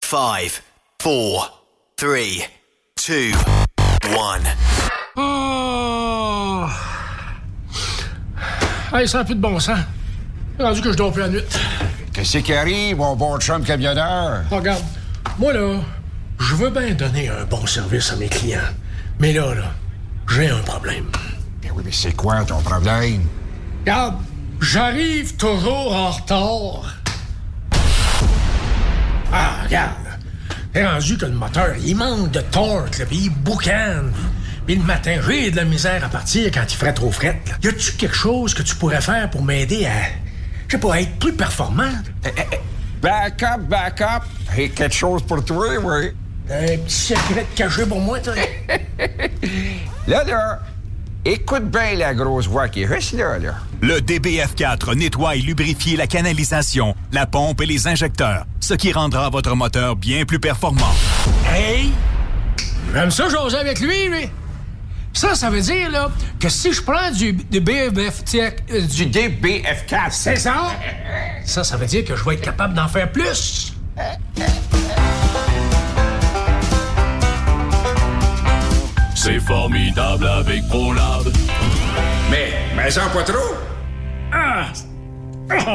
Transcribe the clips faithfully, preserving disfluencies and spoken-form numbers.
Five, four, three, two, one. Oh! Hey, ça n'a plus de bon sens. C'est rendu que je dors plus la nuit. Qu'est-ce qui arrive, mon bon chum camionneur? Regarde, moi, là, je veux bien donner un bon service à mes clients. Mais là, là, j'ai un problème. Ben oui, mais c'est quoi ton problème? Regarde, j'arrive toujours en retard. Ah, regarde. C'est rendu que le moteur, il manque de torque, là, puis il boucane. Puis le matin, j'ai de la misère à partir quand il ferait trop fret. Là. Y a-tu quelque chose que tu pourrais faire pour m'aider à, je sais pas, à être plus performant? Eh, eh, eh. Back up, back up. J'ai quelque chose pour toi, oui. Un petit secret caché pour moi, toi. Là, là, écoute bien la grosse voix qui reste là, là. Le D B F quatre nettoie et lubrifie la canalisation, la pompe et les injecteurs, ce qui rendra votre moteur bien plus performant. Hey! J'aime ça, j'ose avec lui, lui. Ça, ça veut dire, là, que si je prends du, du B F quatre... Euh, Du D B F quatre. C'est ça? Ça, ça veut dire que je vais être capable d'en faire plus. C'est formidable avec ProLab. Mais, mais en pas trop. Ah! Ah!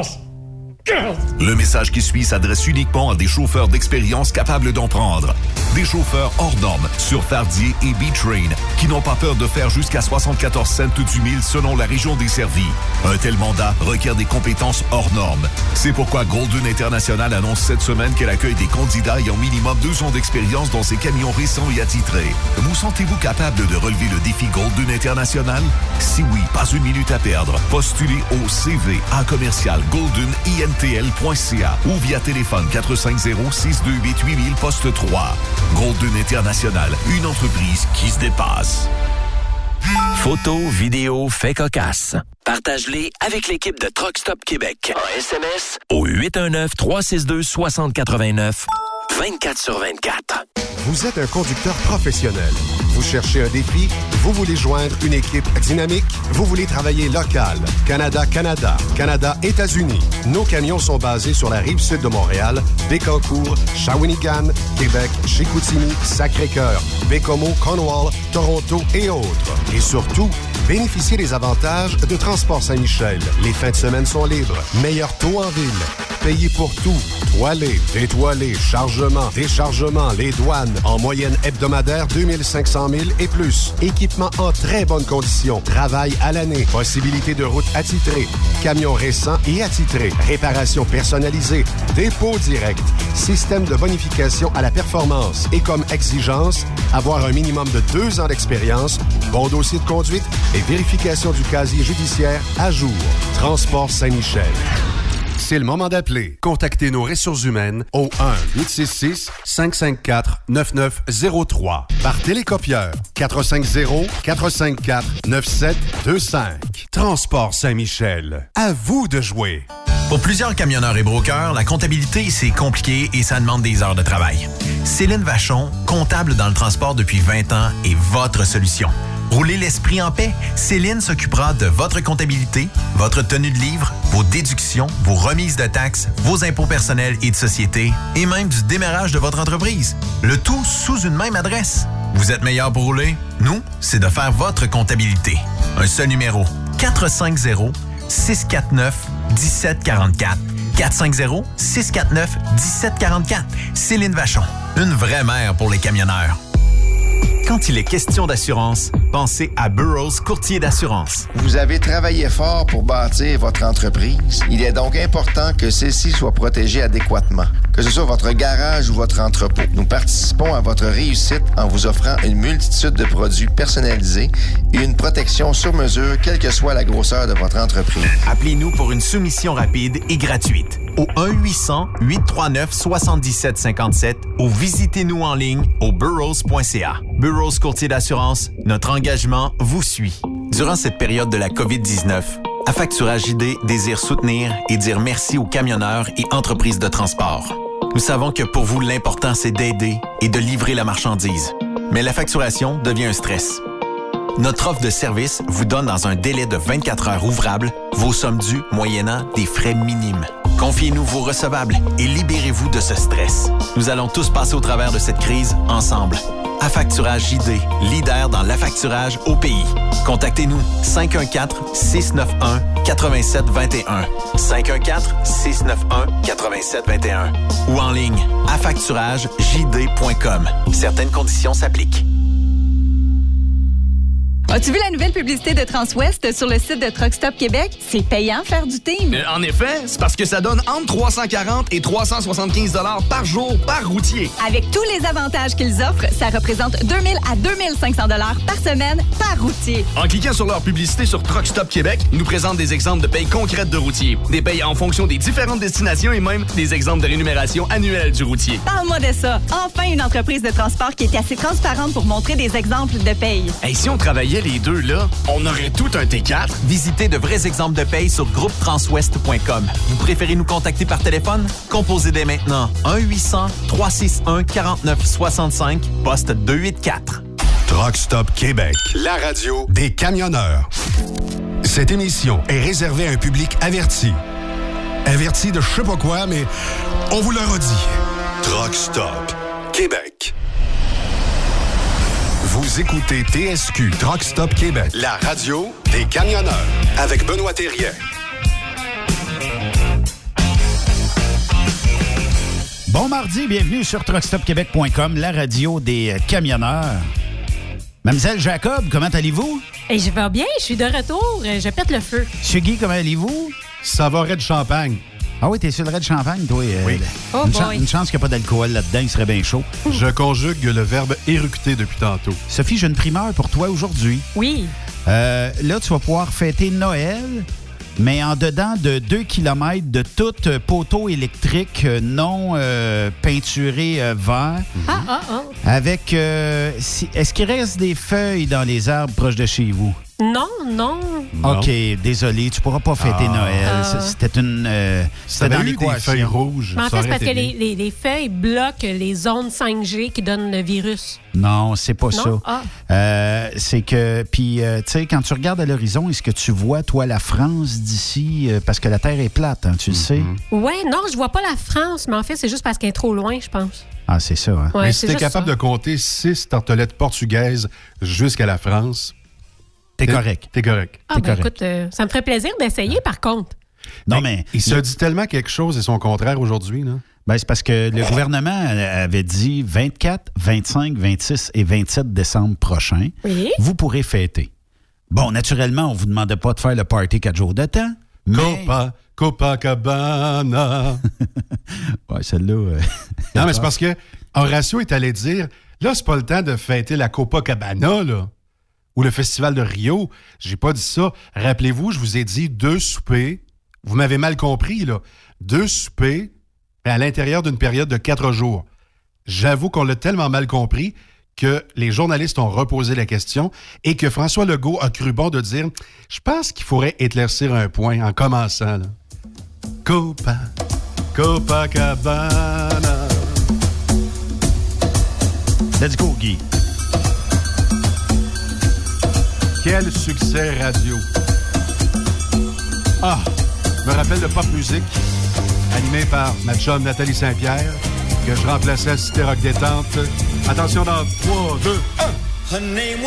Le message qui suit s'adresse uniquement à des chauffeurs d'expérience capables d'en prendre. Des chauffeurs hors normes sur Fardier et B-Train qui n'ont pas peur de faire jusqu'à soixante-quatorze cents du mille selon la région desservie. Un tel mandat requiert des compétences hors normes. C'est pourquoi Golden International annonce cette semaine qu'elle accueille des candidats ayant minimum deux ans d'expérience dans ses camions récents et attitrés. Vous sentez-vous capable de relever le défi Golden International? Si oui, pas une minute à perdre. Postulez au C V à commercial golden I N T L point C A ou via téléphone quatre cinq zéro, six deux huit, huit mille poste trois. Golden International, une entreprise qui se dépasse. Photos, vidéos, faits cocasses. Partage-les avec l'équipe de Truck Stop Québec. En S M S au huit un neuf, trois six deux, six zéro huit neuf, vingt-quatre sur vingt-quatre. Vous êtes un conducteur professionnel. Vous cherchez un défi? Vous voulez joindre une équipe dynamique? Vous voulez travailler local? Canada-Canada, Canada-États-Unis. Nos camions sont basés sur la rive sud de Montréal, Bécancour, Shawinigan, Québec, Chicoutimi, Sacré-Cœur, Bécomo, Cornwall, Toronto et autres. Et surtout, bénéficiez des avantages de Transport Saint-Michel. Les fins de semaine sont libres. Meilleur taux en ville. Payez pour tout. Toilé, détoilé, chargement, déchargement, les douanes. En moyenne hebdomadaire, deux mille cinq cents milles et plus. Équipement en très bonne condition. Travail à l'année. Possibilité de route attitrée. Camions récents et attitrés. Réparation personnalisée. Dépôt direct. Système de bonification à la performance. Et comme exigence, avoir un minimum de deux ans d'expérience, bon dossier de conduite et vérification du casier judiciaire à jour. Transport Saint-Michel. C'est le moment d'appeler. Contactez nos ressources humaines au un huit six six, cinq cinq quatre, neuf neuf zéro trois. Par télécopieur quatre cinq zéro, quatre cinq quatre, neuf sept deux cinq. Transport Saint-Michel. À vous de jouer. Pour plusieurs camionneurs et brokers, la comptabilité, c'est compliqué et ça demande des heures de travail. Céline Vachon, comptable dans le transport depuis vingt ans, est votre solution. Roulez l'esprit en paix. Céline s'occupera de votre comptabilité, votre tenue de livre, vos déductions, vos remises de taxes, vos impôts personnels et de société, et même du démarrage de votre entreprise. Le tout sous une même adresse. Vous êtes meilleur pour rouler? Nous, c'est de faire votre comptabilité. Un seul numéro. quatre cinq zéro, six quatre neuf, un sept quatre quatre. quatre cinq zéro, six quatre neuf, un sept quatre quatre. Céline Vachon. Une vraie mère pour les camionneurs. Quand il est question d'assurance, pensez à Burroughs Courtier d'assurance. Vous avez travaillé fort pour bâtir votre entreprise. Il est donc important que celle-ci soit protégée adéquatement, que ce soit votre garage ou votre entrepôt. Nous participons à votre réussite en vous offrant une multitude de produits personnalisés et une protection sur mesure, quelle que soit la grosseur de votre entreprise. Appelez-nous pour une soumission rapide et gratuite au un huit cents, huit trois neuf, sept sept cinq sept ou visitez-nous en ligne au burroughs point c a. Burroughs Courtier d'assurance, notre engagement vous suit. Durant cette période de la covid dix-neuf, Affacturage I D désire soutenir et dire merci aux camionneurs et entreprises de transport. Nous savons que pour vous, l'important, c'est d'aider et de livrer la marchandise. Mais la facturation devient un stress. Notre offre de service vous donne dans un délai de vingt-quatre heures ouvrables vos sommes dues moyennant des frais minimes. Confiez-nous vos recevables et libérez-vous de ce stress. Nous allons tous passer au travers de cette crise ensemble. Affacturage J D, leader dans l'affacturage au pays. Contactez-nous cinq un quatre, six neuf un, quatre sept deux un. cinq un quatre, six neuf un, quatre sept deux un. Ou en ligne, affacturage j d point com. Certaines conditions s'appliquent. As-tu vu la nouvelle publicité de Transwest sur le site de Truck Stop Québec? C'est payant faire du team. Euh, en effet, c'est parce que ça donne entre trois cent quarante et trois cent soixante-quinze dollars par jour par routier. Avec tous les avantages qu'ils offrent, ça représente deux mille à deux mille cinq cents dollars par semaine par routier. En cliquant sur leur publicité sur Truck Stop Québec, ils nous présentent des exemples de payes concrètes de routiers, des payes en fonction des différentes destinations et même des exemples de rémunération annuelle du routier. Parle-moi de ça. Enfin, une entreprise de transport qui est assez transparente pour montrer des exemples de payes. Hey, si on travaillait les deux, là, on aurait tout un T quatre. Visitez de vrais exemples de paye sur groupe transwest point com. Vous préférez nous contacter par téléphone? Composez dès maintenant un huit cents, trois six un, quatre neuf six cinq, poste deux cent quatre-vingt-quatre. Truck Stop Québec, la radio des camionneurs. Cette émission est réservée à un public averti. Averti de je sais pas quoi, mais on vous le redit. Truck Stop Québec. Vous écoutez T S Q Truck Stop Québec, la radio des camionneurs, avec Benoît Thérien. Bon mardi, bienvenue sur truck stop québec point com, la radio des camionneurs. Mademoiselle Jacob, comment allez-vous? Et je vais bien, je suis de retour, je pète le feu. Monsieur Guy, comment allez-vous? Ça va, Red Champagne. Ah oui, t'es sur le Red Champagne, toi? Euh, oui. Oh une, boy. chan- une chance qu'il n'y a pas d'alcool là-dedans, il serait bien chaud. Je conjugue le verbe éructer depuis tantôt. Sophie, j'ai une primeur pour toi aujourd'hui. Oui. Euh, là, tu vas pouvoir fêter Noël, mais en dedans de deux kilomètres de tout euh, poteau électrique euh, non euh, peinturé euh, vert. Ah, ah, ah. Avec... euh, si- est-ce qu'il reste des feuilles dans les arbres proches de chez vous? Non, non. Non. OK, désolé, tu pourras pas fêter Ah. Noël. Ah. C'était une... euh, Si c'était t'avais dans eu des feuilles l'équation. rouges, Mais en ça fait, c'est aurait parce que été les, bien. les, les feuilles bloquent les zones cinq G qui donnent le virus. Non, c'est pas Non? ça. Ah. Euh, c'est que, puis, euh, tu sais, quand tu regardes à l'horizon, est-ce que tu vois, toi, la France d'ici? Euh, parce que la Terre est plate, hein, tu le sais. Ouais, non, je vois pas la France, mais en fait, c'est juste parce qu'elle est trop loin, je pense. Ah, c'est ça, hein? Ouais, Mais c'est si t'es juste capable ça. de compter six tartelettes portugaises jusqu'à la France, T'es correct. T'es correct. Ah, t'es ben correct. écoute, euh, ça me ferait plaisir d'essayer, par contre. Non, mais... Il se dit tellement quelque chose et son contraire aujourd'hui, là. Ben, c'est parce que le gouvernement avait dit vingt-quatre, vingt-cinq, vingt-six et vingt-sept décembre prochain, Oui. vous pourrez fêter. Bon, naturellement, on vous demandait pas de faire le party quatre jours de temps, mais... Copa, Copacabana. Ouais, celle-là... euh, Non, mais c'est parce que Horatio est allé dire, là, c'est pas le temps de fêter la Copacabana, là, ou le Festival de Rio. J'ai pas dit ça. Rappelez-vous, je vous ai dit deux soupers. Vous m'avez mal compris, là. Deux soupers à l'intérieur d'une période de quatre jours. J'avoue qu'on l'a tellement mal compris que les journalistes ont reposé la question et que François Legault a cru bon de dire « Je pense qu'il faudrait éclaircir un point en commençant. » là. Copa, Copacabana. Let's go, Guy. Quel succès radio. Ah, je me rappelle de Pop Music, animé par ma chum Nathalie Saint-Pierre, que je remplaçais à Cité Rock Détente. Attention dans trois, deux, un.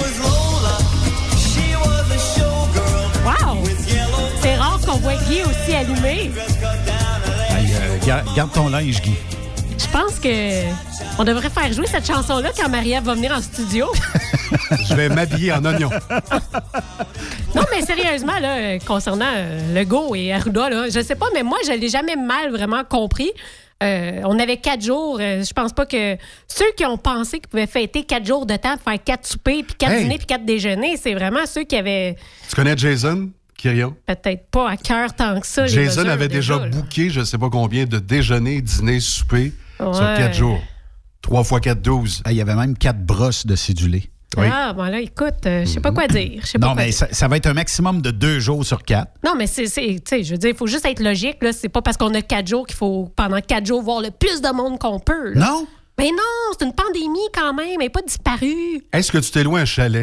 Wow! C'est rare qu'on voit Guy aussi allumé. Hey, euh, gar- garde ton linge, Guy. Je pense que on devrait faire jouer cette chanson-là quand Marie-Ève va venir en studio. Je vais m'habiller en oignon. Non, mais sérieusement, là, euh, concernant euh, Legault et Arruda, là, je sais pas, mais moi, je l'ai jamais mal vraiment compris. Euh, on avait quatre jours. Euh, je pense pas que ceux qui ont pensé qu'ils pouvaient fêter quatre jours de temps, faire quatre soupers, puis quatre Hey! dîners, puis quatre déjeuners, c'est vraiment ceux qui avaient Tu connais Jason Kirion? peut-être pas à cœur tant que ça. les Jason mesures avait déjà là. booké je sais pas combien de déjeuners, dîners, soupers sur Ouais. quatre jours. Trois fois quatre, douze. Ah, il y avait même quatre brosses de cédulé. Ah, bon là, écoute, euh, je sais pas quoi dire. Je sais pas Non, quoi mais dire. ça, ça va être un maximum de deux jours sur quatre. Non, mais c'est, c'est- tu sais, je veux dire, il faut juste être logique, là. C'est pas parce qu'on a quatre jours qu'il faut, pendant quatre jours, voir le plus de monde qu'on peut, là. Non? Mais non, c'est une pandémie quand même, elle n'est pas disparue. Est-ce que tu t'es loin un chalet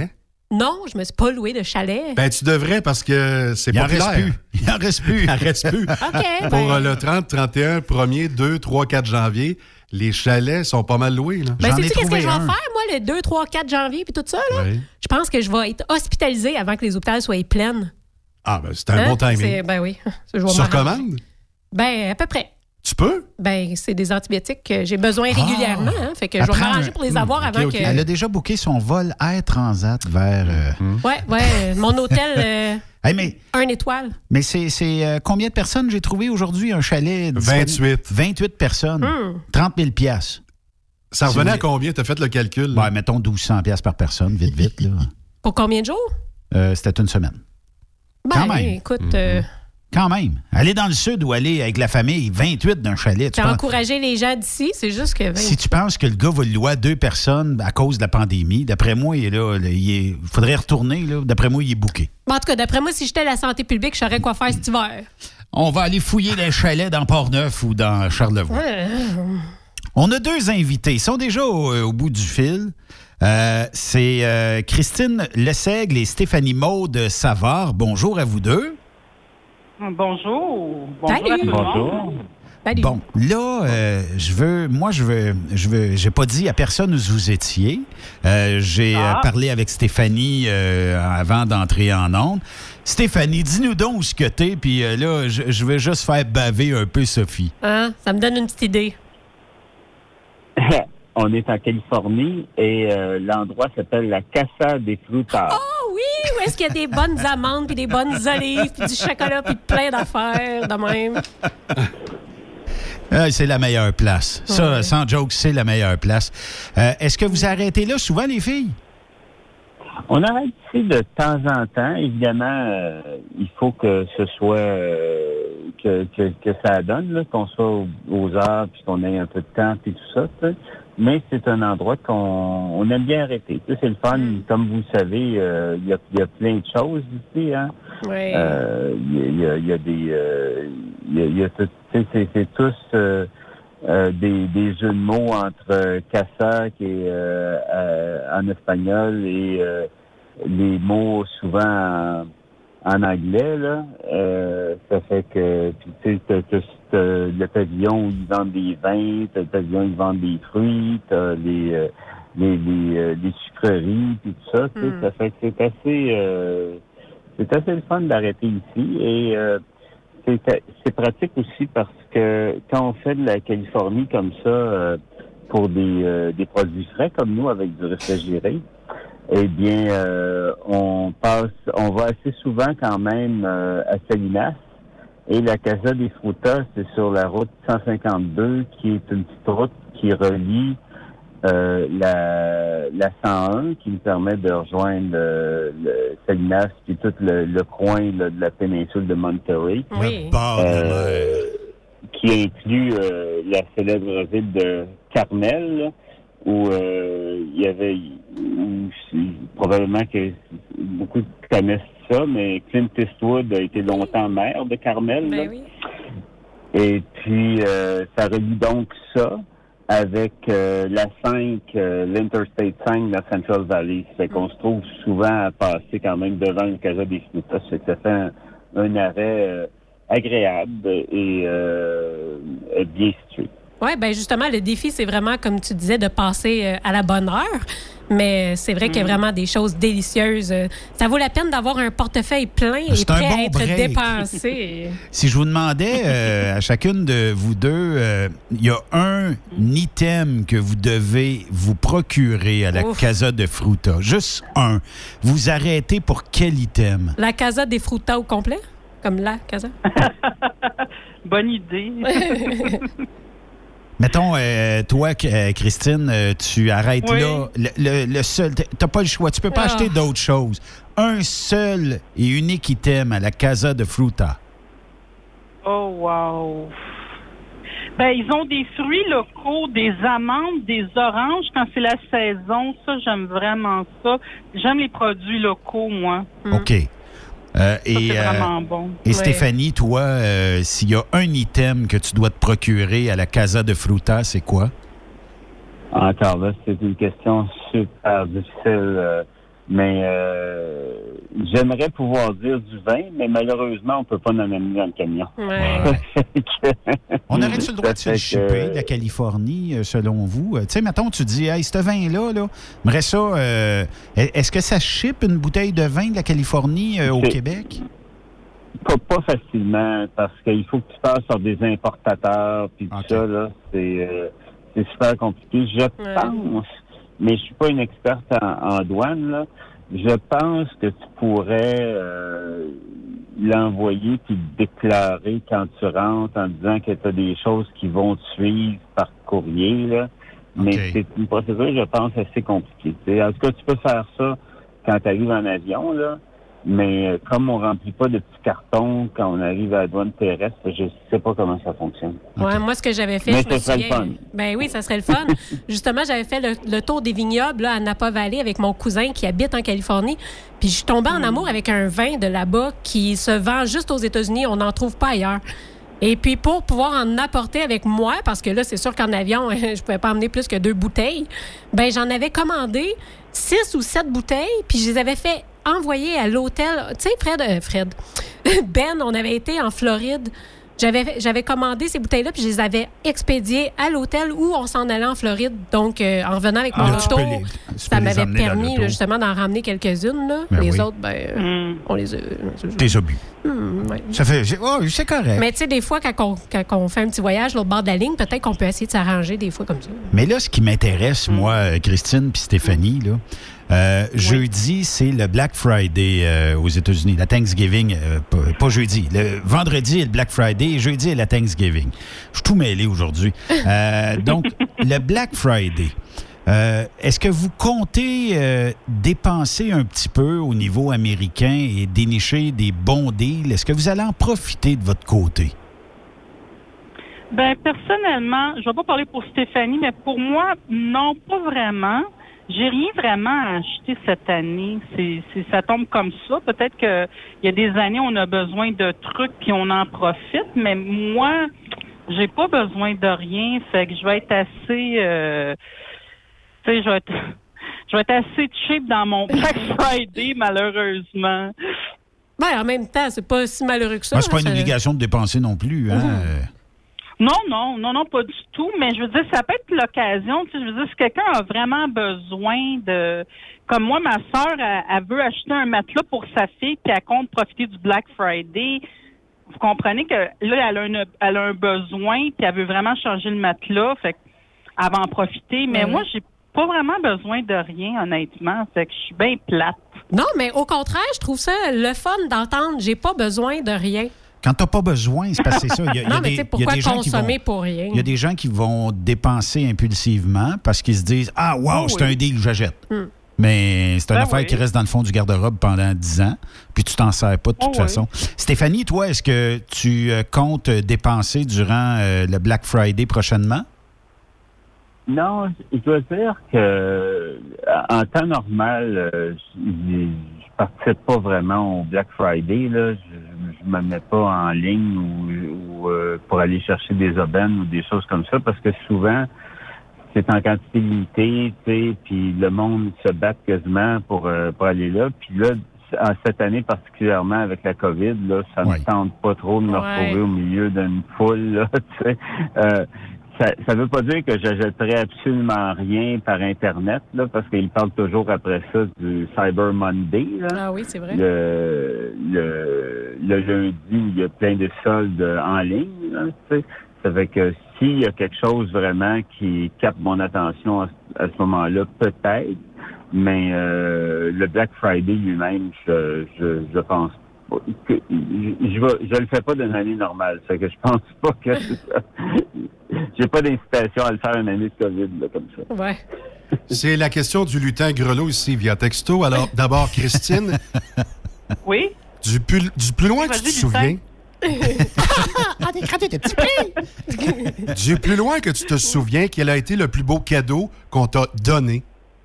Non, je me suis pas loué de chalet. Ben, tu devrais parce que c'est Il en populaire. reste plus. Il en reste plus. Il en reste plus. OK. Pour ben- euh, le trente, trente et un, premier, deux, trois, quatre janvier, les chalets sont pas mal loués. Là. Ben, J'en ai sais-tu qu'est-ce que trouvé je vais un. faire, moi, le deux, trois, quatre janvier puis tout ça, là? Oui. Je pense que je vais être hospitalisée avant que les hôpitaux soient pleins. Ah, ben, c'est un Hein? bon timing. C'est- Ben oui. Je vais Sur m'arranger. commande? Ben, à peu près. Tu peux? Ben, c'est des antibiotiques que j'ai besoin régulièrement. Hein, fait que je vais Apprends m'arranger un- pour les avoir Hmm, avant ok, ok. que... Elle a déjà booké son vol Air Transat vers... euh, Ouais, ouais. euh, Mon hôtel, euh, Hey, mais un étoile. mais c'est c'est, euh, combien de personnes j'ai trouvé aujourd'hui un chalet? disponible? vingt-huit. vingt-huit personnes. Hmm. trente mille piastres. Ça Si revenait vous- à combien? Tu as fait le calcul? là? Ouais, mettons douze cents piastres par personne, vite, vite. Là. Pour combien de jours? Euh, C'était une semaine. Ben, Quand même. écoute, euh, Quand même. Aller dans le sud ou aller avec la famille, vingt-huit d'un chalet. Tu t'as penses- encouragé les gens d'ici, c'est juste que... ben, si tu penses que le gars va le louer à deux personnes à cause de la pandémie, d'après moi, il est là, là, il est- faudrait retourner. Là. D'après moi, il est booké. En tout cas, d'après moi, si j'étais à la santé publique, je saurais quoi faire cet hiver. On va aller fouiller les chalets dans Port-Neuf ou dans Charlevoix. Ouais. On a deux invités. Ils sont déjà au, au bout du fil. Euh, c'est euh, Christine Lessègle et Stéphanie Maude Savard. Bonjour à vous deux. Bonjour. Bonjour Salut. à tout le Bonjour. monde. Salut. Bon, là, euh, je veux, moi, je veux, je veux, j'ai pas dit à personne où vous étiez. Euh, j'ai Ah. euh, parlé avec Stéphanie euh, avant d'entrer en onde. Stéphanie, dis-nous donc où ce que t'es, puis euh, là, je, je vais juste faire baver un peu Sophie. Hein? Ça me donne une petite idée. On est en Californie et euh, l'endroit s'appelle la Casa de Frutas. Oh oui! Où est-ce qu'il y a des bonnes amandes, puis des bonnes olives, puis du chocolat, puis plein d'affaires de même? Ah, c'est la meilleure place. Ça, Ouais. sans joke, c'est la meilleure place. Euh, est-ce que vous arrêtez là souvent, les filles? On arrête ici de temps en temps. Évidemment, euh, il faut que ce soit euh, que, que, que ça donne, là, qu'on soit aux, aux heures, puis qu'on ait un peu de temps, puis tout ça. Tu sais. Mais c'est un endroit qu'on on aime bien arrêter. Tu sais, c'est le fun. Comme vous le savez, euh, il y, a, il y a plein de choses ici. Hein. Oui. Euh, Il y, a, il y a des, euh, il y a, il y a tout- tu sais, c'est, c'est tous euh, euh, des, des jeux de mots entre euh, casa qui est euh, euh, en espagnol et euh, les mots souvent en, en anglais là. Euh, ça fait que puis, tu sais, t'as, t'as, t'as le pavillon où ils vendent des vins, t'as le pavillon où ils vendent des fruits, t'as les euh, les les, euh, les sucreries puis tout ça. Tu sais, Mm. ça fait que c'est assez euh, c'est assez le fun d'arrêter ici et euh, c'est, c'est pratique aussi parce que quand on fait de la Californie comme ça euh, pour des, euh, des produits frais comme nous avec du réfrigéré, eh bien euh, on passe, on va assez souvent quand même euh, à Salinas et la Casa de Frutas, c'est sur la route cent cinquante-deux qui est une petite route qui relie Euh, la, la cent un qui nous permet de rejoindre le, le Salinas puis tout le, le coin là, de la péninsule de Monterey. Oui. Euh, qui inclut euh, la célèbre ville de Carmel, là, où euh, il y avait où, probablement que beaucoup connaissent ça, mais Clint Eastwood a été longtemps maire de Carmel. Ben là. oui. Et puis euh, ça relie donc ça avec euh, la cinq, euh, l'Interstate cinq de la Central Valley. Ça fait qu'on se trouve souvent à passer quand même devant le Casa des Frutas. Ça fait que ça fait un, un arrêt euh, agréable et euh, bien situé. Oui, bien justement, le défi, c'est vraiment, comme tu disais, de passer euh, à la bonne heure. Mais c'est vrai qu'il y a vraiment des choses délicieuses. Euh, Ça vaut la peine d'avoir un portefeuille plein et C'est un prêt bon à être break. dépensé. Si je vous demandais euh, à chacune de vous deux, euh, il y a un item que vous devez vous procurer à la Ouf. Casa de Fruta. Juste un. Vous arrêtez pour quel item? La Casa des Frutas au complet? Comme la Casa? Bonne idée. Mettons, euh, toi, euh, Christine, euh, tu arrêtes Oui. là. Le, le- le seul, t'as pas le choix. Tu peux pas Ah. acheter d'autres choses. Un seul et unique item à la Casa de Fruta. Oh, wow. Ben, ils ont des fruits locaux, des amandes, des oranges quand c'est la saison. Ça, j'aime vraiment ça. J'aime les produits locaux, moi. OK. Euh, Ça, et c'est euh, vraiment bon. et Ouais. Stéphanie, toi, euh, s'il y a un item que tu dois te procurer à la Casa de Fruta, c'est quoi? Encore là, c'est une question super difficile. Euh, Mais euh, j'aimerais pouvoir dire du vin, mais malheureusement, on peut pas en amener dans le camion. Ouais. On aurait-tu le droit de se le shipper de la Californie, euh, selon vous? Tu sais, mettons, tu dis, hey, ce vin-là, là, j'aimerais ça. Euh, est-ce que ça ship une bouteille de vin de la Californie euh, au C'est... Québec? Pas, pas facilement, parce qu'il faut que tu passes sur des importateurs, puis tout okay. ça, là, c'est, euh, c'est super compliqué. Je Ouais. pense, mais je suis pas une experte en, en douane, là, je pense que tu pourrais euh, l'envoyer puis le déclarer quand tu rentres en disant que tu as des choses qui vont te suivre par courrier, là. Mais okay. c'est une procédure, je pense, assez compliquée. T'sais, en tout cas, tu peux faire ça quand tu arrives en avion, là. Mais euh, comme on remplit pas de petits cartons quand on arrive à la douane terrestre, je sais pas comment ça fonctionne. Ouais, okay. moi, ce que j'avais fait, Mais je me ça serait souviens... le fun. Ben oui, ça serait le fun. Justement, j'avais fait le, le tour des vignobles là, à Napa Valley avec mon cousin qui habite en Californie. Puis je suis tombée en amour avec un vin de là-bas qui se vend juste aux États-Unis. On n'en trouve pas ailleurs. Et puis, pour pouvoir en apporter avec moi, parce que là, c'est sûr qu'en avion, je pouvais pas emmener plus que deux bouteilles, ben j'en avais commandé six ou sept bouteilles, puis je les avais fait envoyer à l'hôtel. Tu sais, Fred, euh, Fred, Ben, on avait été en Floride. J'avais, j'avais commandé ces bouteilles-là, puis je les avais expédiées à l'hôtel où on s'en allait en Floride. Donc, euh, en revenant avec mon ah, auto, les, ça m'avait permis là, justement d'en ramener quelques-unes. Là. Ben les oui. autres, ben, mm. on les a... Des obus. Mm, ouais. Ça fait... C'est, oh, c'est correct. Mais tu sais, des fois, quand on, quand on fait un petit voyage l'autre bord de la ligne, peut-être qu'on peut essayer de s'arranger des fois comme ça. Mais là, ce qui m'intéresse, mm. moi, Christine puis Stéphanie, là, Euh, oui. Jeudi, c'est le Black Friday euh, aux États-Unis, la Thanksgiving, euh, pas, pas jeudi. Le vendredi est le Black Friday et jeudi est la Thanksgiving. Je suis tout mêlé aujourd'hui. Euh, donc, le Black Friday, euh, est-ce que vous comptez euh, dépenser un petit peu au niveau américain et dénicher des bons deals? Est-ce que vous allez en profiter de votre côté? Ben personnellement, je vais pas parler pour Stéphanie, mais pour moi, non, pas vraiment. J'ai rien vraiment à acheter cette année. C'est, c'est, ça tombe comme ça. Peut-être que il y a des années, on a besoin de trucs puis on en profite. Mais moi, j'ai pas besoin de rien. Fait que je vais être assez, euh, tu sais, je vais être, je vais être assez cheap dans mon Black Friday, malheureusement. Ben, en même temps, c'est pas si malheureux que ça. Ben, c'est pas ça... une obligation de dépenser non plus, hein? Mmh. Non, non, non, non, pas du tout. Mais je veux dire, ça peut être l'occasion. Tu sais, je veux dire, si quelqu'un a vraiment besoin de... Comme moi, ma sœur, elle, elle veut acheter un matelas pour sa fille, puis elle compte profiter du Black Friday. Vous comprenez que là, elle a, une, elle a un besoin, puis elle veut vraiment changer le matelas. Fait qu'elle va en profiter. Mais mmh. moi, j'ai pas vraiment besoin de rien, honnêtement. Fait que je suis bien plate. Non, mais au contraire, je trouve ça le fun d'entendre. J'ai pas besoin de rien. Quand t'as pas besoin, c'est parce que c'est ça. Il y a, non, il y a mais tu sais, pourquoi consommer vont, pour rien? Il y a des gens qui vont dépenser impulsivement parce qu'ils se disent « Ah, wow, oh, c'est oui. un deal, j'achète. Mm. » Mais c'est une ben affaire oui. qui reste dans le fond du garde-robe pendant dix ans, puis tu t'en sers pas de toute oh, façon. Oui. Stéphanie, toi, est-ce que tu comptes dépenser durant euh, le Black Friday prochainement? Non, je dois dire que en temps normal, euh, je, je participe pas vraiment au Black Friday. Là. Je, je me mets pas en ligne ou, ou euh, pour aller chercher des aubaines ou des choses comme ça, parce que souvent, c'est en quantité limitée, tu sais, puis le monde se bat quasiment pour, euh, pour aller là. Puis là, en cette année particulièrement avec la COVID, là, ça ne ouais. me tente pas trop de me ouais. retrouver au milieu d'une foule, là, tu sais. Euh, Ça ne veut pas dire que j'achèterais absolument rien par Internet, là, parce qu'ils parlent toujours après ça du Cyber Monday. Là. Ah oui, c'est vrai. Le, le, le lundi, il y a plein de soldes en ligne. Là, tu sais. Ça fait que s'il y a quelque chose vraiment qui capte mon attention à, à ce moment-là, peut-être. Mais euh, le Black Friday lui-même, je, je, je pense pas. Que, je, je, je le fais pas d'une année normale. Ça fait que je pense pas que j'ai pas d'incitation à le faire une année de COVID là, comme ça. Ouais. C'est la question du lutin grelot ici via texto. Alors d'abord, Christine. Oui. Du plus, du plus loin que tu te souviens. Ah, t'es gratté tes petits pieds! Du plus loin que tu te souviens, quel a été le plus beau cadeau qu'on t'a donné?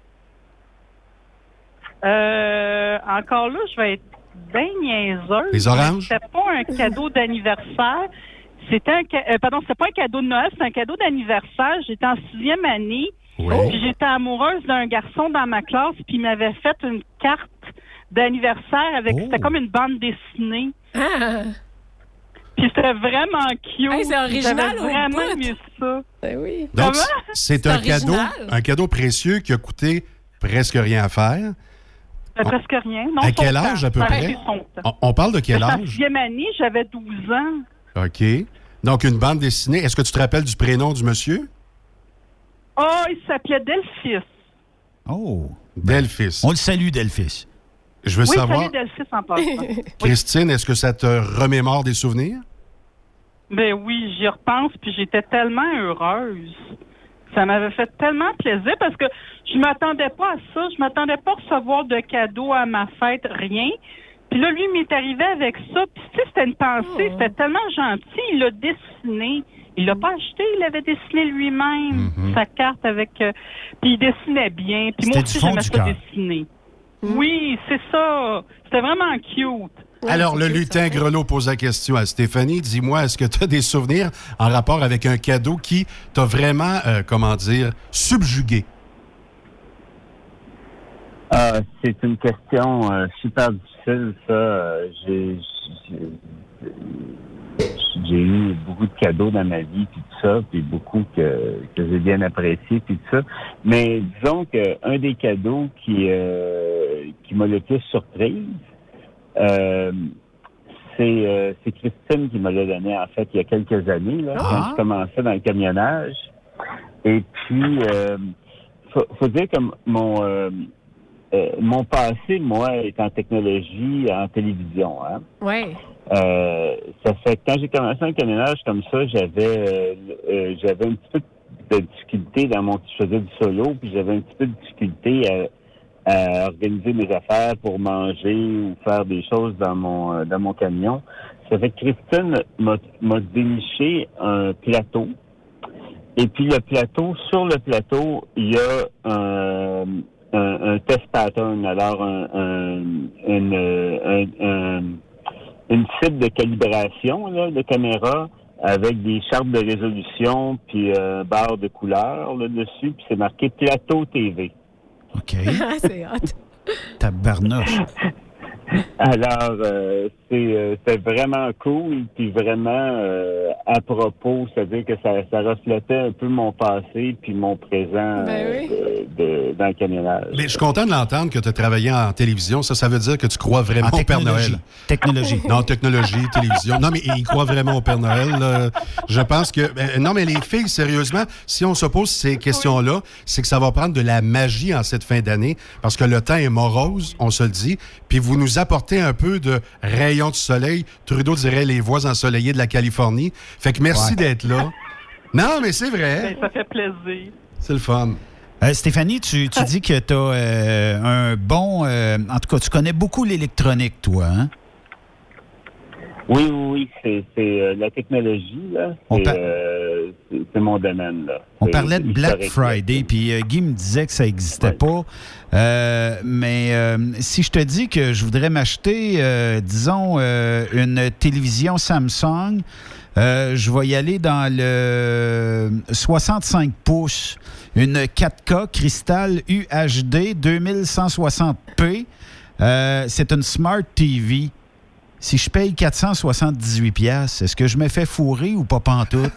Euh, encore là, je vais être bien niaiseuse. Les oranges? C'était pas un cadeau d'anniversaire. C'était un, euh, pardon, c'était pas un cadeau de Noël, c'était un cadeau d'anniversaire. J'étais en sixième année. Oui. Puis j'étais amoureuse d'un garçon dans ma classe, puis il m'avait fait une carte d'anniversaire avec, Oh. c'était comme une bande dessinée. Ah. Puis c'était vraiment cute. Hey, c'est original J'avais au vraiment bout. aimé ça. Ben oui. Donc, Comment? c'est C'est un original. cadeau, un cadeau précieux qui a coûté presque rien à faire. C'était presque rien. Non, À son quel temps. âge, à peu Ça près? aurait été son temps. On, on parle de quel En âge? sixième année, j'avais douze ans. OK. Donc, une bande dessinée. Est-ce que tu te rappelles du prénom du monsieur? Oh, il s'appelait Delphis. Oh. Delphis. On le salue, Delphis. Je veux oui, savoir, salut Delphis en passant. Christine, est-ce que ça te remémore des souvenirs? Ben oui, j'y repense, puis j'étais tellement heureuse. Ça m'avait fait tellement plaisir parce que je m'attendais pas à ça. Je m'attendais pas à recevoir de cadeaux à ma fête, rien. Puis là, lui, il m'est arrivé avec ça. Puis tu sais, c'était une pensée, Oh. c'était tellement gentil. Il l'a dessiné. Il l'a pas acheté, il l'avait dessiné lui-même, Mhm. sa carte avec... euh, puis il dessinait bien. Puis moi C'était aussi, du fond j'aimais du ça cœur. dessiner. Oui, c'est ça. C'était vraiment cute. Alors, le lutin grelot pose la question à Stéphanie. Dis-moi, est-ce que tu as des souvenirs en rapport avec un cadeau qui t'a vraiment, euh, comment dire, subjugué? Ah, c'est une question euh, super difficile, ça. Euh, J'ai, j'ai, j'ai eu beaucoup de cadeaux dans ma vie, puis tout ça, puis beaucoup que, que j'ai bien apprécié, puis tout ça. Mais disons qu'un des cadeaux qui, euh, qui m'a le plus surprise, euh, c'est, euh, c'est Christine qui me l'a donné, en fait, il y a quelques années, là, Ah. quand je commençais dans le camionnage. Et puis, euh, faut, faut dire que mon... Euh, Euh, mon passé, moi, est en technologie, en télévision. Hein? Oui. Euh, ça fait que quand j'ai commencé un camionnage comme ça, j'avais euh, euh, j'avais un petit peu de difficulté dans mon... Je faisais du solo, puis j'avais un petit peu de difficulté à, à organiser mes affaires pour manger ou faire des choses dans mon euh, dans mon camion. Ça fait que Christine m'a, m'a déniché un plateau. Et puis le plateau, sur le plateau, il y a un... Un, un test pattern, alors un, un, une, un, un, une cible de calibration là, de caméra avec des chartes de résolution puis un barre de couleur là-dessus, puis c'est marqué Plateau T V. OK. C'est hot. Tabarnouche. Alors, euh, c'est, euh, c'est vraiment cool, puis vraiment euh, à propos, c'est-à-dire que ça, ça reflétait un peu mon passé puis mon présent Ben euh, oui. de, de- dans le camionnage. Mais je suis content de l'entendre que tu as travaillé en télévision. Ça, ça veut dire que tu crois vraiment En au Père technologie. Noël. Technologie. Non, technologie, télévision. Non, mais il croit vraiment au Père Noël. là. Je pense que... ben, non, mais les filles, sérieusement, si on se pose ces questions-là, c'est que ça va prendre de la magie en cette fin d'année, parce que le temps est morose, on se le dit, puis vous nous apportez un peu de rayons de soleil. Trudeau dirait les voies ensoleillées de la Californie. Fait que merci Ouais. d'être là. Non, mais c'est vrai. Ben, ça fait plaisir. C'est le fun. Euh, Stéphanie, tu, tu dis que tu as un bon... euh, en tout cas, tu connais beaucoup l'électronique, toi, hein? Oui, oui, oui, c'est, c'est euh, la technologie, là. On C'est, par- euh, c'est, c'est mon domaine, là. On C'est parlait de Black historique, Friday, puis euh, Guy me disait que ça n'existait pas. Euh, mais euh, si je te dis que je voudrais m'acheter, euh, disons, euh, une télévision Samsung, euh, je vais y aller dans le soixante-cinq pouces, une quatre K Crystal U H D deux mille cent soixante p. Euh, c'est une Smart T V. Si je paye quatre cent soixante-dix-huit piastres, est-ce que je me fais fourrer ou pas pantoute?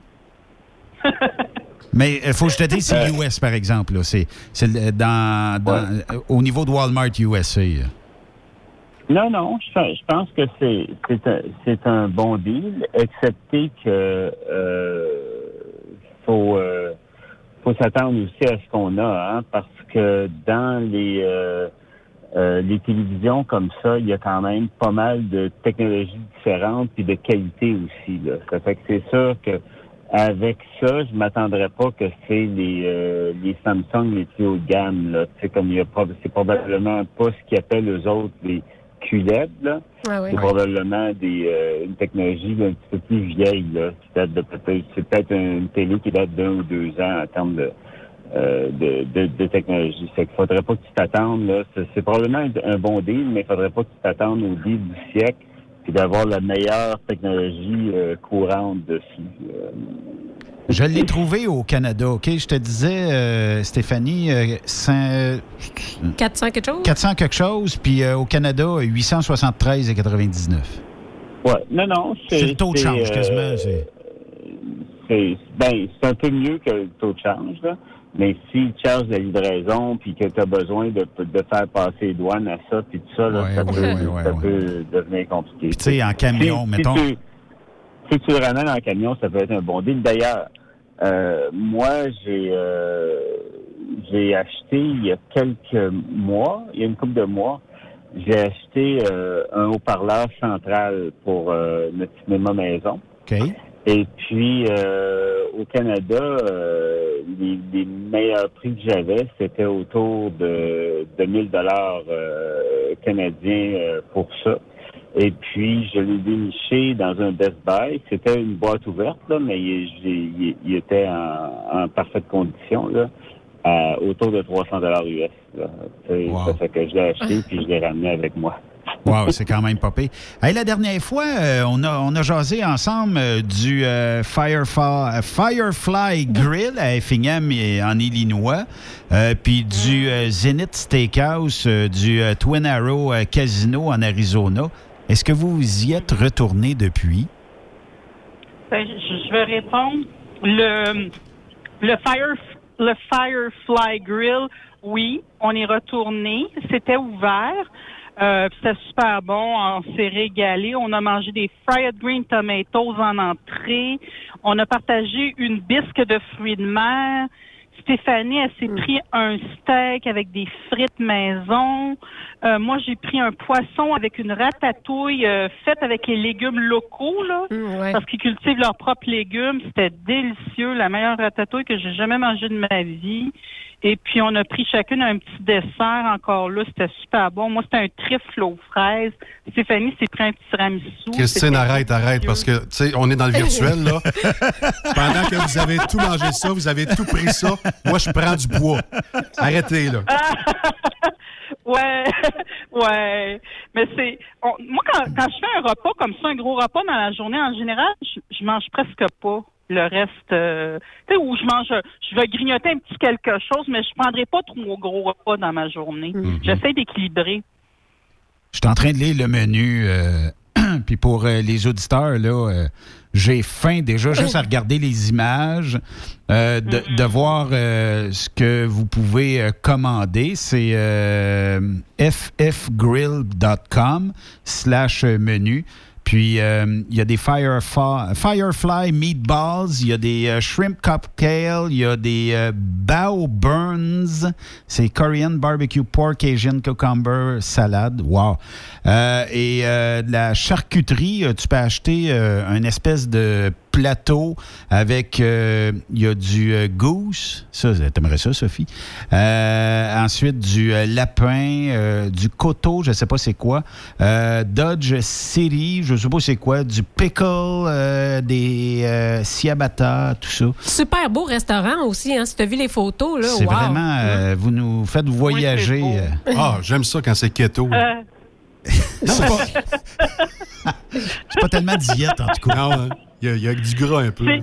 Mais il faut que je te dise, c'est U S, par exemple. Là. C'est, c'est le- dans, dans- euh, au niveau de Walmart U S A. là. Non, non, je, je pense que c'est, c'est, un, c'est un bon deal, excepté que euh, faut, euh, faut s'attendre aussi à ce qu'on a, hein, parce que dans les... Euh, Euh, les télévisions comme ça, il y a quand même pas mal de technologies différentes puis de qualité aussi. Là. Ça fait que c'est sûr que avec ça, je m'attendrais pas que c'est les euh, les Samsung les plus haut de gamme. Là. C'est comme il y a pas, c'est probablement pas ce qu'ils appellent eux autres les Q L E D. Là. Ah oui. C'est probablement des euh, une technologie là, un petit peu plus vieille là, qui date de peut-être c'est peut-être une télé qui date d'un ou deux ans en termes de Euh, de, de, de technologie. C'est qu'il faudrait pas que tu t'attendes, là. C'est, c'est probablement un, un bon deal, mais il faudrait pas que tu t'attendes au deal du siècle puis d'avoir la meilleure technologie euh, courante dessus. Euh, Je l'ai trouvé au Canada, OK? Je te disais, euh, Stéphanie, euh, cent, quatre cents quelque chose? quatre cents quelque chose, puis euh, au Canada, huit cent soixante-treize virgule quatre-vingt-dix-neuf. Ouais, non, non, c'est... C'est le taux de change, c'est, quasiment. euh, C'est... c'est, ben, c'est un peu mieux que le taux de change, là. Mais s'ils te chargent de la livraison puis que tu as besoin de, de faire passer les douanes à ça puis tout ça, là, Ouais, ça, ouais, peut, ouais, ouais, ça ouais. peut devenir compliqué. Puis tu sais, en camion, si, mettons... Si tu, si tu le ramènes en camion, ça peut être un bon deal. D'ailleurs, euh, moi, j'ai euh, j'ai acheté il y a quelques mois, il y a une couple de mois, j'ai acheté euh, un haut-parleur central pour euh, notre cinéma maison. OK. Et puis, euh, au Canada, euh, les, les meilleurs prix que j'avais, c'était autour de, de mille dollars euh, canadiens euh, pour ça. Et puis, je l'ai déniché dans un Best Buy. C'était une boîte ouverte, là, mais il, il, il était en, en parfaite condition, là, à autour de trois cents dollars U S. Là. Wow. Ça fait que je l'ai acheté puis je l'ai ramené avec moi. Wow, c'est quand même pas pire. Hey, la dernière fois, euh, on, a, on a jasé ensemble euh, du euh, Firefly, Firefly Grill à Effingham et en Illinois, euh, puis du euh, Zenith Steakhouse, euh, du euh, Twin Arrow euh, Casino en Arizona. Est-ce que vous y êtes retourné depuis? Ben, je, je vais répondre. Le, le, Fire, le Firefly Grill, oui, on est retourné. C'était ouvert. Euh, c'était super bon, on s'est régalé. On a mangé des fried green tomatoes en entrée. On a partagé une bisque de fruits de mer. Stéphanie, elle s'est mm. pris un steak avec des frites maison. Euh, moi, j'ai pris un poisson avec une ratatouille euh, faite avec les légumes locaux, là, mm, ouais. parce qu'ils cultivent leurs propres légumes. C'était délicieux, la meilleure ratatouille que j'ai jamais mangée de ma vie. Et puis, on a pris chacune un petit dessert encore là. C'était super bon. Moi, c'était un trifle aux fraises. Stéphanie s'est pris un petit tiramisu. Christine, arrête, arrête, parce que, tu sais, on est dans le virtuel, là. Pendant que vous avez tout mangé ça, vous avez tout pris ça, moi, je prends du poids. Arrêtez, là. Ouais, ouais. Mais c'est... On, moi, quand, quand je fais un repas comme ça, un gros repas dans la journée, en général, je, je mange presque pas. Le reste, euh, tu sais, où je mange, je vais grignoter un petit quelque chose, mais je prendrai pas trop gros repas dans ma journée. Mm-hmm. J'essaie d'équilibrer. Je suis en train de lire le menu, euh, puis pour euh, les auditeurs, là, euh, j'ai faim déjà juste à regarder les images, euh, de, mm-hmm. de voir euh, ce que vous pouvez euh, commander. C'est euh, ffgrill.com slash menu. Puis, il euh, y a des Firefly, Firefly Meatballs, il y a des euh, Shrimp Cocktail, il y a des euh, Bao Burns, c'est Korean Barbecue Pork Asian Cucumber Salad. Wow! Euh, et euh, de la charcuterie, tu peux acheter euh, une espèce de plateau avec, il euh, y a du euh, goose, ça, t'aimerais ça, Sophie? Euh, ensuite, du euh, lapin, euh, du coteau, je sais pas c'est quoi, euh, Dodge City, je sais pas c'est quoi, du pickle, euh, des euh, ciabatta, tout ça. Super beau restaurant aussi, hein, si tu as vu les photos, là, c'est wow. vraiment, euh, vous nous faites voyager. Oui, euh. Ah, j'aime ça quand c'est keto. Euh... non, c'est pas... c'est pas tellement diète, en tout cas. Non, hein. Il y, a, il y a du gras un peu. Oui,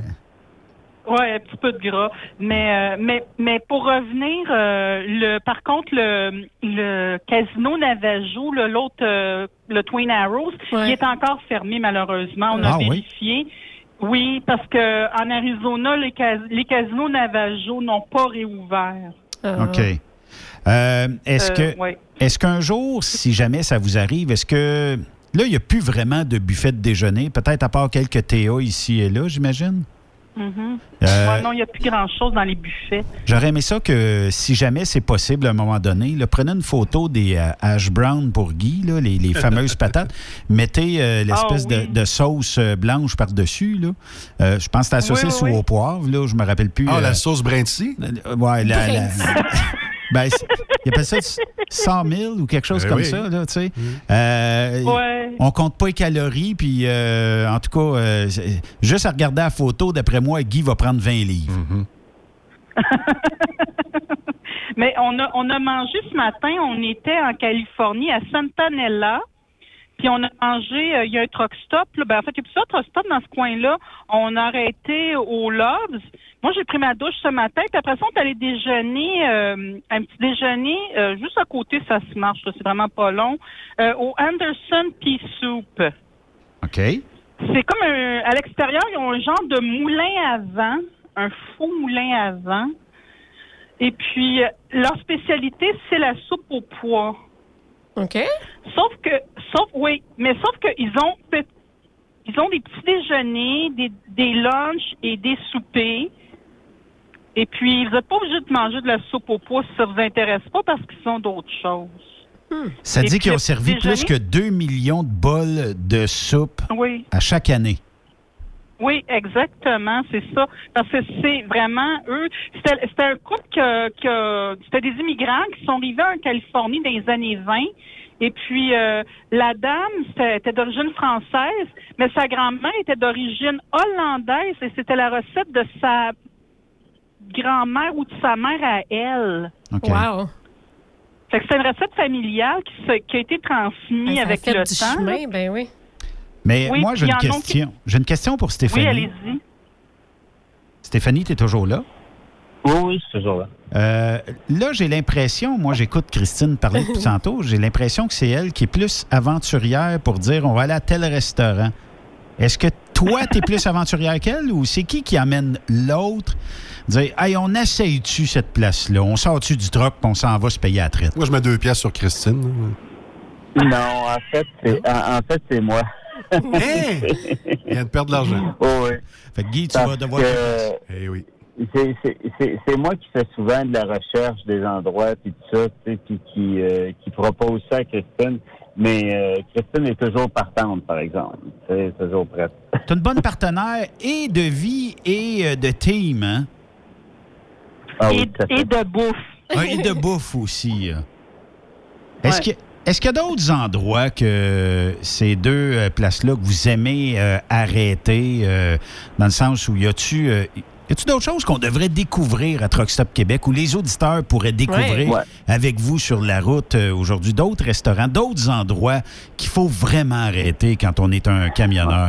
un petit peu de gras. Mais, euh, mais, mais pour revenir, euh, le, par contre, le, le Casino Navajo, le, l'autre, euh, le Twin Arrows, ouais. il est encore fermé, malheureusement. On a ah, vérifié. Oui? oui, parce que en Arizona, les, cas, les casinos Navajo n'ont pas réouvert. Uh-huh. OK. Euh, est-ce, euh, que, ouais. est-ce qu'un jour, si jamais ça vous arrive, est-ce que... Là, il n'y a plus vraiment de buffet de déjeuner, peut-être à part quelques T A ici et là, j'imagine? Mm-hmm. Euh, ouais, non, il n'y a plus grand-chose dans les buffets. J'aurais aimé ça que, si jamais c'est possible à un moment donné, là, prenez une photo des euh, hash brown pour Guy, là, les, les fameuses patates, mettez euh, l'espèce oh, oui. de, de sauce blanche par-dessus. Là. Euh, je pense que c'est la saucisse oui, oui, ou oui. au poivre, là, je me rappelle plus. Ah, oh, euh, la sauce Brinty? Euh, ouais, la... la ben, il appelle ça cent mille ou quelque chose ben comme oui. ça, là, tu sais. Mm. Euh, ouais. On compte pas les calories, puis euh, en tout cas, euh, juste à regarder la photo, d'après moi, Guy va prendre vingt livres. Mm-hmm. Mais on a, on a mangé ce matin, on était en Californie, à Santa Nella, Puis on a mangé, euh, il y a un truck stop, là. Ben, en fait, il y a plusieurs truck stops dans ce coin-là. On a arrêté au Loves. Moi, j'ai pris ma douche ce matin, puis après ça, on est allé déjeuner, euh, un petit déjeuner, euh, juste à côté, ça se marche, là, c'est vraiment pas long, euh, au Anderson Pea Soup. OK. C'est comme un, à l'extérieur, ils ont un genre de moulin à vent, un faux moulin à vent. Et puis, euh, leur spécialité, c'est la soupe au pois. OK. Sauf que, sauf, oui, mais sauf qu'ils ont, fait- ils ont des petits déjeuners, des, des lunchs et des soupers. Et puis, vous n'êtes pas obligé de manger de la soupe au pois si ça vous intéresse pas parce qu'ils ont d'autres choses. Hmm. Ça Et dit puis, qu'ils ont le servi déjeuner- plus que deux millions de bols de soupe Oui. à chaque année. Oui, exactement, c'est ça. Parce que c'est vraiment eux. C'était, c'était un couple que, que c'était des immigrants qui sont arrivés en Californie dans les années vingt. Et puis euh, la dame, c'était, était d'origine française, mais sa grand-mère était d'origine hollandaise et c'était la recette de sa grand-mère ou de sa mère à elle. OK. Wow. Fait que c'est une recette familiale qui, se- qui a été transmise Ben, ça avec fait le du temps. chemin, ben oui. Mais Oui, moi, j'ai puis une il y en a question. J'ai une question pour Stéphanie. Oui, allez-y. Stéphanie, tu es toujours là? Oui, oui, je suis toujours là. Euh, là, j'ai l'impression, moi j'écoute Christine parler depuis tantôt, j'ai l'impression que c'est elle qui est plus aventurière pour dire on va aller à tel restaurant. Est-ce que toi, tu es plus aventurière qu'elle ou c'est qui qui amène l'autre? Dire, hey, on essaye-tu cette place-là? On sort-tu du truck puis on s'en va se payer à la traite? Moi, je mets deux pièces sur Christine. Non, en fait, c'est, en, en fait, c'est moi. Hey! Il vient de perdre de l'argent. Oh, oui. Fait que Guy, tu Parce vas devoir... que- Eh oui. C'est, c'est, c'est, c'est moi qui fais souvent de la recherche des endroits puis tout ça, tu sais, puis qui, euh, qui propose ça à Christine. Mais euh, Christine est toujours partante, par exemple. C'est toujours prête. T'as une bonne partenaire et de vie et euh, de team, hein? Ah et, oui, tout à fait. et de bouffe. Ah, et de bouffe aussi. euh. Est-ce Ouais. que est-ce qu'il y a d'autres endroits que ces deux euh, places-là que vous aimez euh, arrêter, euh, dans le sens où y a-tu euh, y a-tu d'autres choses qu'on devrait découvrir à Truck Stop Québec ou les auditeurs pourraient découvrir Ouais. avec vous sur la route euh, aujourd'hui? D'autres restaurants, d'autres endroits qu'il faut vraiment arrêter quand on est un camionneur?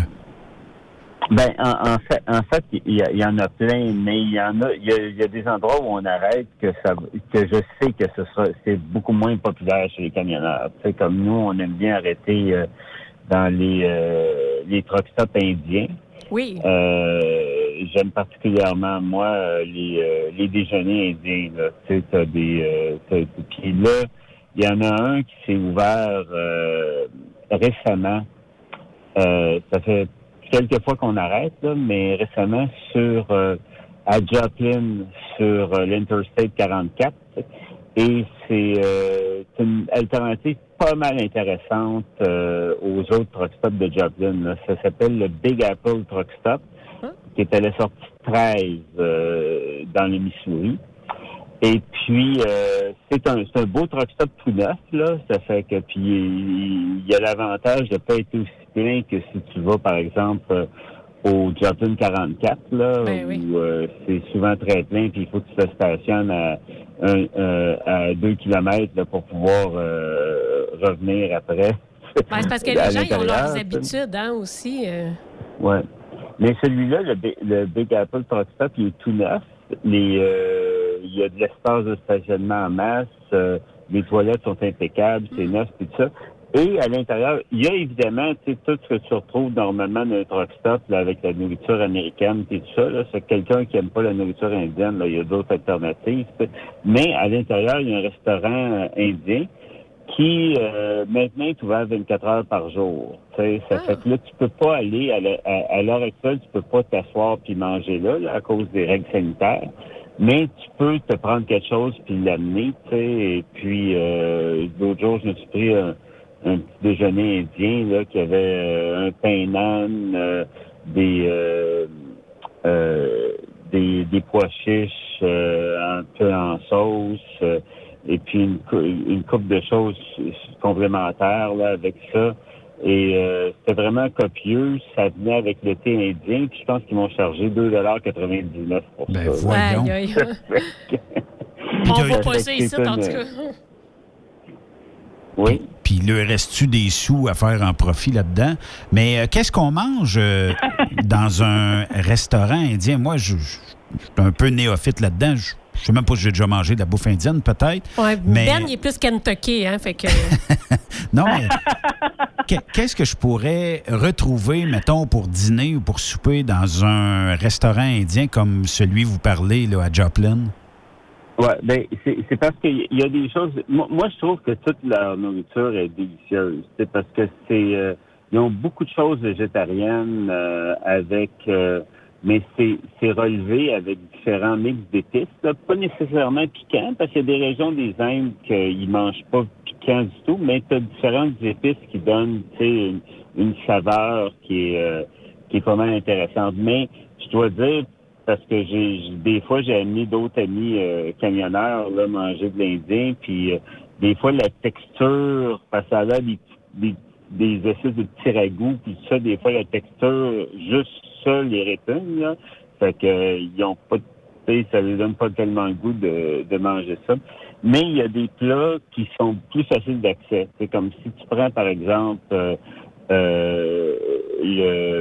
Ben, en, en fait, en fait, il y, a- il y en a plein, mais il y en a, il y a, il y a des endroits où on arrête que ça, que je sais que ce sera, c'est beaucoup moins populaire chez les camionneurs. Tu sais, comme nous, on aime bien arrêter euh, dans les euh, les truck stops indiens. Oui. Euh, j'aime particulièrement moi euh, les euh, les déjeuners indiens. Là. Tu sais, t'as des, euh, t'as- puis là, il y en a un qui s'est ouvert euh, récemment. Euh, ça fait quelques fois qu'on arrête, là, mais récemment sur euh, à Joplin, sur euh, l'Interstate quarante-quatre. Et c'est euh, c'est une alternative pas mal intéressante euh, aux autres truck stops de Joplin. Là. Ça s'appelle le Big Apple Truck Stop, qui est à la sortie treize euh, dans le Missouri. Et puis, euh, c'est un, c'est un beau truck stop tout neuf, là. Ça fait que, puis, il, il y a l'avantage de pas être aussi plein que si tu vas, par exemple, euh, au Joplin quarante-quatre, là, Ben oui. où euh, c'est souvent très plein, puis il faut que tu te stationnes à, un, euh, à deux kilomètres là, pour pouvoir euh, revenir après. Ben, c'est parce que À les gens, ils ont l'intérieur, leurs tu sais. habitudes, hein, aussi. euh. Ouais. Mais celui-là, le, Bi- le Big Apple Truck Stop, il est tout neuf. Les, euh, il y a de l'espace de stationnement en masse. euh, les toilettes sont impeccables, c'est neuf, tout ça. Et à l'intérieur, il y a évidemment tu sais, tout ce que tu retrouves normalement dans un truck stop là, avec la nourriture américaine et tout ça. Là, c'est quelqu'un qui aime pas la nourriture indienne, là, il y a d'autres alternatives. tu sais. Mais à l'intérieur, il y a un restaurant euh, indien qui euh, maintenant est ouvert vingt-quatre heures par jour. Tu sais, ça fait que là, tu peux pas aller à, la- à, à l'heure actuelle, tu peux pas t'asseoir puis manger là, là à cause des règles sanitaires. Mais tu peux te prendre quelque chose puis l'amener, tu sais. Et puis euh, l'autre jour, je me suis pris un, un petit déjeuner indien là qui avait euh, un pain naan, euh, des euh, euh, des des pois chiches euh, un peu en sauce. euh, et puis une, cou- une couple de choses complémentaires là avec ça. Et euh, c'était vraiment copieux. Ça venait avec le thé indien. Puis je pense qu'ils m'ont chargé deux dollars quatre-vingt-dix-neuf pour Ben, ça. voyons. Aïe, aïe, aïe. On va Ça pas fait ça que ici, c'est en une- tout cas. Oui. puis il leur reste-tu des sous à faire en profit là-dedans? Mais euh, qu'est-ce qu'on mange euh, dans un restaurant indien? Moi, je, je, je suis un peu néophyte là-dedans. Je ne sais même pas si j'ai déjà mangé de la bouffe indienne, peut-être. Ouais, mais... Ben, il est plus Kentucky, hein, fait que... non, mais qu'est-ce que je pourrais retrouver, mettons, pour dîner ou pour souper dans un restaurant indien comme celui que vous parlez là, à Joplin? Oui, ben c'est, c'est parce qu'il y a des choses... Moi, moi, je trouve que toute leur nourriture est délicieuse. C'est parce que c'est... Euh, ils ont beaucoup de choses végétariennes euh, avec... Euh, mais c'est, c'est relevé avec différents mix d'épices. Là. Pas nécessairement piquant, parce qu'il y a des régions des Indes qu'ils mangent pas piquant du tout, mais tu as différentes épices qui donnent une, une saveur qui est, euh, qui est pas mal intéressante. Mais je dois dire, parce que j'ai, j'ai des fois, j'ai amené d'autres amis euh, camionneurs là, manger de l'Indien, puis euh, des fois, la texture, parce que ça a l'air des, des, des espèces de petits ragoûts, puis ça, des fois, la texture, juste ça, les répugne, là. Fait que euh, ils ont pas de, ça les donne pas tellement le goût de, de manger ça. Mais il y a des plats qui sont plus faciles d'accès. C'est comme si tu prends, par exemple, euh, euh, le,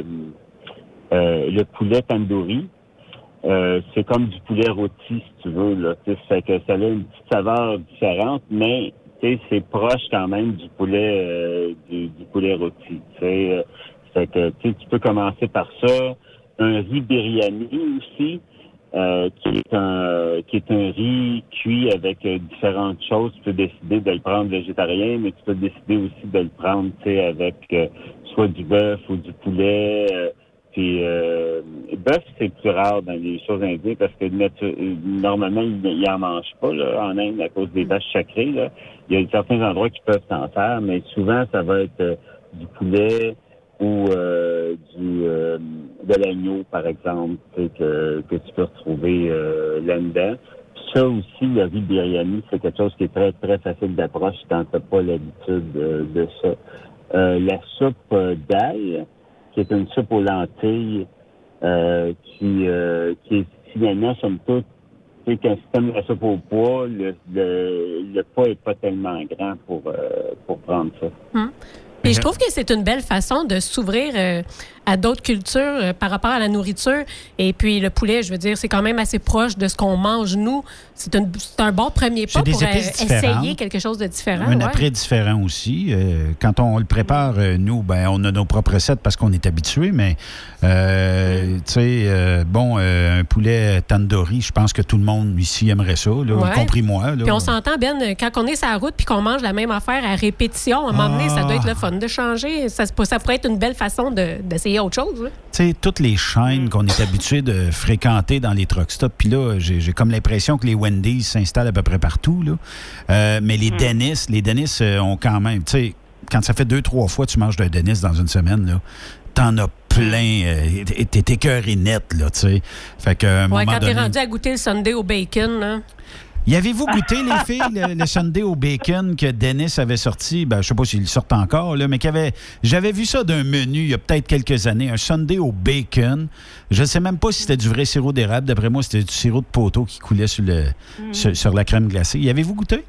euh, le poulet tandoori. Euh, c'est comme du poulet rôti, si tu veux, là. Ça fait que ça a une petite saveur différente, mais c'est proche quand même du poulet euh, du, du poulet rôti. Euh, fait que tu peux commencer par ça. Un riz biryani aussi, euh, qui est un qui est un riz cuit avec euh, différentes choses. Tu peux décider de le prendre végétarien, mais tu peux décider aussi de le prendre, tu sais, avec euh, soit du bœuf ou du poulet. Euh, Puis, euh, bœuf, c'est plus rare dans les choses indiennes parce que natu- normalement, ils n'en mangent pas là, en Inde à cause des vaches sacrées. Là. Il y a certains endroits qui peuvent s'en faire, mais souvent, ça va être euh, du poulet ou euh, du euh, de l'agneau, par exemple, que, que tu peux retrouver euh, là-dedans. Puis ça aussi, le riz biryani, c'est quelque chose qui est très, très facile d'approche quand tu n'as pas l'habitude de, de ça. Euh, la soupe euh, d'ail, qui est une soupe aux lentilles, euh, qui, euh, qui est finalement, somme toute, tu sais, quand tu aimes la soupe au pois, le, le, le poids est pas tellement grand pour, euh, pour prendre ça. Hum. Et je trouve que c'est une belle façon de s'ouvrir euh, à d'autres cultures euh, par rapport à la nourriture. Et puis le poulet, je veux dire, c'est quand même assez proche de ce qu'on mange, nous. C'est, une, c'est un bon premier pas pour euh, essayer quelque chose de différent. Un ouais. après différent aussi. Euh, quand on le prépare, euh, nous, ben, on a nos propres recettes parce qu'on est habitué, mais euh, tu sais, euh, bon, euh, un poulet tandoori, je pense que tout le monde ici aimerait ça, là, ouais. y compris moi. Là. Puis on s'entend, Ben, quand on est sur la route puis qu'on mange la même affaire à répétition, à un moment donné, ça doit être le fun de changer. Ça, ça pourrait être une belle façon de, d'essayer autre chose. Tu sais, toutes les chaînes qu'on est habitué de fréquenter dans les truck stops, puis là, j'ai, j'ai comme l'impression que les Wendy's s'installent à peu près partout, là. Euh, mais les mm. Dennis, les Dennis euh, ont quand même, tu sais, quand ça fait deux, trois fois que tu manges d'un Dennis dans une semaine, là, t'en as plein, euh, t'es écœuré net, là, tu sais. Fait que, à un ouais, moment quand donné, t'es rendu à goûter le sundae au bacon, là. Y avez-vous goûté, les filles, le, le sundae au bacon que Dennis avait sorti? Ben, je sais pas s'il le sort encore, là, mais qu'il avait, j'avais vu ça d'un menu il y a peut-être quelques années, un sundae au bacon. Je sais même pas si c'était du vrai sirop d'érable. D'après moi, c'était du sirop de poteau qui coulait sur, le, mm. sur, sur la crème glacée. Y avez-vous goûté?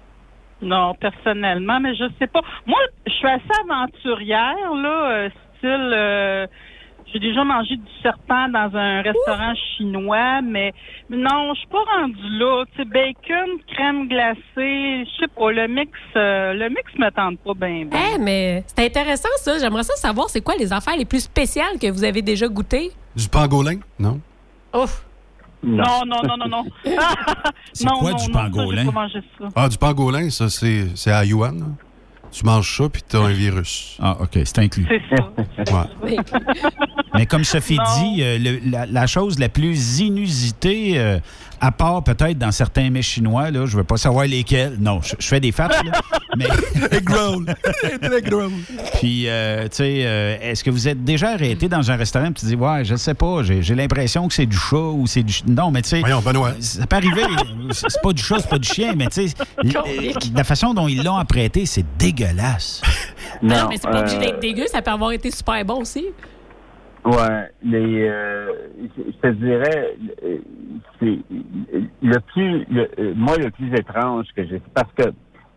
Non, personnellement, mais je sais pas. Moi, je suis assez aventurière, là, euh, style... Euh, j'ai déjà mangé du serpent dans un restaurant Ouh. chinois, mais non, je suis pas rendue là. Tu sais, bacon, crème glacée, je sais pas, le mix, euh, le mix me tente pas bien. Eh, hey, mais c'est intéressant ça. J'aimerais ça savoir c'est quoi les affaires les plus spéciales que vous avez déjà goûtées. Du pangolin? Non. Ouf. Non, non, non, non, non. c'est non, quoi non, du non, pangolin? Ça, j'ai pas mangé ça. Ah, du pangolin, ça, c'est, c'est à Yuan. Là. Tu manges ça, puis t'as un virus. Ah, OK, c'est inclus. C'est ça. Ouais. Mais comme Sophie dit, euh, le, la, la chose la plus inusitée, euh, à part peut-être dans certains mets chinois, là, je veux pas savoir lesquels. Non, je, je fais des farces, là. Mais... Egg roll. Egg roll. Puis, euh, tu sais, euh, est-ce que vous êtes déjà arrêté dans un restaurant et tu dis, ouais, je sais pas, j'ai, j'ai l'impression que c'est du chat ou c'est du... Non, mais tu sais... Voyons, Benoît. Ça peut arriver. C'est pas du chat, c'est pas du chien, mais tu sais, la façon dont ils l'ont apprêté, c'est dégueulasse. Non, non, mais c'est pas euh... obligé d'être dégueu, ça peut avoir été super bon aussi. Ouais, les, euh, je te dirais, c'est le plus, le, moi le plus étrange que j'ai, parce que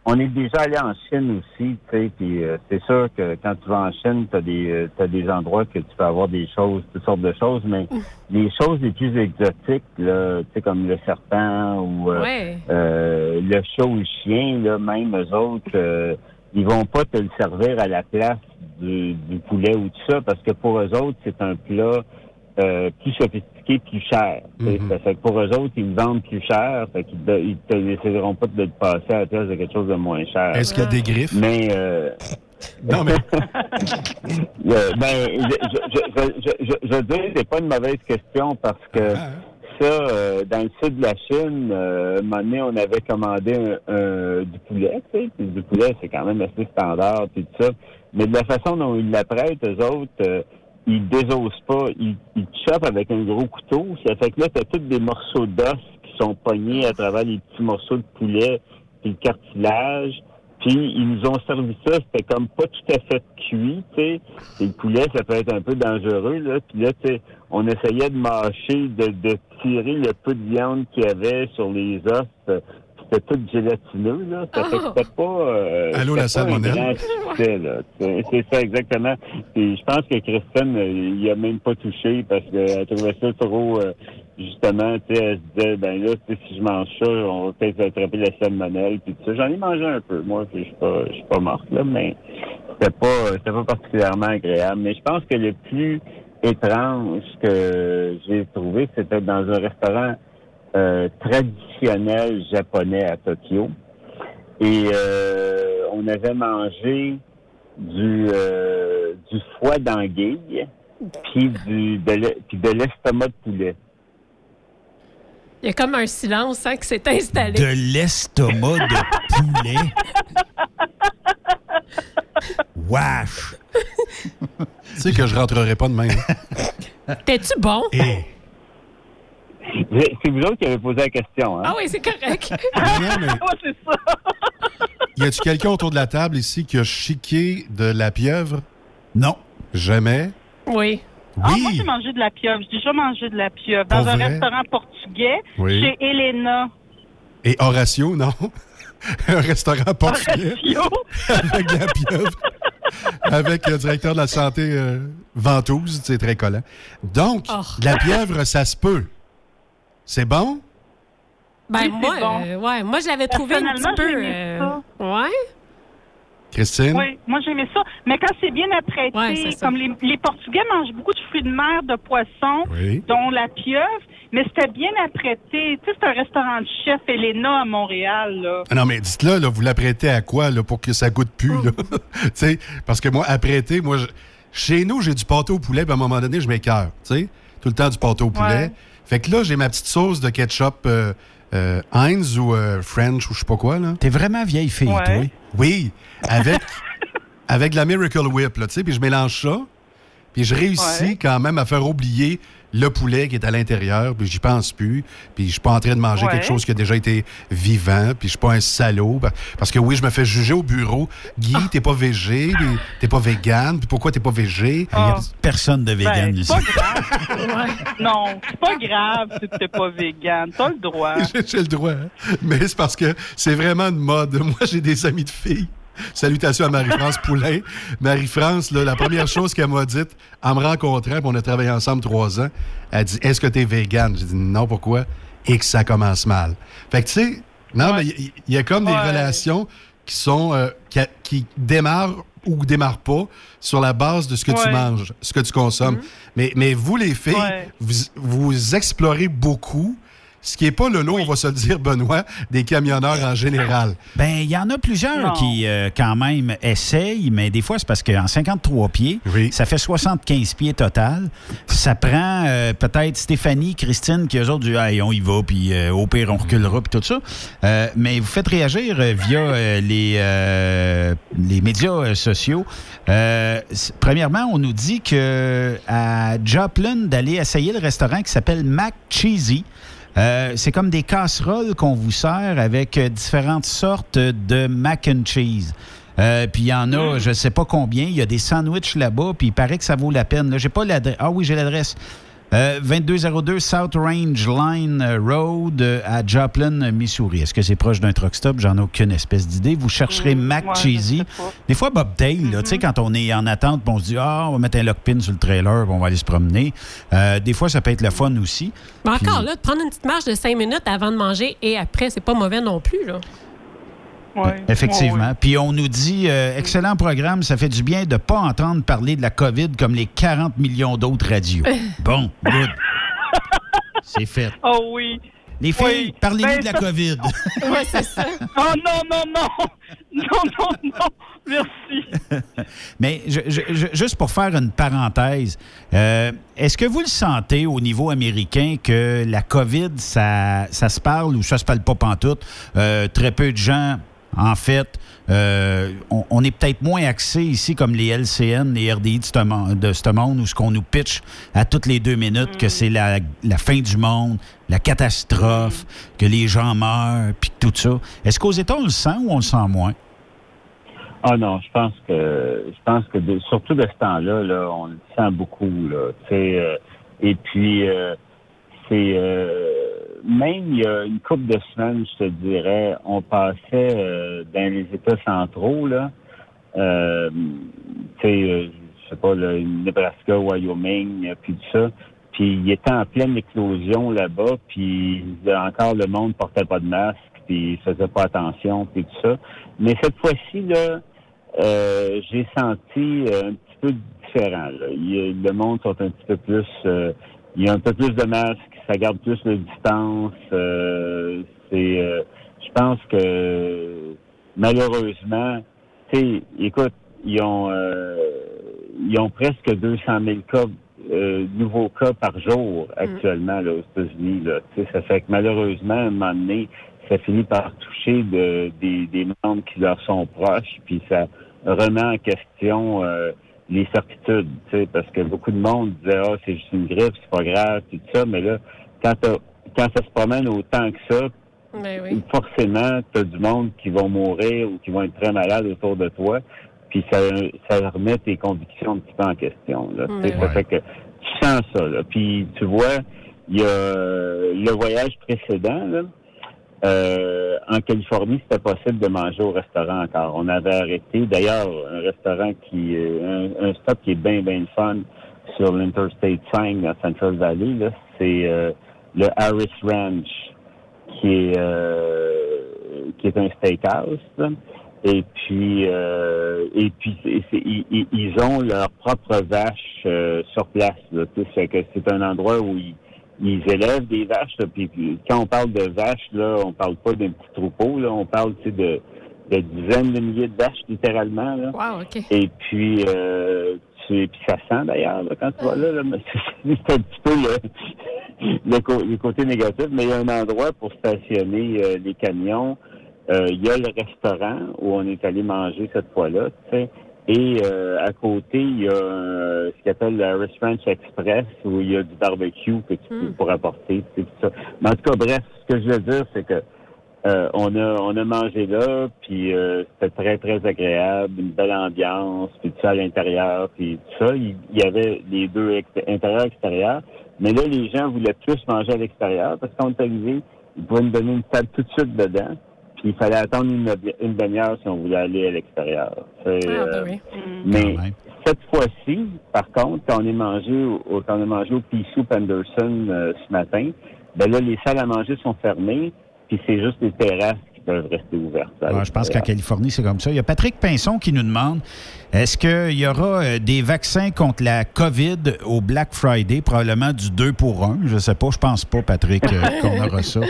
on est déjà allé en Chine aussi, tu sais, puis euh, c'est sûr que quand tu vas en Chine, t'as des euh, t'as des endroits que tu peux avoir des choses, toutes sortes de choses, mais les choses les plus exotiques, là, tu sais, comme le serpent ou euh, Ouais. euh, le chat ou le chien, là, même eux autres, euh, ils vont pas te le servir à la place du, du poulet ou tout ça, parce que pour eux autres, c'est un plat euh, plus sophistiqué, plus cher. Mm-hmm. Ça fait que pour eux autres, ils le vendent plus cher, fait qu'ils de, ils te laisseront pas de te passer à la place de quelque chose de moins cher. Est-ce qu'il y a des griffes? Mais euh, non, mais euh, ben, je, je, je, je, je, je dis, c'est pas une mauvaise question parce que ça, euh, dans le sud de la Chine, euh, un moment donné, on avait commandé un, un, du poulet, tu sais, puis du poulet, c'est quand même assez standard, puis tout ça. Mais de la façon dont ils l'apprêtent, eux autres, euh, ils désossent pas, ils, ils te chopent avec un gros couteau. Ça fait que là, t'as tous des morceaux d'os qui sont pognés à travers les petits morceaux de poulet, puis le cartilage. Puis ils nous ont servi ça, c'était comme pas tout à fait cuit, tu sais. Et le poulet, ça peut être un peu dangereux, là. Puis là, tu sais, on essayait de mâcher, de, de tirer le peu de viande qu'il y avait sur les os. C'était tout gélatineux, là. Ça fait que c'était pas... Euh, Allô, la salmonelle. C'est, là. C'est, c'est ça, exactement. Et je pense que Christine, il a même pas touché parce qu'elle trouvait ça trop... Euh, justement, tu sais, elle se disait, ben là, si je mange ça, on va peut-être attraper la salmonelle, puis tout ça. J'en ai mangé un peu, moi, puis je suis pas, je suis pas morte, là, mais c'était pas, c'était pas particulièrement agréable. Mais je pense que le plus étrange que j'ai trouvé, c'était dans un restaurant euh, traditionnel japonais à Tokyo. Et euh, on avait mangé du, euh, du foie d'anguille, puis du, de, l'e- puis de l'estomac de poulet. Il y a comme un silence hein, qui s'est installé. De l'estomac de poulet. Wesh! Tu sais que je rentrerai pas de même. T'es-tu bon? Et... C'est vous autres qui avez posé la question, hein? Ah oui, c'est correct. Non, non, mais... Ouais, c'est ça. Y a-tu quelqu'un autour de la table ici qui a chiqué de la pieuvre? Non. Jamais? Oui. Ah, moi, j'ai mangé de la pieuvre. J'ai déjà mangé de la pieuvre dans Pour un vrai? restaurant portugais Oui. chez Elena. Et Horatio, non? Un restaurant portugais. Horatio? Avec de la pieuvre. Avec le directeur de la santé euh, Ventouse, c'est très collant. Donc, Oh. de la pieuvre, ça se peut. C'est bon? Ben, Oui, moi, c'est bon. euh, ouais, moi, je l'avais trouvé un petit Personnellement, peu. j'ai aimé ça. Ouais. Christine? Oui, moi j'aimais ça. Mais quand c'est bien apprêté, Ouais, c'est ça. comme les, les Portugais mangent beaucoup de fruits de mer, de poissons, Oui. dont la pieuvre, mais c'était bien apprêté. Tu sais, c'est un restaurant de chef Elena à Montréal, là. Ah non, mais dites-le, là, vous l'apprêtez à quoi là, pour que ça goûte plus? Là? Tu sais, parce que moi, apprêter, moi, je- chez nous, j'ai du pâté au poulet, puis à un moment donné, je m'écœure. Tu sais, tout le temps du pâté au poulet. Ouais. Fait que là, j'ai ma petite sauce de ketchup euh, euh, Heinz ou euh, French ou je sais pas quoi. Là. T'es vraiment vieille fille, Ouais. toi. Oui, avec, avec de la Miracle Whip, là, tu sais, puis je mélange ça, puis je réussis Ouais. quand même à faire oublier le poulet qui est à l'intérieur, puis j'y pense plus, puis je suis pas en train de manger Ouais. quelque chose qui a déjà été vivant, puis je suis pas un salaud, pa- parce que oui, je me fais juger au bureau. Guy, t'es pas végé, puis t'es pas vegan, puis pourquoi t'es pas végé? Il y a Ah. personne de vegan Ben, ici. c'est pas grave. Non, c'est pas grave si t'es pas vegan. T'as le droit. J'ai j'ai le droit, hein? Mais c'est parce que c'est vraiment une mode. Moi, j'ai des amis de filles. Salutations à Marie-France Poulain. Marie-France, là, la première chose qu'elle m'a dite en me rencontrant, puis on a travaillé ensemble trois ans, elle dit « Est-ce que t'es vegan? » J'ai dit « Non, pourquoi? » Et que ça commence mal. Fait que, tu sais, non, mais il y, y a comme des Ouais. relations qui sont, euh, qui, qui démarrent ou démarrent pas sur la base de ce que tu Ouais. manges, ce que tu consommes. Mais, mais vous, les filles, Ouais. vous, vous explorez beaucoup, ce qui n'est pas le lot, on va se le dire, Benoît, des camionneurs en général. Ben, il y en a plusieurs Non. qui, euh, quand même, essayent, mais des fois, c'est parce qu'en cinquante-trois pieds, Oui. ça fait soixante-quinze pieds total. Ça prend euh, peut-être Stéphanie, Christine, qui eux autres disent « Hey, on y va, puis euh, au pire, on reculera, puis tout ça. Euh, mais vous faites réagir euh, via euh, les, euh, les médias euh, sociaux. Euh, c- premièrement, on nous dit que à Joplin, d'aller essayer le restaurant qui s'appelle Mac Cheesy. Euh, c'est comme des casseroles qu'on vous sert avec euh, différentes sortes de mac and cheese. Euh, puis il y en a, je ne sais pas combien. Il y a des sandwichs là-bas, puis il paraît que ça vaut la peine. Là, j'ai pas l'adresse. Ah oui, j'ai l'adresse. Euh, vingt-deux zéro deux South Range Line Road euh, à Joplin, Missouri. Est-ce que c'est proche d'un truck stop? J'en ai aucune espèce d'idée. Vous chercherez Mmh, Mac ouais, Cheesy. Des fois, Bobtail, mm-hmm. tu sais, quand on est en attente, on se dit, ah, on va mettre un lockpin sur le trailer, puis on va aller se promener. Euh, des fois, ça peut être le fun aussi. Mais puis... encore là, de prendre une petite marche de cinq minutes avant de manger et après, c'est pas mauvais non plus, là. Ouais. Effectivement. Ouais, ouais. Puis on nous dit, euh, excellent programme, ça fait du bien de ne pas entendre parler de la COVID comme les quarante millions d'autres radios. Bon, good. C'est fait. Oh oui. Les filles, oui. parlez-nous ben, de la ça... COVID. Oui, c'est ça. Oh non, non, non. Non, non, non. Merci. Mais je, je, je, juste pour faire une parenthèse, euh, est-ce que vous le sentez au niveau américain que la COVID, ça, ça se parle ou ça se parle pas pantoute? Euh, très peu de gens... En fait, euh, on, on est peut-être moins axé ici comme les L C N, les R D I de ce monde, de ce monde où ce qu'on nous pitch à toutes les deux minutes mm. que c'est la, la fin du monde, la catastrophe, mm. que les gens meurent, puis tout ça. Est-ce qu'aux États, on le sent ou on le sent moins? Ah non, je pense que je pense que de, surtout de ce temps-là, là, on le sent beaucoup. Là, euh, et puis, euh, c'est... Euh, même il y a une couple de semaines, je te dirais, on passait euh, dans les États centraux, là, euh, tu sais, euh, je sais pas, le Nebraska, Wyoming, puis tout ça, puis il était en pleine éclosion là-bas, puis encore le monde portait pas de masque, puis il faisait pas attention, puis tout ça. Mais cette fois-ci, là, euh, j'ai senti euh, un petit peu différent. Là. Il, le monde sont un petit peu plus... Euh, il y a un peu plus de masques, ça garde plus de distance. Euh, c'est, euh, je pense que malheureusement, tu sais, écoute, ils ont, euh, ils ont presque deux cent mille cas, euh, nouveaux cas par jour actuellement là, aux États-Unis. Là, tu sais, ça fait que malheureusement, à un moment donné, ça finit par toucher de, des, des membres qui leur sont proches, puis ça remet en question. Euh, les certitudes, tu sais, parce que beaucoup de monde disait « Ah, c'est juste une grippe, c'est pas grave, tout ça », mais là, quand, quand ça se promène autant que ça, mais oui. forcément, t'as du monde qui vont mourir ou qui vont être très malades autour de toi, puis ça, ça remet tes convictions un petit peu en question, là. Tu sais, ça fait que tu sens ça, là. Puis, tu vois, il y a le voyage précédent, là, Euh, en Californie, c'était possible de manger au restaurant encore. On avait arrêté, d'ailleurs, un restaurant qui, un, un stop qui est bien, bien fun sur l'Interstate cinq dans Central Valley, là, c'est euh, le Harris Ranch, qui est euh, qui est un steakhouse. Là. Et puis, euh, et puis, c'est, c'est, ils, ils ont leur propre vache euh, sur place. Là, tu sais, que c'est un endroit où ils Ils élèvent des vaches, là, puis, puis quand on parle de vaches, là, on parle pas d'un petit troupeau, là, on parle, tu sais, de, de dizaines de milliers de vaches, littéralement, là. Wow, OK. Et puis, euh, tu, puis ça sent, d'ailleurs, là, quand tu vas là, là, mais c'est, c'est un petit peu le, le, co- le côté négatif, mais il y a un endroit pour stationner euh, les camions. Euh, il y a le restaurant où on est allé manger cette fois-là, tu sais. Et euh, à côté, il y a euh, ce qu'on appelle le Harris Ranch Express, où il y a du barbecue que tu peux pour apporter, tout ça. Mais en tout cas, bref, ce que je veux dire, c'est que euh, on a on a mangé là, puis euh, c'était très, très agréable, une belle ambiance, puis tout ça à l'intérieur, puis tout ça. Il, il y avait les deux ex- intérieur-extérieur. Mais là, les gens voulaient plus manger à l'extérieur, parce qu'on est arrivé, ils pouvaient nous donner une table tout de suite dedans. Puis il fallait attendre une, une demi-heure si on voulait aller à l'extérieur. C'est, ah, ben euh, oui. Mais cette fois-ci, par contre, quand on est mangé au, quand on a mangé au Pea Soup Anderson euh, ce matin, ben là, les salles à manger sont fermées, puis c'est juste les terrasses qui peuvent rester ouvertes. Ouais, je pense qu'en Californie, c'est comme ça. Il y a Patrick Pinson qui nous demande, est-ce qu'il y aura euh, des vaccins contre la COVID au Black Friday, probablement du deux pour un? Je ne sais pas, je pense pas, Patrick, euh, qu'on aura ça.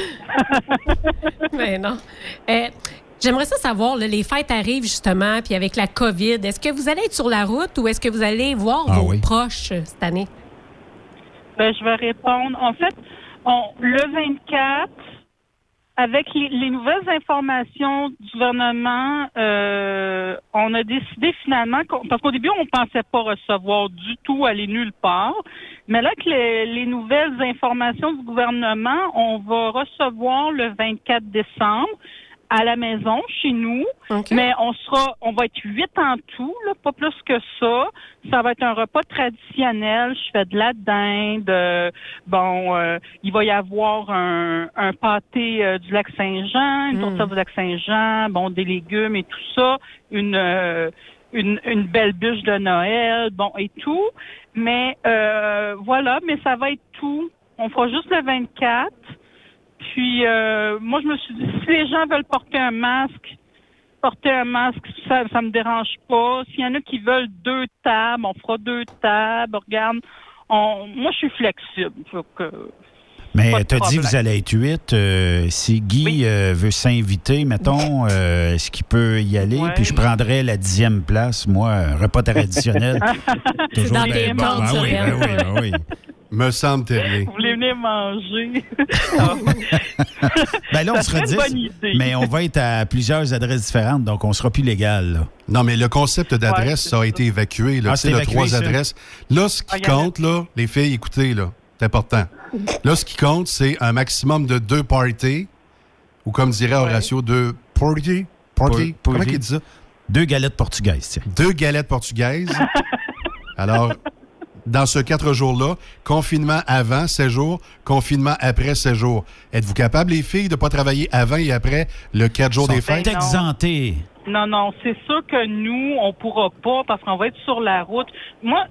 Mais non. Euh, j'aimerais ça savoir, là, les fêtes arrivent justement, puis avec la COVID, est-ce que vous allez être sur la route ou est-ce que vous allez voir ah, vos oui. proches euh, cette année? Ben, je vais répondre. En fait, on, le vingt-quatre, avec les, les nouvelles informations du gouvernement, euh, on a décidé finalement, qu'on, parce qu'au début, on pensait pas recevoir du tout, aller nulle part. Mais là, que les, les nouvelles informations du gouvernement, on va recevoir le vingt-quatre décembre à la maison, chez nous, okay. mais on sera, on va être huit en tout, là, pas plus que ça. Ça va être un repas traditionnel. Je fais de la dinde. Euh, bon, euh, il va y avoir un, un pâté euh, du Lac-Saint-Jean, une tourtière mm. du Lac-Saint-Jean, bon, des légumes et tout ça, une euh, une, une belle bûche de Noël, bon, et tout. Mais euh, voilà, mais ça va être tout. On fera juste le vingt-quatre. Puis, euh, moi, je me suis dit, si les gens veulent porter un masque, porter un masque, ça ça me dérange pas. S'il y en a qui veulent deux tables, on fera deux tables. Regarde, on, moi, je suis flexible. Donc, euh, mais tu as dit que vous allez être huit. Euh, si Guy oui. euh, veut s'inviter, mettons, euh, est-ce qu'il peut y aller? Ouais. Puis je prendrais la dixième place, moi, un repas traditionnel. Toujours dans les bon. Ah oui, ben oui, ben oui. Me semble terrible. Vous voulez venir manger? Ben là, on sera dix, mais on va être à plusieurs adresses différentes, donc on ne sera plus légal. Là. Non, mais le concept d'adresse, ouais, ça a été évacué. Là, ah, c'est le trois ça. adresses. Là, ce qui ah, compte, là, les filles, écoutez, là, c'est important. Là, ce qui compte, c'est un maximum de deux parties, ou comme dirait Horatio, ouais. deux parties. Party. Pour, Comment il dit ça? Deux galettes portugaises, tiens. Deux galettes portugaises. Alors... Dans ce quatre jours-là, confinement avant séjour, confinement après séjour. Êtes-vous capable, les filles, de ne pas travailler avant et après le quatre jours Sont des fêtes? Exemptés. Non, non, c'est sûr que nous, on pourra pas parce qu'on va être sur la route. Moi,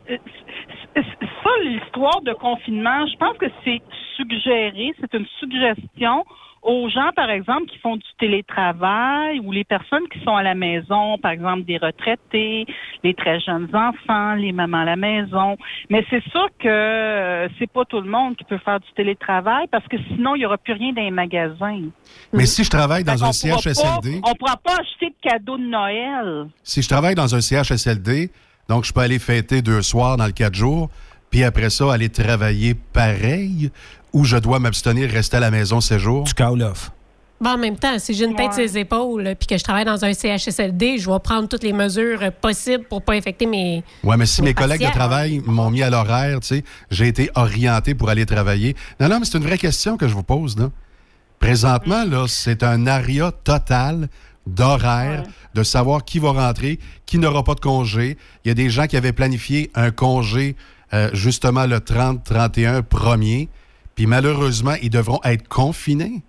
ça, l'histoire de confinement, je pense que c'est suggéré, c'est une suggestion aux gens, par exemple, qui font du télétravail ou les personnes qui sont à la maison, par exemple des retraités, les très jeunes enfants, les mamans à la maison. Mais c'est sûr que euh, c'est pas tout le monde qui peut faire du télétravail parce que sinon, il y aura plus rien dans les magasins. Mais si je travaille dans un C H S L D... Pas, on pourra pas acheter de cadeaux de Noël. Si je travaille dans un C H S L D, donc je peux aller fêter deux soirs dans le quatre jours, puis après ça, aller travailler pareil... ou je dois m'abstenir, rester à la maison ces jours? Tu call off. Bon, en même temps, si j'ai une tête sur les épaules puis que je travaille dans un C H S L D, je vais prendre toutes les mesures possibles pour pas infecter mes Oui, mais si mes, mes collègues patients. de travail m'ont mis à l'horaire, tu sais, j'ai été orienté pour aller travailler. Non, non, mais c'est une vraie question que je vous pose, là. Présentement, là, c'est un aria total d'horaire, ouais. de savoir qui va rentrer, qui n'aura pas de congé. Il y a des gens qui avaient planifié un congé, euh, justement, le trente, trente et un premier. Puis malheureusement, ils devront être confinés.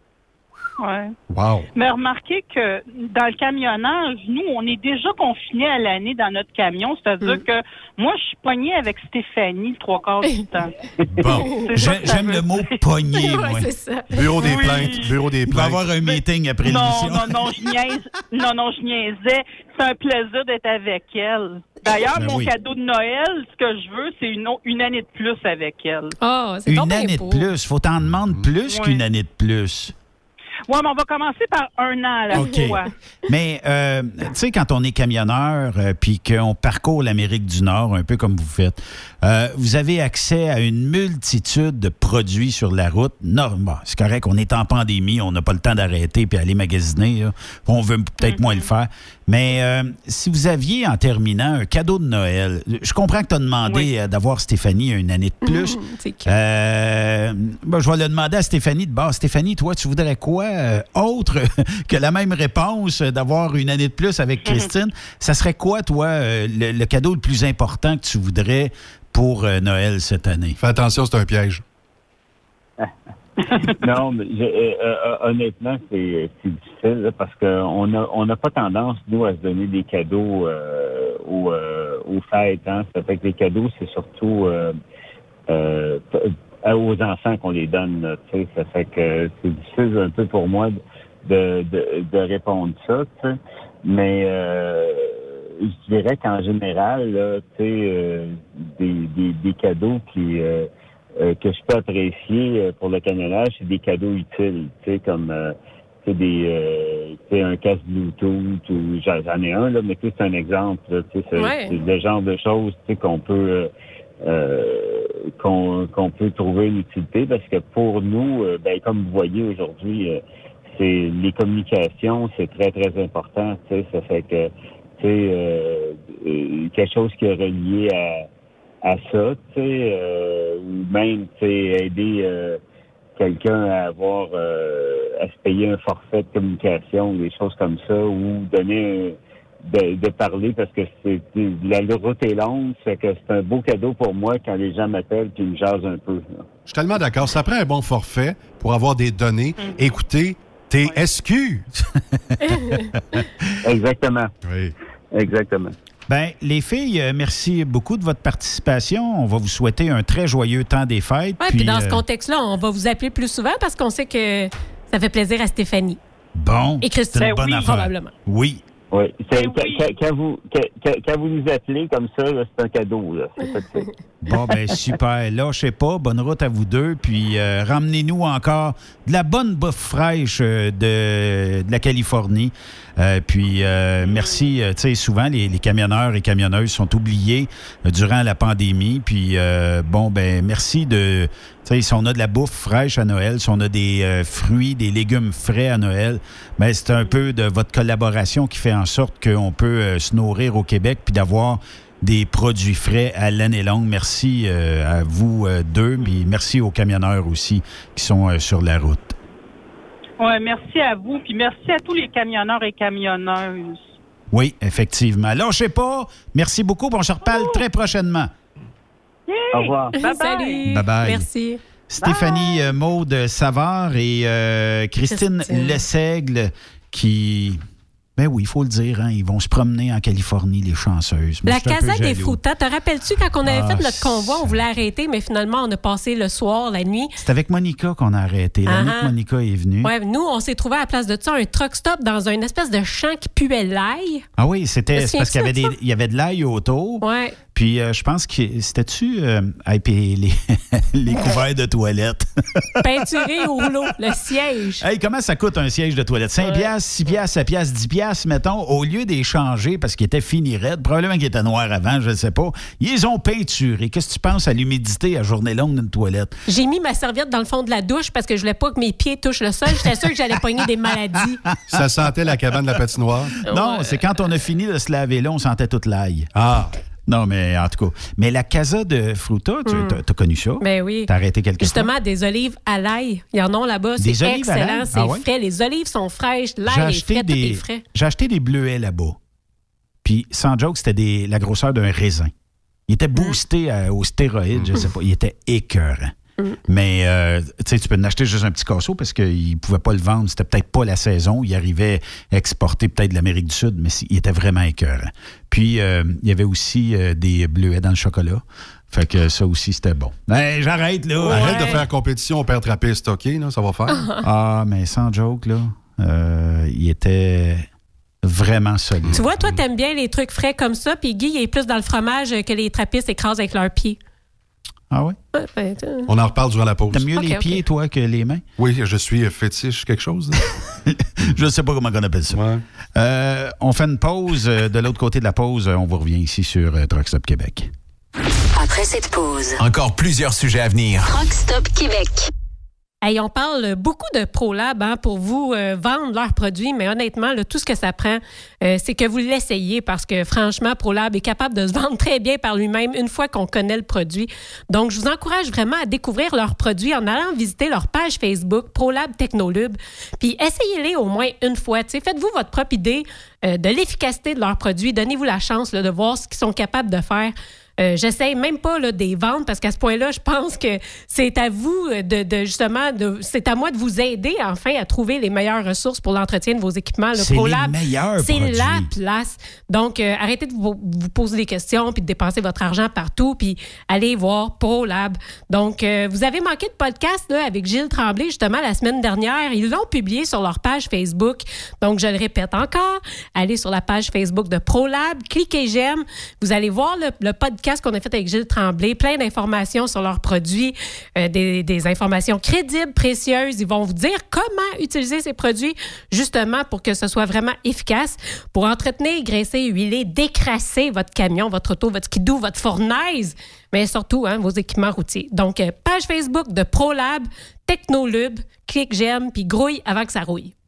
Oui. Wow. Mais remarquez que dans le camionnage, nous, on est déjà confinés à l'année dans notre camion. C'est-à-dire mm. que moi, je suis pognée avec Stéphanie le trois quarts du temps. Bon, J'ai, j'aime le mot « pogné », moi. Ouais, c'est ça. Bureau des oui. plaintes, bureau des plaintes. Il va y avoir un meeting après non, l'émission. Non, non, je niaise. Non, non, je niaisais. C'est un plaisir d'être avec elle. D'ailleurs, ben mon oui. cadeau de Noël, ce que je veux, c'est une, une année de plus avec elle. Oh, c'est une année de plus? Faut t'en demander plus oui. qu'une année de plus. Oui, mais on va commencer par un an à la okay. fois. Mais, euh, tu sais, quand on est camionneur euh, puis qu'on parcourt l'Amérique du Nord, un peu comme vous faites, euh, vous avez accès à une multitude de produits sur la route. Non, bon, c'est correct, on est en pandémie, on n'a pas le temps d'arrêter puis aller magasiner. Là. On veut peut-être mm-hmm. moins le faire. Mais euh, si vous aviez, en terminant, un cadeau de Noël, je comprends que tu as demandé oui. euh, d'avoir Stéphanie une année de plus. Mmh, c'est euh, ben, je vais le demander à Stéphanie de base. Stéphanie, toi, tu voudrais quoi euh, autre que la même réponse euh, d'avoir une année de plus avec Christine? Mmh. Ça serait quoi, toi, euh, le, le cadeau le plus important que tu voudrais pour euh, Noël cette année? Fais attention, c'est un piège. Non, mais je, euh, euh, honnêtement, c'est, c'est difficile là, parce qu'on n'a on n'a pas tendance, nous, à se donner des cadeaux euh, aux, euh, aux fêtes. Hein. Ça fait que les cadeaux, c'est surtout euh, euh, aux enfants qu'on les donne. Là, ça fait que c'est difficile un peu pour moi de, de, de répondre ça. T'sais. Mais euh, je dirais qu'en général, là, euh, des, des, des cadeaux qui... Euh, Euh, que je peux apprécier euh, pour le camionnage, c'est des cadeaux utiles, tu sais, comme euh, tu sais, des euh, tu sais, un casque Bluetooth ou j'en, j'en ai un là, mais tu sais, c'est un exemple, tu sais, c'est, ouais. c'est le genre de choses, tu sais, qu'on peut euh, euh, qu'on qu'on peut trouver une utilité parce que pour nous, euh, ben comme vous voyez aujourd'hui, euh, c'est les communications, c'est très très important, tu sais, ça fait que tu sais euh, euh, quelque chose qui est relié à à ça, tu sais, euh, ou même, tu sais, aider euh, quelqu'un à avoir euh, à se payer un forfait de communication, des choses comme ça, ou donner de, de parler parce que c'est la route est longue, c'est que c'est un beau cadeau pour moi quand les gens m'appellent et me jasent un peu. Là. Je suis tellement d'accord. Ça prend un bon forfait pour avoir des données. Mm. Écoutez, T S Q. Exactement. Oui. Exactement. Ben, les filles, euh, merci beaucoup de votre participation. On va vous souhaiter un très joyeux temps des fêtes. Oui, puis dans euh... ce contexte-là, on va vous appeler plus souvent parce qu'on sait que ça fait plaisir à Stéphanie. Bon. Et Christine, c'est une bonne oui, affaire. Probablement. Oui. Oui. C'est, oui. Quand, quand, vous, quand, quand vous nous appelez comme ça, là, c'est un cadeau. Là. C'est ça que c'est. Bon, ben super. Là, je sais pas. Bonne route à vous deux. Puis euh, ramenez-nous encore de la bonne bouffe fraîche euh, de, de la Californie. Euh, puis euh, merci. Euh, tu sais, souvent, les, les camionneurs et camionneuses sont oubliés euh, durant la pandémie. Puis euh, bon, ben merci de... Tu sais, si on a de la bouffe fraîche à Noël, si on a des euh, fruits, des légumes frais à Noël, ben c'est un peu de votre collaboration qui fait en sorte qu'on peut euh, se nourrir au Québec puis d'avoir des produits frais à l'année longue. Merci euh, à vous euh, deux, puis merci aux camionneurs aussi qui sont euh, sur la route. Oui, merci à vous, puis merci à tous les camionneurs et camionneuses. Oui, effectivement. Lâchez pas. Merci beaucoup, on se reparle oh. très prochainement. Yeah. Au revoir. Bye bye. Salut. Bye bye. Merci. Stéphanie euh, Maude Savard et euh, Christine, Christine Lessègle qui... Ben oui, il faut le dire, hein, ils vont se promener en Californie, les chanceuses. Moi, la Casa des Frutas, te rappelles-tu quand on avait ah, fait notre convoi, on voulait arrêter, mais finalement, on a passé le soir, la nuit. C'est avec Monica qu'on a arrêté. La nuit que Monica est venue. Oui, nous, on s'est trouvé à la place de ça un truck stop dans une espèce de champ qui puait l'ail. Ah oui, c'était c'est parce qu'il y avait, des, il y avait de l'ail autour. Oui. Puis euh, je pense que c'était-tu euh, hey, les, les couverts de toilette. Peinturé au rouleau, le siège. Hey, comment ça coûte un siège de toilette? cinq piastres, six piastres, sept piastres, dix piastres, mettons, au lieu d'échanger parce qu'il était fini raide, probablement qu'il était noir avant, je ne sais pas. Ils ont peinturé. Qu'est-ce que tu penses à l'humidité à journée longue d'une toilette? J'ai mis ma serviette dans le fond de la douche parce que je voulais pas que mes pieds touchent le sol. J'étais sûre que j'allais pogner des maladies. Ça sentait la cabane de la patinoire? Non, ouais. C'est quand on a fini de se laver là, on sentait toute l'ail. Ah! Non, mais en tout cas. Mais la Casa de Fruta, tu mm. as connu ça? Ben oui. T'as arrêté quelque chose? Justement, des olives à l'ail. Il y en a là-bas. C'est des excellent. C'est ah ouais? frais. Les olives sont fraîches. L'ail est frais. Des... Tout est frais. J'ai acheté des bleuets là-bas. Puis, sans joke, c'était des... la grosseur d'un raisin. Il était boosté mm. à... aux stéroïdes, je sais pas. Il était écœurant. Mm. Mais, euh, tu sais, tu peux en acheter juste un petit casseau parce qu'ils ne pouvaient pas le vendre. C'était peut-être pas la saison. Il arrivait exporté peut-être de l'Amérique du Sud, mais il était vraiment écœurant. Puis, euh, il y avait aussi euh, des bleuets dans le chocolat. Fait que ça aussi, c'était bon. Hey, j'arrête, là. Ouais. Arrête de faire compétition au père trappiste, OK? Là, ça va faire. Ah, mais sans joke, là, euh, il était... vraiment solide. Tu vois, toi, t'aimes bien les trucs frais comme ça, puis Guy, il est plus dans le fromage que les trappistes écrasent avec leurs pieds. Ah oui? Ouais, ben, on en reparle durant la pause. T'aimes mieux okay, les okay. pieds, toi, que les mains? Oui, je suis fétiche quelque chose. Je ne sais pas comment on appelle ça. Ouais. Euh, on fait une pause. De l'autre côté de la pause, on vous revient ici sur euh, Truck Stop Québec. Après cette pause, encore plusieurs sujets à venir. Truck Stop Québec. Hey, on parle beaucoup de ProLab hein, pour vous euh, vendre leurs produits, mais honnêtement, là, tout ce que ça prend, euh, c'est que vous l'essayiez parce que franchement, ProLab est capable de se vendre très bien par lui-même une fois qu'on connaît le produit. Donc, je vous encourage vraiment à découvrir leurs produits en allant visiter leur page Facebook, ProLab Technolube, puis essayez-les au moins une fois. T'sais, faites-vous votre propre idée euh, de l'efficacité de leurs produits. Donnez-vous la chance là, de voir ce qu'ils sont capables de faire. Euh, j'essaie même pas là, de les vendre parce qu'à ce point-là, je pense que c'est à vous de, de justement, de, c'est à moi de vous aider enfin à trouver les meilleures ressources pour l'entretien de vos équipements. Le c'est ProLab, les meilleurs c'est produits. la place. Donc, euh, arrêtez de vous, vous poser des questions puis de dépenser votre argent partout puis allez voir ProLab. Donc, euh, vous avez manqué de podcast là, avec Gilles Tremblay justement la semaine dernière. Ils l'ont publié sur leur page Facebook. Donc, je le répète encore, allez sur la page Facebook de ProLab, cliquez j'aime. Vous allez voir le, le podcast qu'on a fait avec Gilles Tremblay, plein d'informations sur leurs produits, euh, des, des informations crédibles, précieuses. Ils vont vous dire comment utiliser ces produits justement pour que ce soit vraiment efficace pour entretenir, graisser, huiler, décrasser votre camion, votre auto, votre skidoo, votre fournaise, mais surtout hein, vos équipements routiers. Donc, euh, page Facebook de ProLab, Technolube, clique j'aime, puis grouille avant que ça rouille.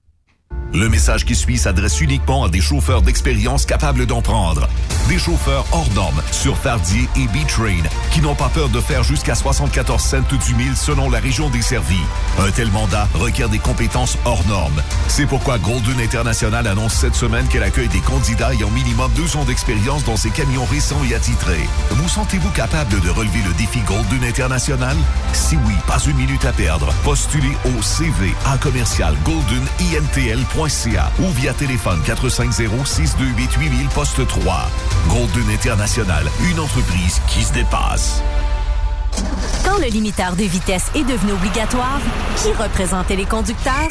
Le message qui suit s'adresse uniquement à des chauffeurs d'expérience capables d'en prendre. Des chauffeurs hors normes sur Fardier et B-Train qui n'ont pas peur de faire jusqu'à soixante-quatorze cents du mille selon la région desservie. Un tel mandat requiert des compétences hors normes. C'est pourquoi Golden International annonce cette semaine qu'elle accueille des candidats ayant minimum deux ans d'expérience dans ses camions récents et attitrés. Vous sentez-vous capable de relever le défi Golden International? Si oui, pas une minute à perdre. Postulez au C V à commercial golden I N T L point C A ou via téléphone quatre cinq zéro, six deux huit, huit mille poste trois. Golden International, une entreprise qui se dépasse. Quand le limiteur de vitesse est devenu obligatoire, qui représentait les conducteurs?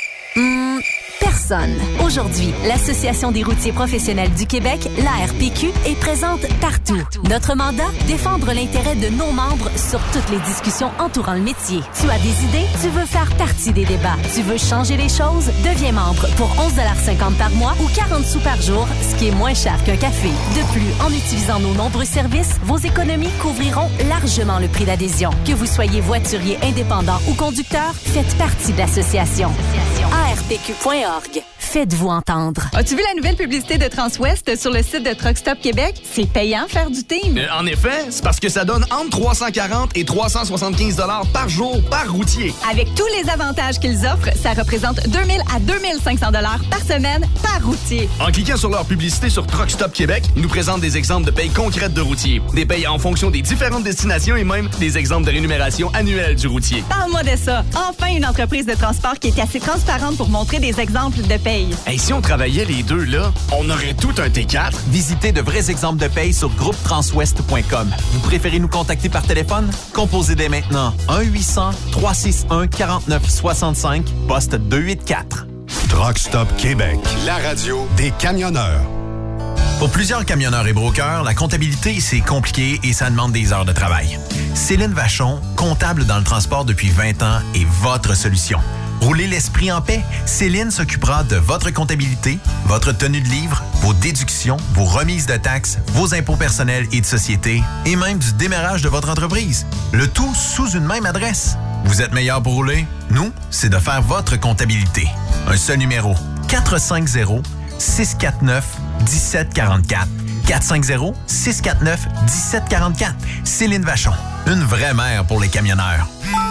Hmm, personne. Aujourd'hui, l'Association des routiers professionnels du Québec, l'A R P Q, est présente partout. Notre mandat, défendre l'intérêt de nos membres sur toutes les discussions entourant le métier. Tu as des idées? Tu veux faire partie des débats? Tu veux changer les choses? Deviens membre pour onze cinquante par mois ou quarante sous par jour, ce qui est moins cher qu'un café. De plus, en utilisant nos nombreux services, vos économies couvriront largement le prix d'adhésion. Que vous soyez voiturier indépendant ou conducteur, faites partie de l'association. A R P Q point org. Faites-vous entendre. As-tu vu la nouvelle publicité de Transwest sur le site de Truck Stop Québec? C'est payant faire du team. Euh, en effet, c'est parce que ça donne entre trois cent quarante et trois cent soixante-quinze dollars par jour par routier. Avec tous les avantages qu'ils offrent, ça représente deux mille à deux mille cinq cents dollars par semaine par routier. En cliquant sur leur publicité sur Truck Stop Québec, ils nous présentent des exemples de payes concrètes de routiers. Des payes en fonction des différentes destinations et même des exemples de rémunération annuelle du routier. Parle-moi de ça. Enfin, une entreprise de transport qui est assez transparente pour montrer des exemples de paye. Hey, si on travaillait les deux, là, on aurait tout un T quatre. Visitez de vrais exemples de paye sur groupe transwest point com. Vous préférez nous contacter par téléphone? Composez dès maintenant un huit cents, trois cent soixante-un, quarante-neuf soixante-cinq, poste deux cent quatre-vingt-quatre. Truck Stop Québec, la radio des camionneurs. Pour plusieurs camionneurs et brokers, la comptabilité, c'est compliqué et ça demande des heures de travail. Céline Vachon, comptable dans le transport depuis vingt ans, est votre solution. Roulez l'esprit en paix. Céline s'occupera de votre comptabilité, votre tenue de livre, vos déductions, vos remises de taxes, vos impôts personnels et de société, et même du démarrage de votre entreprise. Le tout sous une même adresse. Vous êtes meilleur pour rouler? Nous, c'est de faire votre comptabilité. Un seul numéro. quatre cinq zéro, six quatre neuf, un sept quatre quatre. quatre cinq zéro, six quatre neuf, un sept quatre quatre. Céline Vachon. Une vraie mère pour les camionneurs.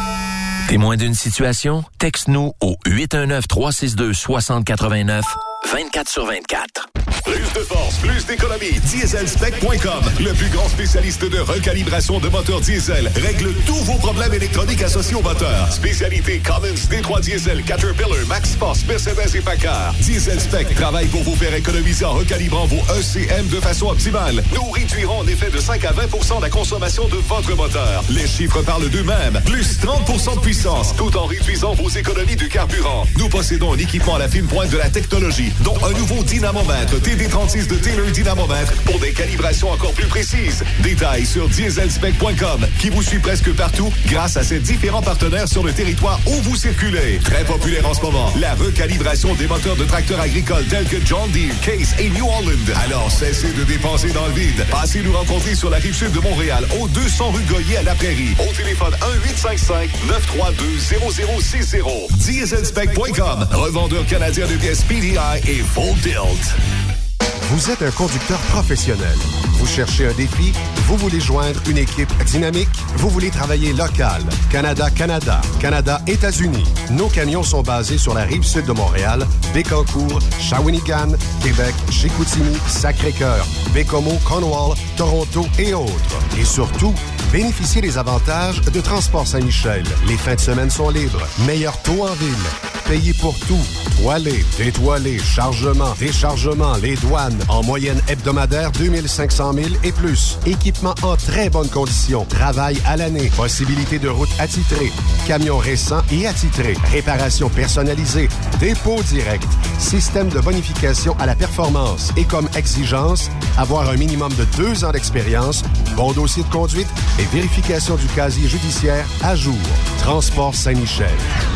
Témoin d'une situation? Texte-nous au huit un neuf, trois six deux, six zéro huit neuf, vingt-quatre sur vingt-quatre. Plus de force, plus d'économie. diesel spec point com, le plus grand spécialiste de recalibration de moteurs diesel, règle tous vos problèmes électroniques associés au moteur. Spécialité Cummins, Détroit Diesel, Caterpillar, MaxForce, Mercedes et Packard. Diesel Spec travaille pour vous faire économiser en recalibrant vos E C M de façon optimale. Nous réduirons en effet de cinq à vingt pour cent la consommation de votre moteur. Les chiffres parlent d'eux-mêmes. Plus trente pour cent de puissance, tout en réduisant vos économies de carburant. Nous possédons un équipement à la fine pointe de la technologie, dont un nouveau dynamomètre T D trente-six de Taylor Dynamomètre pour des calibrations encore plus précises. Détails sur diesel spec point com qui vous suit presque partout grâce à ses différents partenaires sur le territoire où vous circulez. Très populaire en ce moment, la recalibration des moteurs de tracteurs agricoles tels que John Deere, Case et New Holland. Alors cessez de dépenser dans le vide. Passez nous rencontrer sur la rive sud de Montréal au deux cents rue Goyer à La Prairie. Au téléphone un huit cinq cinq, neuf trois deux, zéro zéro six zéro. diesel spec point com, revendeur canadien de pièces P D I et Full Tilt. Vous êtes un conducteur professionnel. Vous cherchez un défi? Vous voulez joindre une équipe dynamique? Vous voulez travailler local? Canada-Canada, Canada-États-Unis. Nos camions sont basés sur la rive sud de Montréal, Bécancour, Shawinigan, Québec, Chicoutimi, Sacré-Cœur, Bécomo, Cornwall, Toronto et autres. Et surtout, bénéficiez des avantages de Transport Saint-Michel. Les fins de semaine sont libres. Meilleur taux en ville. Payé pour tout. Toilé, détoilé, chargement, déchargement, les douanes. En moyenne hebdomadaire, deux mille cinq cents milles et plus. Équipement en très bonne condition. Travail à l'année. Possibilité de route attitrée. Camions récents et attitrés. Réparation personnalisée. Dépôt direct. Système de bonification à la performance. Et comme exigence, avoir un minimum de deux ans d'expérience, bon dossier de conduite et vérification du casier judiciaire à jour. Transport Saint-Michel.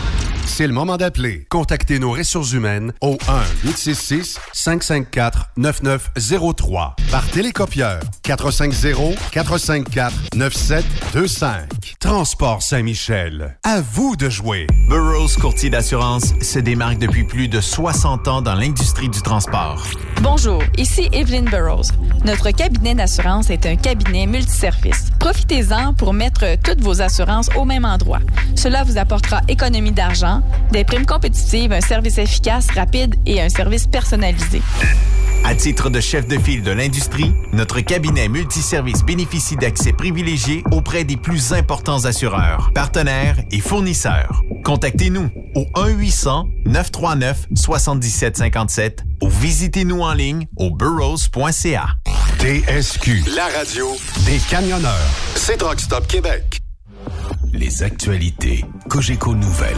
C'est le moment d'appeler. Contactez nos ressources humaines au un huit six six, cinq cinq quatre, neuf neuf zéro trois. Par télécopieur, quatre cinq zéro, quatre cinq quatre, neuf sept deux cinq. Transport Saint-Michel. À vous de jouer. Burroughs Courtier d'assurance se démarque depuis plus de soixante ans dans l'industrie du transport. Bonjour, ici Evelyn Burroughs. Notre cabinet d'assurance est un cabinet multiservice. Profitez-en pour mettre toutes vos assurances au même endroit. Cela vous apportera économie d'argent, des primes compétitives, un service efficace, rapide et un service personnalisé. À titre de chef de file de l'industrie, notre cabinet multiservice bénéficie d'accès privilégié auprès des plus importants assureurs, partenaires et fournisseurs. Contactez-nous au un huit cents, neuf trois neuf, sept sept cinq sept ou visitez-nous en ligne au burroughs point c a. T S Q, la radio des camionneurs. C'est Truck Stop Québec. Les actualités Cogeco Nouvelles.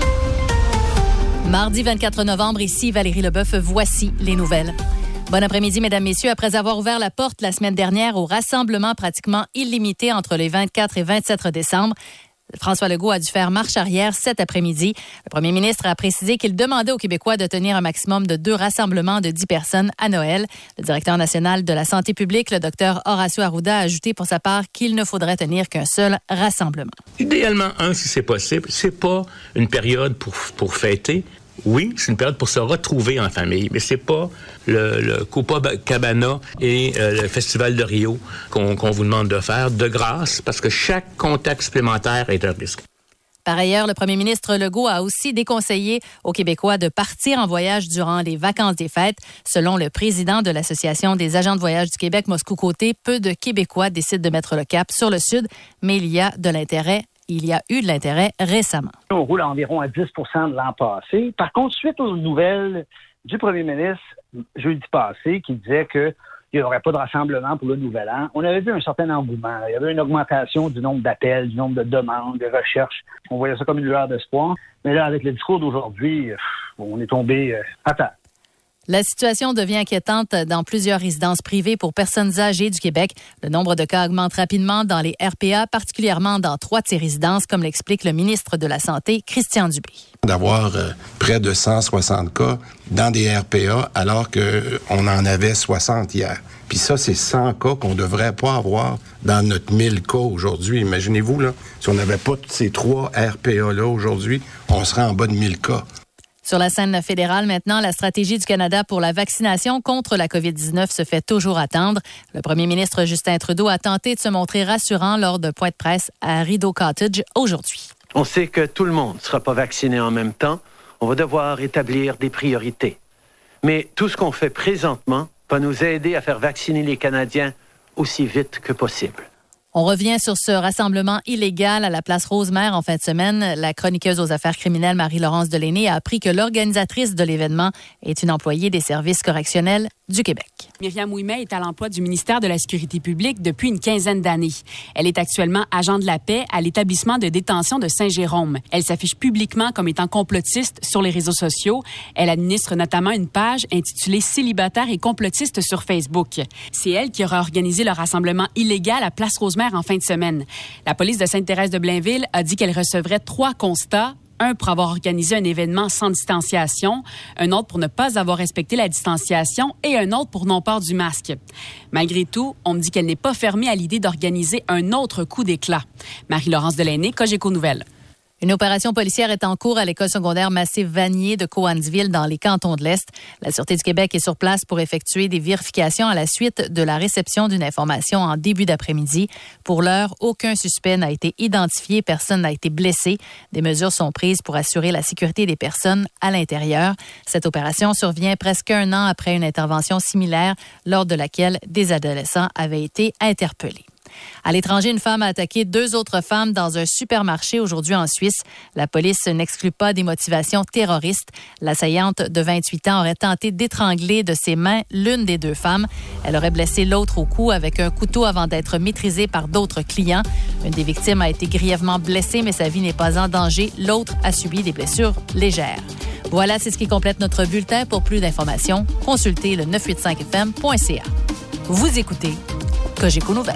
Mardi vingt-quatre novembre, ici Valérie Leboeuf, voici les nouvelles. Bon après-midi, mesdames, messieurs. Après avoir ouvert la porte la semaine dernière au rassemblement pratiquement illimité entre les vingt-quatre et vingt-sept décembre, François Legault a dû faire marche arrière cet après-midi. Le premier ministre a précisé qu'il demandait aux Québécois de tenir un maximum de deux rassemblements de dix personnes à Noël. Le directeur national de la santé publique, le docteur Horacio Arruda, a ajouté pour sa part qu'il ne faudrait tenir qu'un seul rassemblement. Idéalement, un, si c'est possible, c'est pas une période pour, pour fêter. Oui, c'est une période pour se retrouver en famille, mais c'est pas le, le Copacabana et euh, le Festival de Rio qu'on, qu'on vous demande de faire, de grâce, parce que chaque contact supplémentaire est un risque. Par ailleurs, le premier ministre Legault a aussi déconseillé aux Québécois de partir en voyage durant les vacances des fêtes. Selon le président de l'Association des agents de voyage du Québec, Moscou-Côté, peu de Québécois décident de mettre le cap sur le sud, mais il y a de l'intérêt Il y a eu de l'intérêt récemment. On roule environ à dix pour cent de l'an passé. Par contre, suite aux nouvelles du premier ministre jeudi passé qui disait qu'il n'y aurait pas de rassemblement pour le nouvel an, on avait vu un certain engouement. Il y avait une augmentation du nombre d'appels, du nombre de demandes, de recherches. On voyait ça comme une lueur d'espoir. Mais là, avec le discours d'aujourd'hui, on est tombé à terre. La situation devient inquiétante dans plusieurs résidences privées pour personnes âgées du Québec. Le nombre de cas augmente rapidement dans les R P A, particulièrement dans trois de ces résidences, comme l'explique le ministre de la Santé, Christian Dubé. D'avoir euh, près de cent soixante cas dans des R P A alors qu'on en avait soixante hier. Puis ça, c'est cent cas qu'on ne devrait pas avoir dans notre mille cas aujourd'hui. Imaginez-vous, là, si on n'avait pas ces trois R P A-là aujourd'hui, on serait en bas de mille cas. Sur la scène fédérale, maintenant, la stratégie du Canada pour la vaccination contre la covid dix-neuf se fait toujours attendre. Le premier ministre Justin Trudeau a tenté de se montrer rassurant lors d'un point de presse à Rideau Cottage aujourd'hui. On sait que tout le monde ne sera pas vacciné en même temps. On va devoir établir des priorités. Mais tout ce qu'on fait présentement va nous aider à faire vacciner les Canadiens aussi vite que possible. On revient sur ce rassemblement illégal à la place Rosemère en fin de semaine. La chroniqueuse aux affaires criminelles Marie-Laurence Delaney a appris que l'organisatrice de l'événement est une employée des services correctionnels du Québec. Myriam Ouimet est à l'emploi du ministère de la Sécurité publique depuis une quinzaine d'années. Elle est actuellement agent de la paix à l'établissement de détention de Saint-Jérôme. Elle s'affiche publiquement comme étant complotiste sur les réseaux sociaux. Elle administre notamment une page intitulée « Célibataire et complotiste » sur Facebook. C'est elle qui aura organisé le rassemblement illégal à Place Rosemère en fin de semaine. La police de Sainte-Thérèse-de-Blainville a dit qu'elle recevrait trois constats. Un pour avoir organisé un événement sans distanciation, un autre pour ne pas avoir respecté la distanciation et un autre pour non-port du masque. Malgré tout, on me dit qu'elle n'est pas fermée à l'idée d'organiser un autre coup d'éclat. Marie-Laurence Delaney, Cogeco Nouvelles. Une opération policière est en cours à l'école secondaire Massif Vanier de Cowansville dans les cantons de l'Est. La Sûreté du Québec est sur place pour effectuer des vérifications à la suite de la réception d'une information en début d'après-midi. Pour l'heure, aucun suspect n'a été identifié, personne n'a été blessé. Des mesures sont prises pour assurer la sécurité des personnes à l'intérieur. Cette opération survient presque un an après une intervention similaire lors de laquelle des adolescents avaient été interpellés. À l'étranger, une femme a attaqué deux autres femmes dans un supermarché aujourd'hui en Suisse. La police n'exclut pas des motivations terroristes. L'assaillante de vingt-huit ans aurait tenté d'étrangler de ses mains l'une des deux femmes. Elle aurait blessé l'autre au cou avec un couteau avant d'être maîtrisée par d'autres clients. Une des victimes a été grièvement blessée, mais sa vie n'est pas en danger. L'autre a subi des blessures légères. Voilà, c'est ce qui complète notre bulletin. Pour plus d'informations, consultez le neuf huit cinq F M point C A. Vous écoutez Cogeco Nouvelles.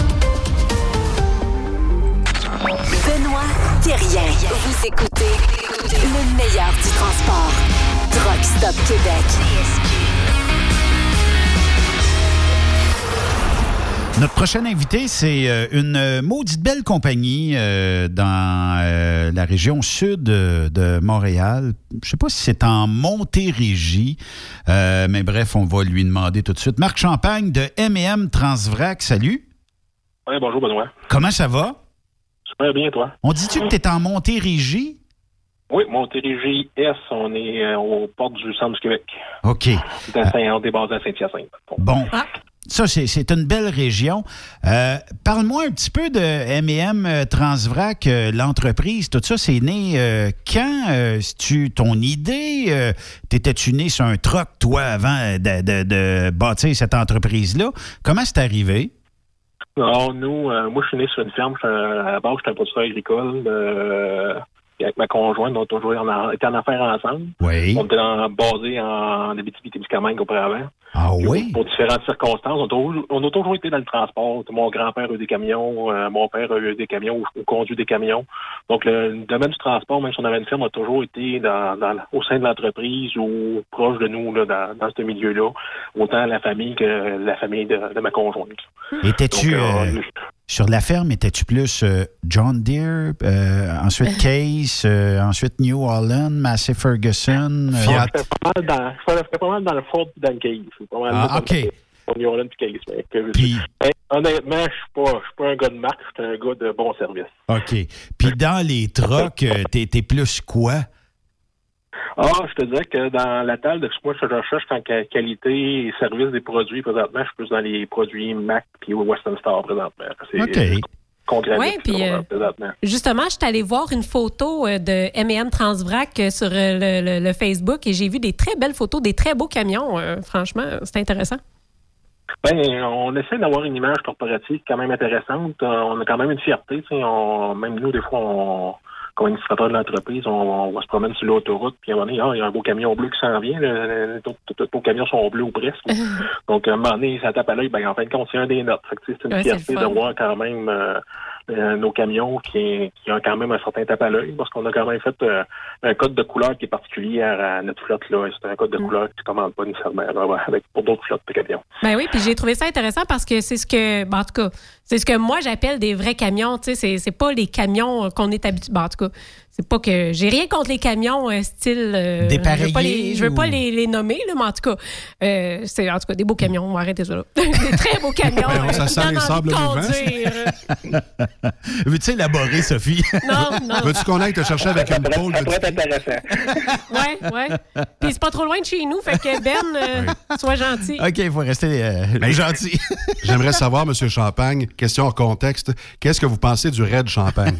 Benoît Thérien. Vous écoutez Le meilleur du transport. Truck Stop Québec. Notre prochain invité, c'est euh, une maudite belle compagnie euh, dans euh, la région sud de, de Montréal. Je sais pas si c'est en Montérégie, euh, mais bref, on va lui demander tout de suite. Marc Champagne de M et M Transvrac, salut. Oui, bonjour Benoît. Comment ça va? Super bien, toi. On dit-tu que tu es en Montérégie? Oui, Montérégie Est, on est euh, aux portes du centre du Québec. OK. C'est à Saint- on est basé à Saint-Hyacinthe. Bon. Ça, c'est, c'est une belle région. Euh, parle-moi un petit peu de M et M Transvrac, euh, l'entreprise, tout ça, c'est né euh, quand? Euh, c'est-tu ton idée? Euh, t'étais-tu né sur un truck, toi, avant de, de, de bâtir cette entreprise-là? Comment c'est arrivé? Alors, nous, euh, moi, je suis né sur une ferme. Je, à la base, j'étais un producteur agricole. Euh, avec ma conjointe, on a toujours en, été en affaires ensemble. Oui. On était dans, basés en Abitibi-Témiscamingue auparavant. Ah oui? Pour différentes circonstances. On a, toujours, on a toujours été dans le transport. Mon grand-père a eu des camions, euh, mon père a eu des camions, ou conduit des camions. Donc, le, le domaine du transport, même si on avait une ferme, a toujours été dans, dans, au sein de l'entreprise ou proche de nous, là, dans, dans ce milieu-là. Autant la famille que la famille de, de ma conjointe. Étais-tu... Donc, euh, euh, sur la ferme, étais-tu plus euh, John Deere, euh, ensuite Case, euh, ensuite New Holland, Massey Ferguson? Euh, Fiat. Je fais pas mal dans, je fais pas mal dans le Ford et dans le Case. Pas mal ah, OK. New Holland et Case. Mais que, Puis, mais, honnêtement, je suis pas, je suis pas un gars de marque, je suis un gars de bon service. OK. Puis dans les trucks, euh, t'es, t'es plus quoi? Ah, je te dirais que dans la table de ce que moi je recherche en qualité et service des produits présentement, je suis plus dans les produits Mac puis Western Star présentement. C'est OK. concret. Oui, puis euh, justement, je suis allée voir une photo euh, de M et M Transvrac euh, sur euh, le, le, le Facebook et j'ai vu des très belles photos, des très beaux camions. Euh, franchement, c'est intéressant. Ben, on essaie d'avoir une image corporative quand même intéressante. Euh, on a quand même une fierté. On, même nous, des fois, on... comme administrateur de l'entreprise, on, on va se promener sur l'autoroute, puis à un moment donné, ah, il y a un beau camion bleu qui s'en vient. Tous nos camions sont bleus ou presque. Donc, à un moment donné, ça tape à l'œil. Ben, en fin de compte, c'est un des nôtres. Fait que, c'est une ouais, fierté de voir quand même euh, euh, nos camions qui, qui ont quand même un certain tape à l'œil, parce qu'on a quand même fait euh, un code de couleur qui est particulier à, à notre flotte. Là. C'est un code de mm. couleur qui ne commande pas nécessairement avec, pour d'autres flottes de camions. Ben oui, puis j'ai trouvé ça intéressant parce que c'est ce que, ben, en tout cas, c'est ce que moi j'appelle des vrais camions. Tu sais, c'est, c'est pas les camions qu'on est habitué. Ben, en tout cas, c'est pas que j'ai rien contre les camions euh, style. Euh, Dépareillés. Je veux pas les, je veux ou... pas les, les nommer, là, mais en tout cas, euh, c'est en tout cas des beaux camions. On va arrêter ça là. Des très beaux camions. Ben, ça sent les sables mouvants. Veux-tu élaborer, Sophie? Non, non. Veux-tu qu'on aille te chercher avec une pôle? Ça pourrait être intéressant. Oui, oui. Puis c'est pas trop loin de chez nous, fait que Ben, euh, oui. sois gentil. OK, il faut rester euh, ben, gentil. J'aimerais savoir, M. Champagne, question en contexte, qu'est-ce que vous pensez du Red Champagne?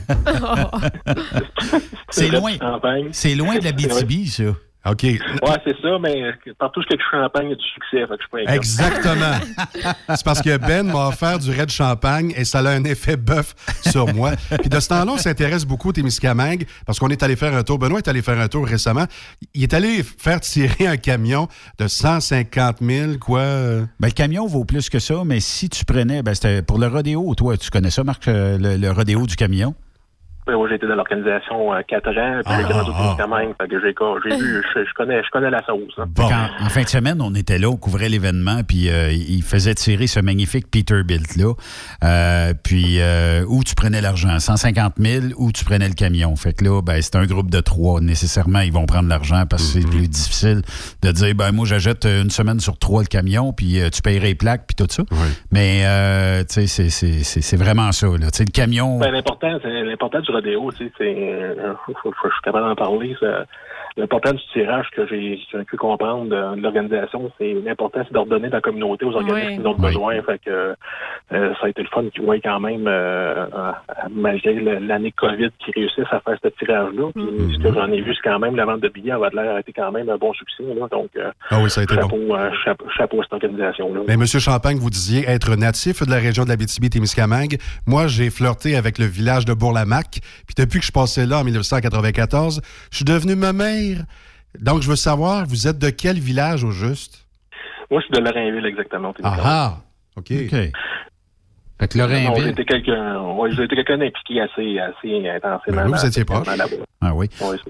C'est loin. C'est loin de la B T B, ça. OK. Ouais, c'est ça, mais partout où il y a du champagne, il y a du succès. Fait que je suis pas inquiet. Exactement. C'est parce que Ben m'a offert du Red Champagne et ça a un effet bœuf sur moi. Puis de ce temps-là, on s'intéresse beaucoup au Témiscamingue parce qu'on est allé faire un tour. Benoît est allé faire un tour récemment. Il est allé faire tirer un camion de cent cinquante mille, quoi. Ben, le camion vaut plus que ça, mais si tu prenais, ben, c'était pour le rodéo. Toi, tu connais ça, Marc, le, le rodéo du camion? Oui, j'ai été dans l'organisation euh, quatre ans, puis ah, j'ai grandi au Témiscamingue, fait que j'ai, j'ai vu, je, je, connais, je connais la sauce. Hein. Bon. En, en fin de semaine, on était là, on couvrait l'événement, puis euh, il faisait tirer ce magnifique Peterbilt-là. Euh, puis, euh, où tu prenais l'argent, cent cinquante mille, ou tu prenais le camion. Fait que là, ben, c'est un groupe de trois. Nécessairement, ils vont prendre l'argent parce que mm-hmm. c'est plus difficile de dire, ben moi, j'achète une semaine sur trois le camion, puis euh, tu payerais les plaques, puis tout ça. Oui. Mais, euh, tu sais, c'est, c'est, c'est, c'est vraiment ça, là. Tu sais, le camion... Ben, l'important, c'est l'important du rodéo, tu sais, c'est, euh, faut, faut, faut, je suis capable d'en parler, ça, l'important du tirage que j'ai, j'ai pu comprendre de, de l'organisation, c'est l'important, c'est d'ordonner dans la communauté aux organismes qui oui. ont oui. besoin, fait que euh, ça a été le fun qu'ils voient quand même, euh, euh, malgré l'année COVID, qu'ils réussissent à faire ce tirage-là, puis mm-hmm. ce que j'en ai vu, c'est quand même, la vente de billets avait l'air a été quand même un bon succès, là, donc euh, ah oui, ça a été chapeau, bon. euh, chapeau, chapeau à cette organisation-là. Mais M. Champagne, vous disiez être natif de la région de l'Abitibi-Témiscamingue. Moi, j'ai flirté avec le village de Bourg-la-Mac, puis depuis que je passais là en dix-neuf cent quatre-vingt-quatorze, je suis devenu ma mère. Donc, je veux savoir, vous êtes de quel village au juste? Moi, je suis de Lorrainville, exactement. Ah ah! OK. OK. Fait que Lorrainville... J'ai été quelqu'un, ouais, j'ai été quelqu'un impliqué assez, assez intensément. Ben oui, vous étiez proche. Ah oui? Oui, c'est ça.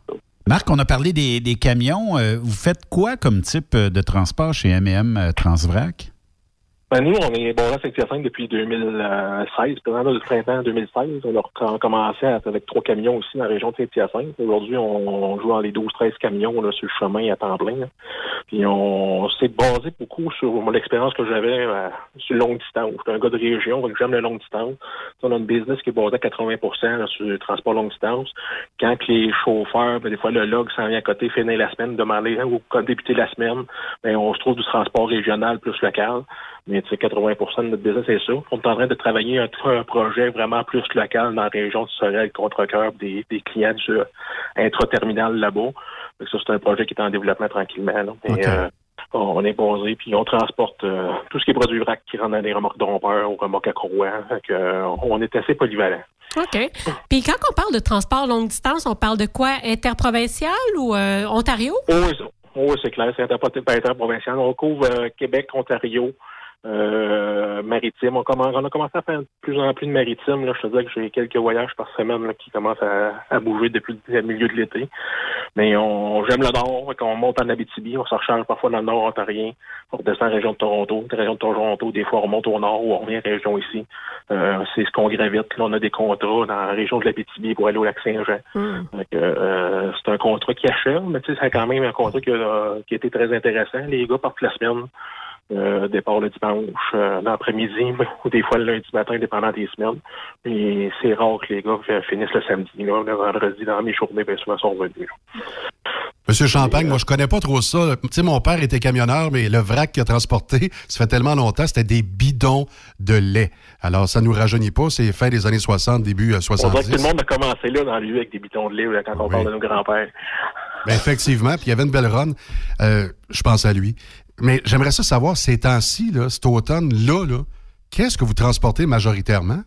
Marc, on a parlé des, des camions. Euh, vous faites quoi comme type de transport chez M et M Transvrac? Ben, nous, on est basé à Saint-Hyacinthe depuis deux mille seize. Pendant le printemps deux mille seize, on a commencé avec trois camions aussi dans la région de Saint-Hyacinthe. Aujourd'hui, on, on joue dans les douze treize camions là, sur le chemin à temps plein. Là. Puis on s'est basé beaucoup sur mon expérience que j'avais euh, sur longue distance. Je suis un gars de région, donc j'aime la longue distance. On a une business qui est basée à quatre-vingts pour cent là, sur le transport longue distance. Quand les chauffeurs, ben, des fois le log s'en vient à côté, finir la semaine, demander hein, ou débuter la semaine, ben, on se trouve du transport régional plus local. Mais tu sais, quatre-vingts pour cent de notre business, c'est ça. On est en train de travailler un, un projet vraiment plus local dans la région de Sorel, Contrecœur, des, des clients du euh, intra-terminal là-bas. Donc, ça, c'est un projet qui est en développement tranquillement. Là. Et, okay. euh, on est basé, puis on transporte euh, tout ce qui est produit vrac qui rentre dans des remorques dompeurs ou remorques à courroie. Donc, euh, on est assez polyvalent. OK. Puis quand on parle de transport longue distance, on parle de quoi? Interprovincial ou euh, Ontario? Oui, ça. Oui, c'est clair, c'est interprovincial. On couvre euh, Québec, Ontario, Euh, maritime. On, commence, on a commencé à faire de plus en plus de maritime. Là. Je te disais que j'ai quelques voyages par semaine là, qui commencent à, à bouger depuis le milieu de l'été. Mais on j'aime le nord, on monte en Abitibi, on se recharge parfois dans le nord ontarien, on redescend en région de Toronto, la région de Toronto, des fois on remonte au nord ou on revient en région ici. Euh, c'est ce qu'on gravite. Là, on a des contrats dans la région de l'Abitibi pour aller au lac Saint-Jean. Mm. Donc, euh, c'est un contrat qui achève, mais tu sais, c'est quand même un contrat qui a, qui a été très intéressant. Les gars partent la semaine. Euh, départ le dimanche, euh, l'après-midi, ou des fois le lundi matin, dépendant des semaines. Et c'est rare que les gars finissent le samedi. Là, le vendredi, dans mes journées, bien souvent, sont revenus. Monsieur Champagne, euh, moi, je connais pas trop ça. Tu sais, mon père était camionneur, mais le vrac qu'il a transporté, ça fait tellement longtemps, c'était des bidons de lait. Alors, ça nous rajeunit pas, c'est fin des années soixante, début soixante-dix. On dirait que tout le monde a commencé là, dans le lieu, avec des bidons de lait, là, quand on oui. parle de nos grands-pères. Ben, effectivement, puis il y avait une belle run. Euh, je pense à lui. Mais j'aimerais ça savoir, ces temps-ci, là, cet automne-là, là, qu'est-ce que vous transportez majoritairement?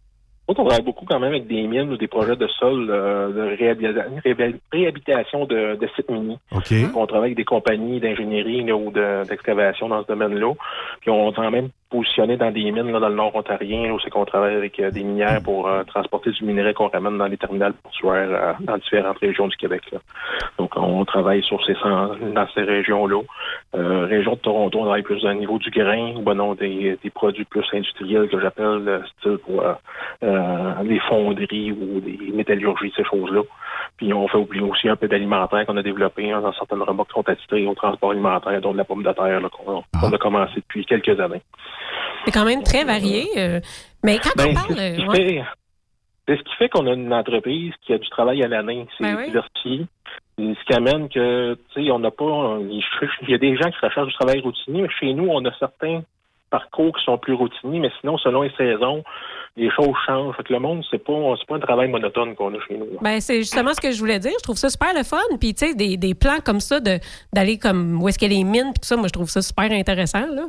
On travaille beaucoup quand même avec des mines ou des projets de sol euh, de réhabilitation, réhabilitation de, de sites mini. Okay. On travaille avec des compagnies d'ingénierie là, ou de, d'excavation dans ce domaine-là. Puis on est quand même positionné dans des mines là, dans le nord ontarien, là, où c'est qu'on travaille avec euh, des minières pour euh, transporter du minerai qu'on ramène dans les terminales portuaires euh, dans différentes régions du Québec. Là. Donc on travaille sur ces dans ces régions-là. Euh, région de Toronto, on travaille plus au niveau du grain ou ben non des, des produits plus industriels que j'appelle euh, style pour euh, euh, les fonderies ou des métallurgies, ces choses-là. Puis on fait oublier aussi un peu d'alimentaire qu'on a développé hein, dans certaines remorques qui sont attitrées au transport alimentaire, dont de la pomme de terre là, qu'on, ah. qu'on a commencé depuis quelques années. C'est quand même très varié. Euh, mais quand ben, on parle... C'est ce, ouais. fait, c'est ce qui fait qu'on a une entreprise qui a du travail à l'année. C'est ben diversifié. Oui. Ce qui amène que, tu sais, on n'a pas... Il y a des gens qui recherchent du travail routinier, mais chez nous, on a certains parcours qui sont plus routiniers, mais sinon, selon les saisons, les choses changent. Fait que le monde, c'est pas, c'est pas un travail monotone qu'on a chez nous. Ben, c'est justement ce que je voulais dire. Je trouve ça super le fun. Puis, tu sais, des, des plans comme ça, de, d'aller comme où est-ce qu'il y a les mines, puis tout ça, moi, je trouve ça super intéressant, là.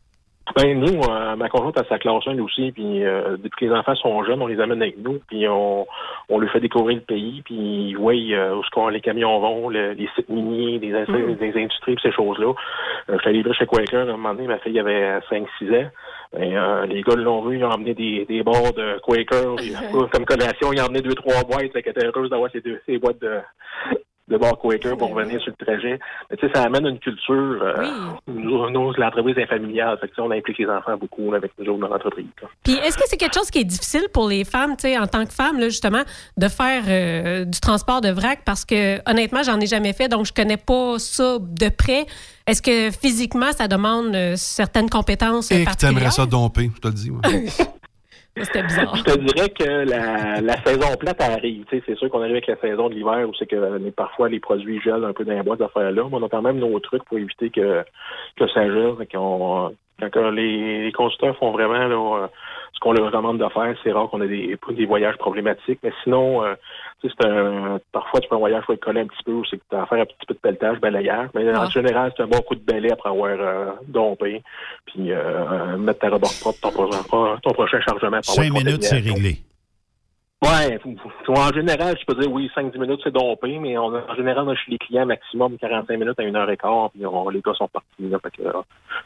Ben nous, euh, ma conjointe a sa classe un aussi, puis euh, depuis que les enfants sont jeunes, on les amène avec nous, puis on, on leur fait découvrir le pays, puis ils voient euh, où ce qu'on, les camions vont, le, les sites miniers, des, mm. des industries, puis ces choses-là. Euh, je suis allé livrer chez Quaker, à un moment donné, ma fille avait cinq six ans. Ben, euh, les gars l'ont vu, ils ont emmené des, des barres de Quaker, puis, comme collation, ils ont emmené deux, trois boîtes, fait qu'elle était heureuse d'avoir ces, deux, ces boîtes de... de bar Quaker pour revenir sur le trajet. Mais tu sais, ça amène une culture. Euh, oui. Nous, nous, l'entreprise est familiale. Fait que, on implique les enfants beaucoup là, avec nous autres dans l'entreprise. Là. Puis, est-ce que c'est quelque chose qui est difficile pour les femmes, tu sais, en tant que femme, là, justement, de faire euh, du transport de vrac? Parce que, honnêtement, j'en ai jamais fait, donc je connais pas ça de près. Est-ce que physiquement, ça demande euh, certaines compétences Et particulières? Et que t'aimerais ça domper, je te le dis. Ouais. C'était bizarre. Je te dirais que la, la saison plate arrive. Tu sais, c'est sûr qu'on arrive avec la saison de l'hiver où c'est que les, parfois les produits gèlent un peu dans les boîtes d'affaires-là. Mais on a quand même nos trucs pour éviter que, que ça gèle. Qu'on, quand les, les constructeurs font vraiment là, ce qu'on leur demande de faire, c'est rare qu'on ait des, des voyages problématiques. Mais sinon, euh, tu sais, c'est un, parfois tu peux un voyage faut être collé un petit peu, c'est que tu as à faire un petit peu de pelletage, balayage. Mais ah. en général, c'est un bon coup de balai après avoir euh, dompé. Puis euh, mettre ta remorque propre, ton, ton prochain chargement. Cinq minutes, c'est réglé. Ouais, en général, je peux dire oui, cinq dix minutes, c'est dompé, mais on, en général, on a chez les clients maximum quarante-cinq minutes à une heure et quart, puis on, les gars sont partis. Là, fait que,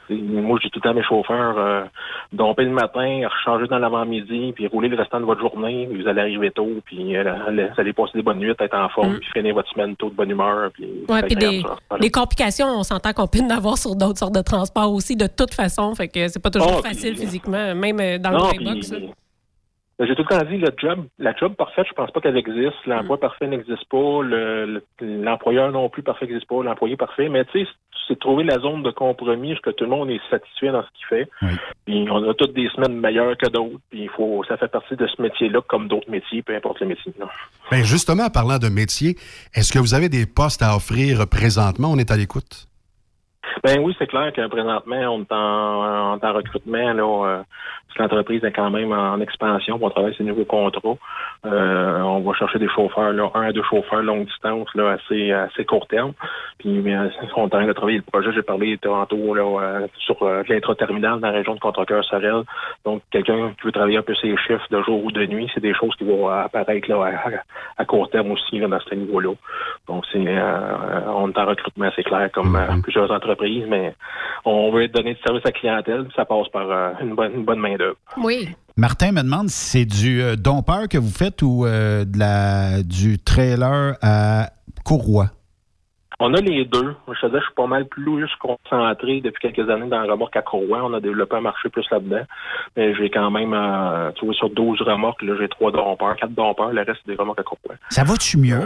Et moi, je dis tout le temps à mes chauffeurs, euh, domper le matin, recharger dans l'avant-midi, puis rouler le restant de votre journée, puis vous allez arriver tôt, puis euh, vous allez passer des bonnes nuits, être en forme, mm. puis finir votre semaine tôt de bonne humeur. Puis ouais, puis des, des complications, on s'entend qu'on peut en avoir sur d'autres sortes de transports aussi, de toute façon, fait que c'est pas toujours oh, facile puis, physiquement, même dans non, le box. J'ai tout le temps dit, le job, la job parfaite, je pense pas qu'elle existe. L'emploi mm. parfait n'existe pas. Le, le, l'employeur non plus parfait n'existe pas. L'employé parfait. Mais tu sais, c'est trouver la zone de compromis parce que tout le monde est satisfait dans ce qu'il fait. Oui. Puis on a toutes des semaines meilleures que d'autres. Puis il faut, ça fait partie de ce métier-là comme d'autres métiers, peu importe le métier. Bien, justement, en parlant de métier, est-ce que vous avez des postes à offrir présentement? On est à l'écoute. Ben oui, c'est clair que présentement, on est en, en, en recrutement, là, euh, parce que l'entreprise est quand même en expansion, on travaille sur des nouveaux contrats. Euh, on va chercher des chauffeurs, là, un à deux chauffeurs longue distance, là, assez, assez court terme. Puis euh, on est en train de travailler le projet, j'ai parlé tantôt là, euh, sur euh, l'intra-terminal dans la région de Contrecoeur-Sorel. Donc, quelqu'un qui veut travailler un peu ses chiffres de jour ou de nuit, c'est des choses qui vont apparaître là, à, à court terme aussi là, dans ce niveau-là. Donc, c'est euh, on est en recrutement, c'est clair, comme euh, plusieurs entreprises, mais on veut donner du service à la clientèle, ça passe par euh, une bonne, une bonne main-d'œuvre. Oui. Martin me demande si c'est du euh, dompeur que vous faites ou euh, de la, du trailer à courroie. On a les deux. Je te dis, je suis pas mal plus concentré depuis quelques années dans la remorque à courroie. On a développé un marché plus là-dedans. Mais j'ai quand même, euh, tu vois, sur douze remorques, là, j'ai trois dompeurs, quatre dompeurs, le reste, c'est des remorques à courroie. Ça va-tu mieux?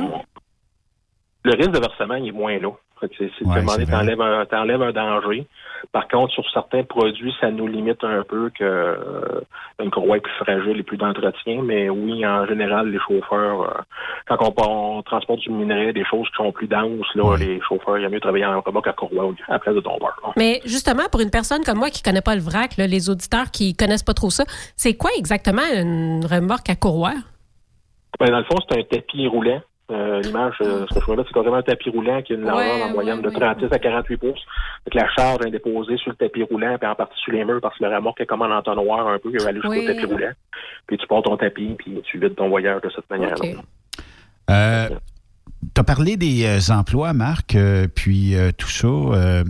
Le risque de versement, il est moins là. C'est, c'est ouais, demander, t'enlèves un, t'enlèves un danger. Par contre, sur certains produits, ça nous limite un peu que euh, une courroie est plus fragile et plus d'entretien. Mais oui, en général, les chauffeurs, euh, quand on, on transporte du minerai, des choses qui sont plus denses, là, ouais. les chauffeurs, il y a mieux travailler en remorque à courroie à la place de tombeur. Là. Mais justement, pour une personne comme moi qui connaît pas le vrac, là, les auditeurs qui connaissent pas trop ça, c'est quoi exactement une remorque à courroie? Ben, dans le fond, c'est un tapis roulant. Euh, l'image, euh, ce que je vois là, c'est carrément un tapis roulant qui a une largeur ouais, en moyenne ouais, de trente-six à quarante-huit pouces. Donc, la charge est déposée sur le tapis roulant, puis en partie sur les murs, parce que le remorque est comme en entonnoir un peu, il va aller jusqu'au oui. tapis roulant. Puis tu portes ton tapis, puis tu vides ton voyeur de cette manière-là. Okay. Euh, tu as parlé des euh, emplois, Marc, euh, puis euh, tout ça. Euh,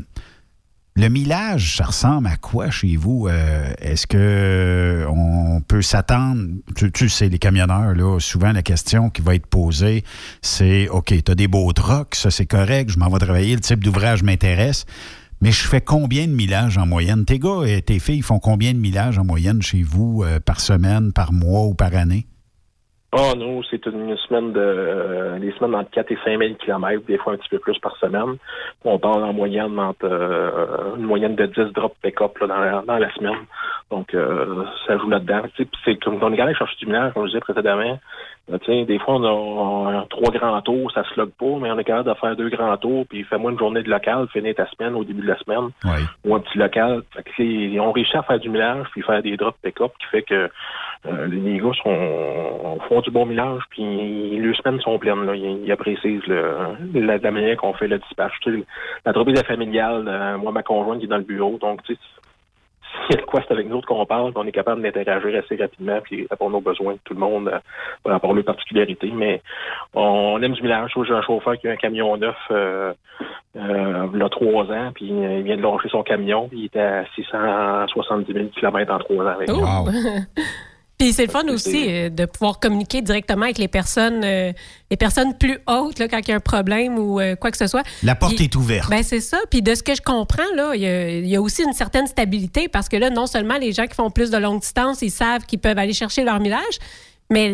le millage, ça ressemble à quoi chez vous? Euh, est-ce que euh, on peut s'attendre... Tu, tu sais, les camionneurs, là, souvent, la question qui va être posée, c'est « OK, tu as des beaux trucks, ça, c'est correct, je m'en vais travailler, le type d'ouvrage m'intéresse, mais je fais combien de millage en moyenne? Tes gars et tes filles font combien de millage en moyenne chez vous euh, par semaine, par mois ou par année? Ah, oh, nous, c'est une semaine de euh, des semaines entre quatre et cinq mille kilomètres, des fois un petit peu plus par semaine. On parle en moyenne entre euh, une moyenne de dix drops pick-up là, dans, la, dans la semaine. Donc, euh, ça joue là-dedans. Tu sais, c'est comme on est allé chercher du millage, comme je disais précédemment. Tu sais, des fois, on a, on a trois grands tours, ça se log pas, mais on est capable de faire deux grands tours, puis fais-moi une journée de local, finir ta semaine au début de la semaine, oui. ou un petit local. Fait que les, on réussit à faire du millage, puis faire des drops pick-up, qui fait que euh, les gars sont, font du bon millage, puis les semaines sont pleines. Là. Ils, ils apprécient le, la, la manière qu'on fait le dispatch. Tu sais, l'entreprise est familiale, euh, moi, ma conjointe qui est dans le bureau, donc tu sais, s'il y a de quoi, c'est avec nous autres qu'on parle, on est capable d'interagir assez rapidement puis répondre aux besoins de tout le monde euh, par rapport à leurs particularités. Mais on aime du millage. J'ai un chauffeur qui a un camion neuf euh, euh, il y a trois ans, puis il vient de lâcher son camion, puis il était à six cent soixante-dix mille kilomètres en trois ans avec oh. Wow. Puis c'est le fun aussi euh, de pouvoir communiquer directement avec les personnes euh, les personnes plus hautes là, quand il y a un problème ou euh, quoi que ce soit. La porte Puis, est ouverte. Ben c'est ça. Puis de ce que je comprends, là, il y a, il y a aussi une certaine stabilité parce que là, non seulement les gens qui font plus de longue distance, ils savent qu'ils peuvent aller chercher leur millage, mais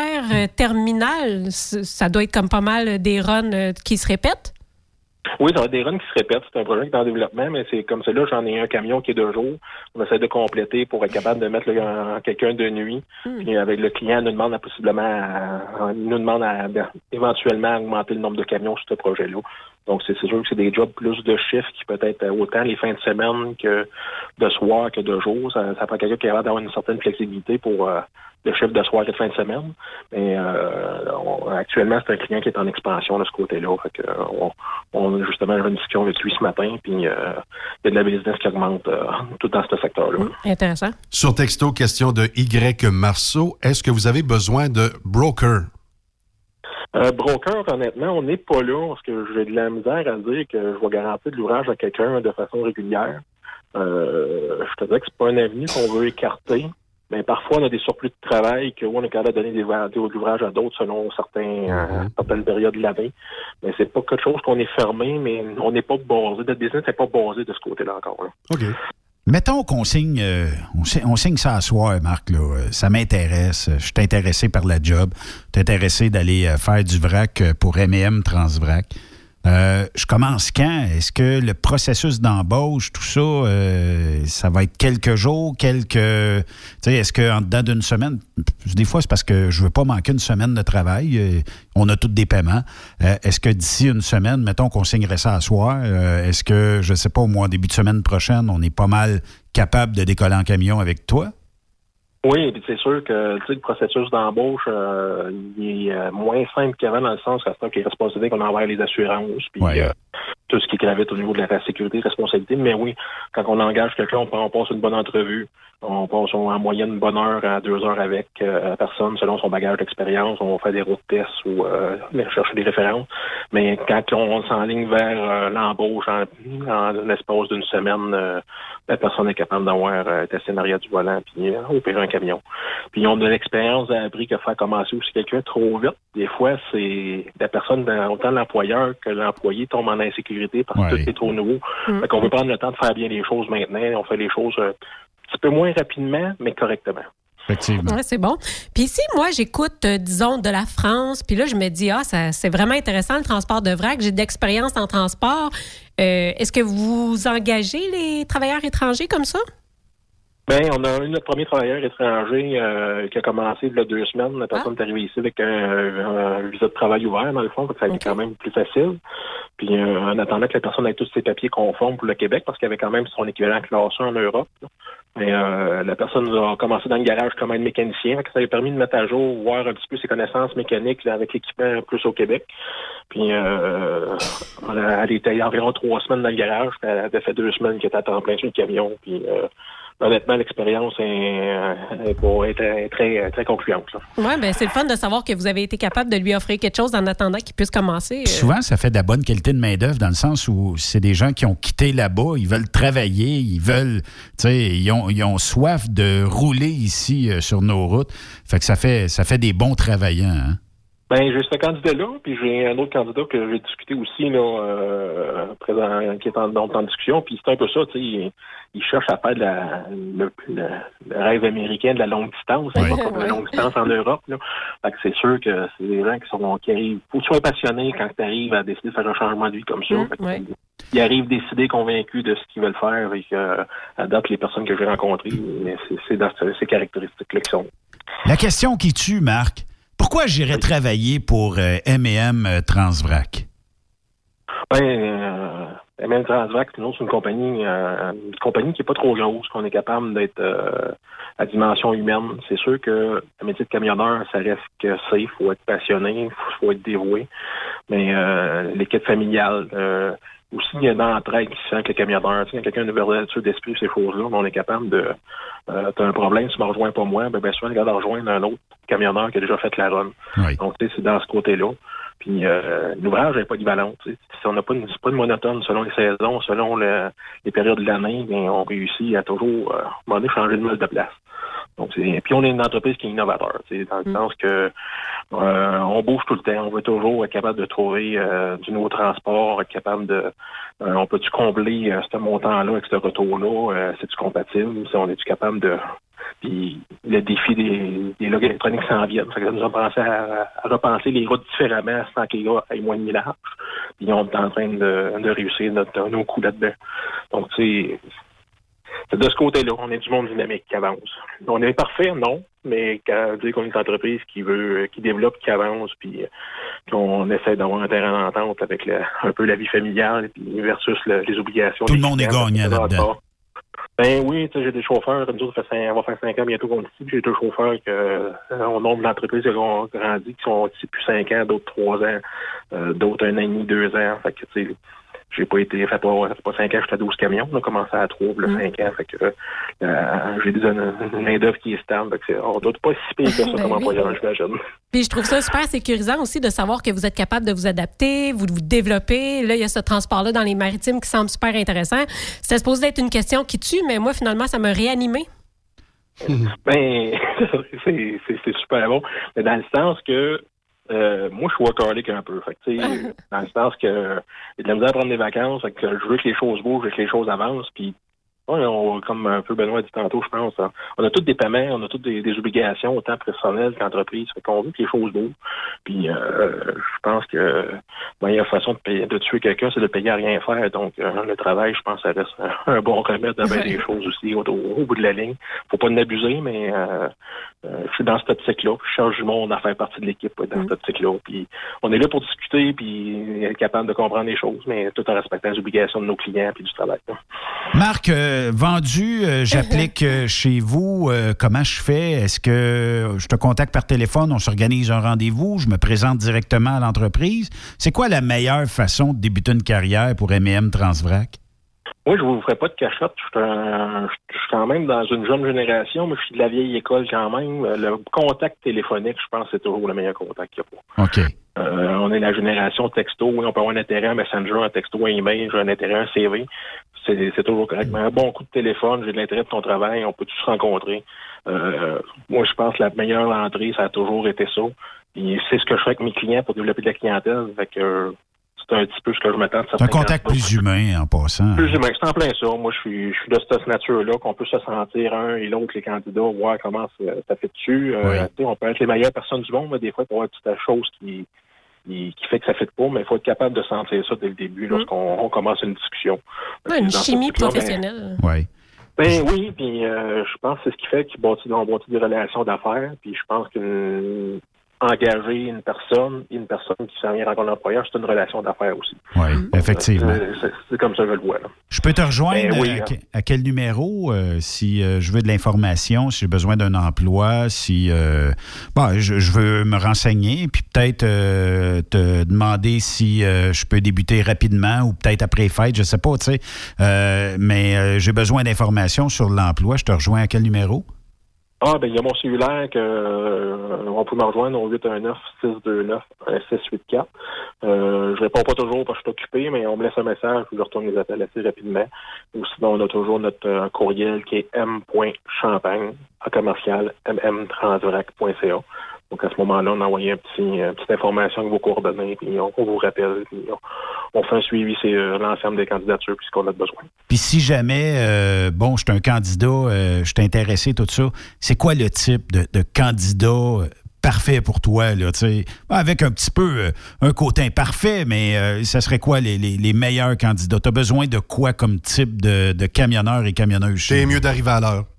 l'inter-terminal, ça doit être comme pas mal des runs qui se répètent. Oui, ça va être des runs qui se répètent. C'est un projet qui est en développement, mais c'est comme celui-là, j'en ai un camion qui est de jour. On essaie de compléter pour être capable de mettre le, quelqu'un de nuit. Mm. Puis avec le client, nous demande à, possiblement à, nous demande à, à éventuellement augmenter le nombre de camions sur ce projet-là. Donc, c'est, c'est sûr que c'est des jobs plus de chiffres qui peut être autant les fins de semaine que de soir que de jour. Ça, ça prend quelqu'un qui est capable d'avoir une certaine flexibilité pour euh, le chiffre de soir et de fin de semaine. Mais euh, on, actuellement, c'est un client qui est en expansion de ce côté-là. Fait que, on, on a justement une discussion avec lui ce matin, puis euh, il y a de la business qui augmente euh, tout dans ce secteur-là. Mmh, intéressant. Sur texto, question de Y Marceau. Est-ce que vous avez besoin de broker? Euh, broker, honnêtement, on n'est pas là parce que j'ai de la misère à dire que je vais garantir de l'ouvrage à quelqu'un de façon régulière. Euh, je te dirais que c'est pas un avenue qu'on veut écarter. Mais parfois, on a des surplus de travail que on est capable de donner des, des ouvrages à d'autres selon certains, mm-hmm. euh, certaines périodes de l'année. Mais c'est pas quelque chose qu'on est fermé, mais on n'est pas basé. Notre business n'est pas basé de ce côté-là encore. Là. OK. Mettons qu'on signe, euh, on, signe on signe ça à soir, Marc. Là. Ça m'intéresse. Je suis intéressé par la job. Je suis intéressé d'aller faire du vrac pour M et M Transvrac. Euh, je commence quand? Est-ce que le processus d'embauche, tout ça, euh, ça va être quelques jours, quelques... Tu sais, est-ce qu'en dedans d'une semaine... Des fois, c'est parce que je veux pas manquer une semaine de travail. Euh, on a tous des paiements. Euh, est-ce que d'ici une semaine, mettons qu'on signerait ça à soir, euh, est-ce que, je sais pas, au moins début de semaine prochaine, on est pas mal capable de décoller en camion avec toi? Oui, puis c'est sûr que le processus d'embauche euh, il est euh, moins simple qu'avant dans le sens que c'est qu'il est responsabilité qu'on envers les assurances, puis ouais. euh, tout ce qui gravite au niveau de la sécurité, responsabilité. Mais oui, quand on engage quelqu'un, on, on passe une bonne entrevue. On passe en moyenne une bonne heure à deux heures avec euh, la personne selon son bagage d'expérience. On fait des routes tests ou euh, chercher des références. Mais quand on s'enligne vers euh, l'embauche en, en l'espace d'une semaine, euh, la personne est capable d'avoir euh, testé en arrière du volant puis euh, opérer un camion. Puis on a de l'expérience a appris que faire commencer aussi quelqu'un trop vite. Des fois, c'est la personne, autant l'employeur que l'employé tombe en insécurité parce que ouais. tout est trop nouveau. Mm-hmm. Fait qu'on veut prendre le temps de faire bien les choses maintenant. On fait les choses euh, un petit peu moins rapidement, mais correctement. Effectivement. Ouais, c'est bon. Puis ici, moi, j'écoute, euh, disons, de la France, puis là, je me dis, ah, ça, c'est vraiment intéressant, le transport de vrac. J'ai de l'expérience en transport. Euh, est-ce que vous engagez les travailleurs étrangers comme ça? Bien, on a eu notre premier travailleur étranger euh, qui a commencé il y a deux semaines. La personne ah. est arrivée ici avec un, un visa de travail ouvert, dans le fond, donc ça a été okay. quand même plus facile. Puis euh, en attendant que la personne ait tous ses papiers conformes pour le Québec, parce qu'il y avait quand même son équivalent classé en Europe. Là. Mais euh, la personne a commencé dans le garage comme un mécanicien. Ça lui a permis de mettre à jour, voir un petit peu ses connaissances mécaniques là, avec l'équipement plus au Québec. Puis euh, elle était environ trois semaines dans le garage. Elle avait fait deux semaines qu'elle était à temps plein sur le camion. Puis euh, honnêtement, l'expérience est, est, pour, est, est très, très concluante. Oui, bien, c'est le fun de savoir que vous avez été capable de lui offrir quelque chose en attendant qu'il puisse commencer. Souvent, ça fait de la bonne qualité de main-d'œuvre dans le sens où c'est des gens qui ont quitté là-bas, ils veulent travailler, ils veulent, tu sais, ils ont, ils ont soif de rouler ici euh, sur nos routes. Fait que ça fait, ça fait des bons travaillants, hein? Ben, j'ai ce candidat-là, puis j'ai un autre candidat que j'ai discuté aussi, là, euh, présent, qui est en, en, en discussion, puis c'est un peu ça, tu sais, il, il cherche à faire de la, le, le, le rêve américain de la longue distance, ouais. Pas comme la longue distance en Europe, là. Fait que c'est sûr que c'est des gens qui sont, qui arrivent, faut que tu sois passionné quand tu arrives à décider de faire un changement de vie comme ça. Mmh, ouais. Ils arrivent décidés, convaincus de ce qu'ils veulent faire, et que, à date, les personnes que j'ai rencontrées, c'est, c'est dans ces caractéristiques-là qui sont. La question qui tue, Marc, pourquoi j'irais oui. travailler pour euh, M et M euh, Transvrac? Ben, euh, M et M Transvrac, c'est une, autre, une compagnie euh, une compagnie qui n'est pas trop grosse, qu'on est capable d'être euh, à dimension humaine. C'est sûr que le métier de camionneur, ça reste que c'est, il faut être passionné, il faut, faut être dévoué. Mais euh, l'équipe familiale, euh, aussi, il y a une entraide qui se fait avec les camionneurs. Tu sais, quand quelqu'un a une ouverture d'esprit, ces choses-là, on est capable de... Euh, t'as un problème, tu me rejoins pas moi, ben bien souvent, regarde rejoindre un autre camionneur qui a déjà fait la run. Oui. Donc, tu sais, c'est dans ce côté-là. Puis, euh, l'ouvrage n'est pas équivalent. Tu sais. Si on n'a pas une, c'est pas une monotone selon les saisons, selon le, les périodes de l'année, bien, on réussit à toujours, euh, à un moment donné, changer de mode de place. Donc, c'est, puis on est une entreprise qui est innovateur, dans le mm. sens que euh, on bouge tout le temps, on veut toujours être capable de trouver euh, du nouveau transport, être capable de, euh, on peut-tu combler euh, ce montant-là avec ce retour-là, euh, c'est-tu compatible, si on est-tu capable de, puis le défi des, des logs électroniques s'en viennent, ça nous a pensé à, à repenser les routes différemment sans que les gars aient moins de millage, puis on est en train de, de réussir notre, nos coups là-dedans. Donc, tu sais, c'est de ce côté-là, on est du monde dynamique qui avance. On est parfait, non, mais quand dire qu'on est une entreprise qui veut, qui développe, qui avance, puis qu'on essaie d'avoir un terrain d'entente avec le, un peu la vie familiale puis versus le, les obligations. Tout le monde est gagnant là-dedans. Ben oui, tu sais, j'ai des chauffeurs, nous autres, on va faire cinq ans bientôt qu'on est ici, j'ai deux chauffeurs que, euh, au nombre d'entreprises qui ont grandi, qui sont ici depuis cinq ans, d'autres trois ans, euh, d'autres un an et demi, deux ans. Fait que, tu sais, j'ai pas été, ça fait pas, ça fait pas cinq ans, j'étais à douze camions, on a commencé à trois, là, Mm. cinq ans, fait que, euh, j'ai des, une, une main-d'œuvre qui est stable, fait que c'est, on doit pas si pire que ça Ben comme oui. employeur, j'imagine. Puis je trouve ça super sécurisant aussi de savoir que vous êtes capable de vous adapter, vous vous développer. Là, il y a ce transport-là dans les maritimes qui semble super intéressant. C'était supposé être une question qui tue, mais moi, finalement, ça m'a réanimé. Ben, c'est, c'est, c'est super bon. Mais dans le sens que, euh, moi, je suis workaholic un peu. Fait que, tu sais, dans le sens que j'ai de la misère à prendre des vacances, fait que je veux que les choses bougent, je veux que les choses avancent, puis ouais, on, comme un peu Benoît a dit tantôt, je pense, hein, on a tous des paiements, on a toutes des, des obligations, autant personnelles qu'entreprises. Fait qu'on veut que les choses bougent. Puis euh, je pense que la meilleure façon de, payer, de tuer quelqu'un, c'est de payer à rien faire. Donc euh, le travail, je pense, ça reste un, un bon remède à bien des choses aussi au, au, au bout de la ligne. Faut pas en abuser, mais euh, euh, je suis dans cette optique-là. Je cherche du monde à faire partie de l'équipe ouais, dans cette optique-là. Puis on est là pour discuter puis être capable de comprendre les choses, mais tout en respectant les obligations de nos clients puis du travail. Là. Marc, euh, vendu, euh, j'applique euh, chez vous. Euh, comment je fais? Est-ce que je te contacte par téléphone, on s'organise un rendez-vous, je me présente directement à l'entreprise? C'est quoi la meilleure façon de débuter une carrière pour M et M Transvrac? Moi, je ne vous ferai pas de cachette. Je suis, un, je suis quand même dans une jeune génération, mais je suis de la vieille école quand même. Le contact téléphonique, je pense que c'est toujours le meilleur contact qu'il y a pas. OK. Euh, on est la génération texto. Oui, on peut avoir un intérêt à Messenger, un texto, un email, j'ai un intérêt à un C V. C'est, c'est toujours correct. Mais un bon coup de téléphone, j'ai de l'intérêt de ton travail, on peut tous se rencontrer. Euh, moi, je pense que la meilleure entrée, ça a toujours été ça. Et c'est ce que je fais avec mes clients pour développer de la clientèle. Fait que, euh, c'est un petit peu ce que je m'attends de C'est un contact plus humain en passant. Plus humain, c'est en plein ça. Moi, je suis, je suis de cette nature-là, qu'on peut se sentir un et l'autre, les candidats, voir comment ça, ça fait dessus. Euh, Oui. On peut être les meilleures personnes du monde, mais des fois, il peut y avoir toute la chose qui, qui, qui fait que ça ne fait pas, mais il faut être capable de sentir ça dès le début, lorsqu'on on commence une discussion. Ouais, une Dans chimie cette optique-là, professionnelle. Oui. Ben oui, puis euh, je pense que c'est ce qui fait qu'ils bâtissent, ont bâti des relations d'affaires, puis je pense que engager une personne, une personne qui s'en vient rencontrer l'employeur, c'est une relation d'affaires aussi. Oui, effectivement. Euh, C'est, c'est comme ça que je le vois. Là. Je peux te rejoindre Ben oui, à, hein. à quel numéro euh, si euh, je veux de l'information, si j'ai besoin d'un emploi, si euh, bon, je, je veux me renseigner, puis peut-être euh, te demander si euh, je peux débuter rapidement ou peut-être après fête, je sais pas, tu sais. Euh, mais euh, j'ai besoin d'informations sur l'emploi. Je te rejoins à quel numéro? Ah, ben, il y a mon cellulaire que, euh, on peut me rejoindre au huit un neuf, six deux neuf, six huit quatre. Euh, je réponds pas toujours parce que je suis occupé, mais on me laisse un message, je retourne les appels assez rapidement. Ou sinon, on a toujours notre euh, courriel qui est m.champagne, à commercial, mmtransvrac point c a. Donc, à ce moment-là, on a envoyé un petit, une petite information avec vos coordonnées, puis on, on vous rappelle, puis on, on fait un suivi, c'est euh, l'ensemble des candidatures, puis ce qu'on a besoin. Puis si jamais, euh, bon, je suis un candidat, euh, je suis intéressé, tout ça, c'est quoi le type de, de candidat euh, parfait pour toi, là, tu sais? Avec un petit peu euh, un côté imparfait, mais euh, ça serait quoi les, les, les meilleurs candidats? Tu as besoin de quoi comme type de, de camionneur et camionneuse? C'est mieux d'arriver à l'heure.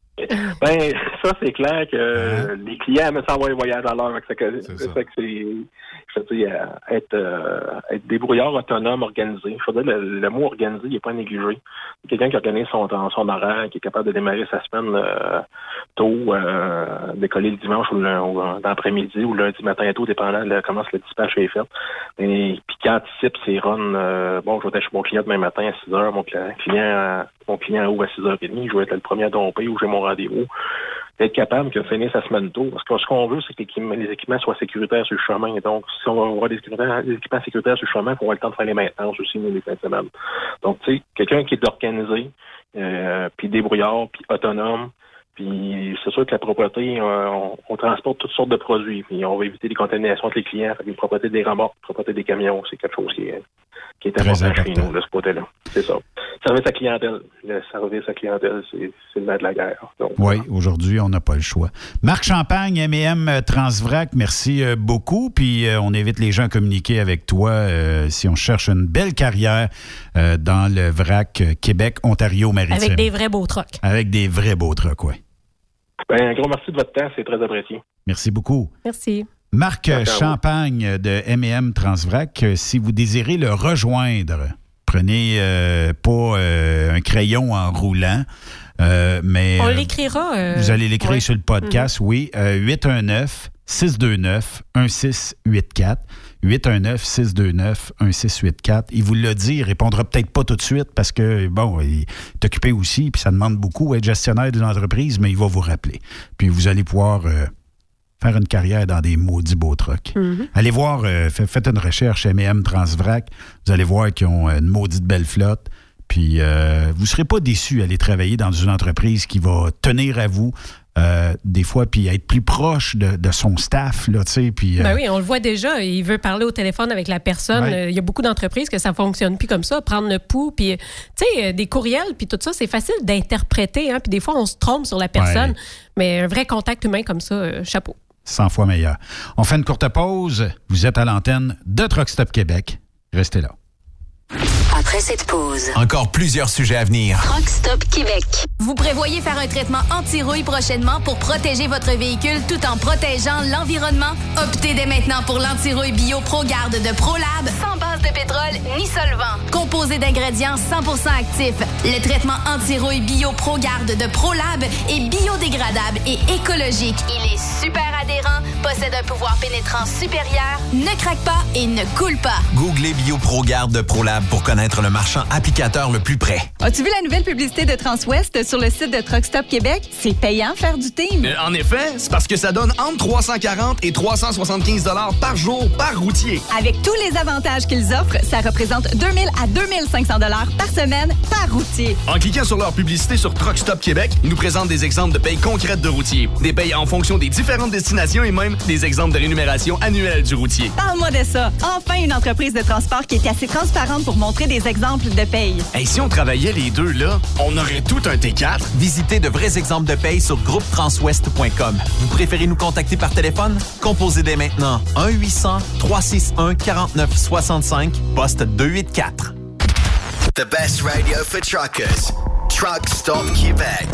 Ben, ça, c'est clair que euh, les clients aiment s'envoyer un voyage à l'heure. C'est que c'est, c'est, que c'est je veux dire, être, euh, être débrouillard, autonome, organisé. Je veux dire, le, le mot organisé, il n'est pas négligé. Quelqu'un qui organise son, son horaire, qui est capable de démarrer sa semaine euh, tôt, euh, décoller le dimanche ou, le, ou l'après-midi ou lundi matin tôt, dépendant de comment le dispatch est fait. Et puis qui anticipe ses runs, euh, bon, je vais être chez mon client demain matin à six heures, mon client, euh, mon client ouvre à six heures trente, je vais être le premier à domper ou j'ai mon rendez-vous. Être capable de finir sa semaine tôt. Parce que ce qu'on veut, c'est que les équipements soient sécuritaires sur le chemin. Et donc, si on va avoir des, des équipements sécuritaires sur le chemin, on va avoir le temps de faire les maintenances aussi, nous, les fins de semaine. Donc, tu sais, quelqu'un qui est organisé, euh, puis débrouillard, puis autonome, puis c'est sûr que la propreté, euh, on, on transporte toutes sortes de produits, puis on va éviter les contaminations entre les clients. Fait que la propreté des remorques, la propreté des camions, c'est quelque chose qui est, qui est important, important chez nous, de ce côté-là. C'est ça. Service à clientèle. Le service à clientèle, c'est, c'est le nerf de la guerre. Donc, oui, aujourd'hui, on n'a pas le choix. Marc Champagne, M et M Transvrac, merci euh, beaucoup. Puis euh, on invite les gens à communiquer avec toi euh, si on cherche une belle carrière euh, dans le vrac euh, Québec-Ontario-Maritime. Avec des vrais beaux trucks. Avec des vrais beaux trucks, oui. Ben, un gros merci de votre temps, c'est très apprécié. Merci beaucoup. Merci. Marc merci Champagne de M et M Transvrac, si vous désirez le rejoindre, prenez euh, pas euh, un crayon en roulant. Euh, mais, On euh, l'écrira. Euh, vous allez l'écrire ouais. sur le podcast, mm-hmm. oui. Euh, huit un neuf, six deux neuf, un six huit quatre. huit un neuf, six deux neuf, un six huit quatre. Il vous l'a dit, il répondra peut-être pas tout de suite parce que, bon, il est occupé aussi, puis ça demande beaucoup être gestionnaire d'une entreprise, mais il va vous rappeler. Puis vous allez pouvoir euh, faire une carrière dans des maudits beaux trucks. Mm-hmm. Allez voir, euh, faites une recherche M et M Transvrac, vous allez voir qu'ils ont une maudite belle flotte. Puis, euh, vous ne serez pas déçus d'aller travailler dans une entreprise qui va tenir à vous, euh, des fois, puis être plus proche de, de son staff, là, tu sais. Puis, euh... Ben oui, on le voit déjà. Il veut parler au téléphone avec la personne. Ouais. Il y a beaucoup d'entreprises que ça ne fonctionne plus comme ça. Prendre le pouls, puis, tu sais, des courriels, puis tout ça, c'est facile d'interpréter, hein. Puis des fois, on se trompe sur la personne. Ouais. Mais un vrai contact humain comme ça, euh, chapeau. cent fois meilleur. On fait une courte pause. Vous êtes à l'antenne de Truck Stop Québec. Restez là. Après cette pause, encore plusieurs sujets à venir. Truck Stop Québec. Vous prévoyez faire un traitement anti-rouille prochainement pour protéger votre véhicule tout en protégeant l'environnement? Optez dès maintenant pour l'anti-rouille bio ProGarde de ProLab, sans base de pétrole ni solvant. Composé d'ingrédients cent pour cent actifs, le traitement anti-rouille bio ProGarde de ProLab est biodégradable et écologique. Il est super adhérent, possède un pouvoir pénétrant supérieur, ne craque pas et ne coule pas. Googlez bio ProGarde de ProLab pour connaître le marchand applicateur le plus près. As-tu vu la nouvelle publicité de Transwest sur le site de Truck Stop Québec? C'est payant faire du team. Euh, en effet, c'est parce que ça donne entre trois cent quarante et trois cent soixante-quinze dollars par jour par routier. Avec tous les avantages qu'ils offrent, ça représente deux mille à deux mille cinq cents dollars par semaine par routier. En cliquant sur leur publicité sur Truck Stop Québec, ils nous présentent des exemples de payes concrètes de routiers, des payes en fonction des différentes destinations et même des exemples de rémunération annuelle du routier. Parle-moi de ça. Enfin, une entreprise de transport qui est assez transparente pour montrer des exemples de paye. Hey, si on travaillait les deux, là, on aurait tout un T quatre. Visitez de vrais exemples de paye sur groupe transwest point com. Vous préférez nous contacter par téléphone? Composez dès maintenant un huit cents, trois six un, quarante-neuf soixante-cinq, poste deux cent quatre-vingt-quatre. The best radio for truckers. Truck Stop Québec.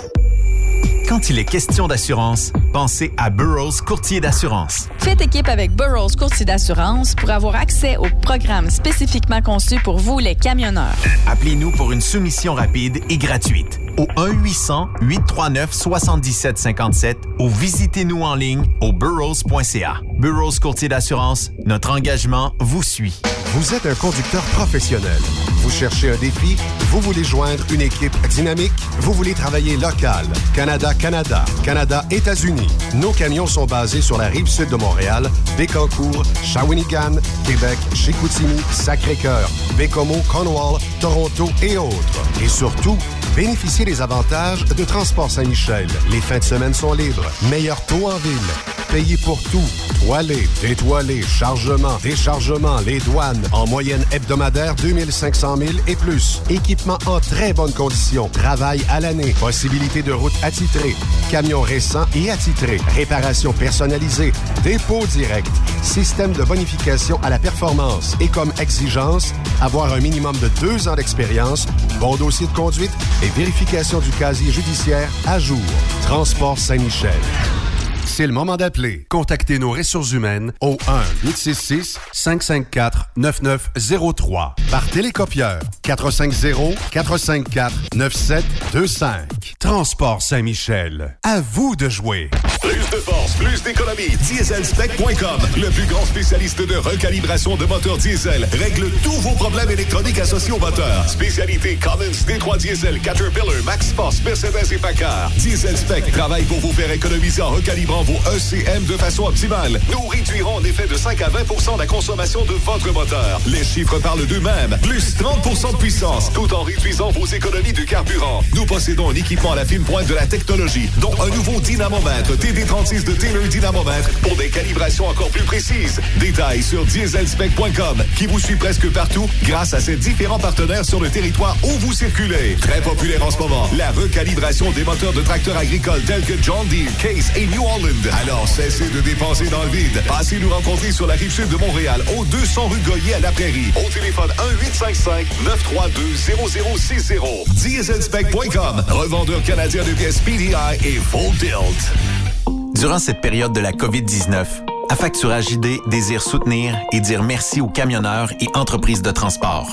Quand il est question d'assurance, pensez à Burroughs Courtier d'assurance. Faites équipe avec Burroughs Courtier d'assurance pour avoir accès aux programmes spécifiquement conçus pour vous, les camionneurs. Appelez-nous pour une soumission rapide et gratuite au un huit cents, huit trois neuf, sept sept cinq sept ou visitez-nous en ligne au burroughs point c a. Burroughs Courtier d'assurance, notre engagement vous suit. Vous êtes un conducteur professionnel. Vous cherchez un défi? Vous voulez joindre une équipe dynamique? Vous voulez travailler local? Canada-Canada, Canada-États-Unis. Nos camions sont basés sur la rive sud de Montréal, Bécancour, Shawinigan, Québec, Chicoutimi, Sacré-Cœur, Bécomo, Cornwall, Toronto et autres. Et surtout, bénéficiez des avantages de Transport Saint-Michel. Les fins de semaine sont libres. Meilleur taux en ville. Payez pour tout. Toilé, détoilé, chargement, déchargement, les douanes. En moyenne hebdomadaire, deux mille cinq cents milles et plus. Équipement en très bonne condition. Travail à l'année. Possibilité de route attitrée. Camions récents et attitrés. Réparation personnalisée. Dépôt direct. Système de bonification à la performance. Et comme exigence, avoir un minimum de deux ans d'expérience, bon dossier de conduite et vérification du casier judiciaire à jour. Transport Saint-Michel. C'est le moment d'appeler. Contactez nos ressources humaines au un huit six six, cinq cinq quatre, neuf neuf zéro trois. Par télécopieur, quatre cinq zéro, quatre cinq quatre, neuf sept deux cinq. Transport Saint-Michel. À vous de jouer. Plus de force, plus d'économie. diesel spec point com, le plus grand spécialiste de recalibration de moteurs diesel, règle tous vos problèmes électroniques associés au moteur. Spécialité Cummins, D trois Diesel, Caterpillar, Max Force, Mercedes et Packard. Diesel Spec travaille pour vous faire économiser en recalibrant vos E C M de façon optimale. Nous réduirons en effet de cinq à vingt pour cent la consommation de votre moteur. Les chiffres parlent d'eux-mêmes. Plus trente pour cent de puissance, tout en réduisant vos économies de carburant. Nous possédons un équipement à la fine pointe de la technologie, dont un nouveau dynamomètre T D trente-six de Taylor Dynamomètre pour des calibrations encore plus précises. Détails sur diesel spec point com, qui vous suit presque partout grâce à ses différents partenaires sur le territoire où vous circulez. Très populaire en ce moment, la recalibration des moteurs de tracteurs agricoles tels que John Deere, Case et New Holland. Alors cessez de dépenser dans le vide. Passez nous rencontrer sur la rive sud de Montréal, au deux cents rue Goyer à La Prairie. Au téléphone un huit cinq cinq, neuf trois deux, zéro zéro six zéro. diesel spec point com, revendeur canadien de pièces P D I et Full Tilt. Durant cette période de la covid dix-neuf, Affacturage I D désire soutenir et dire merci aux camionneurs et entreprises de transport.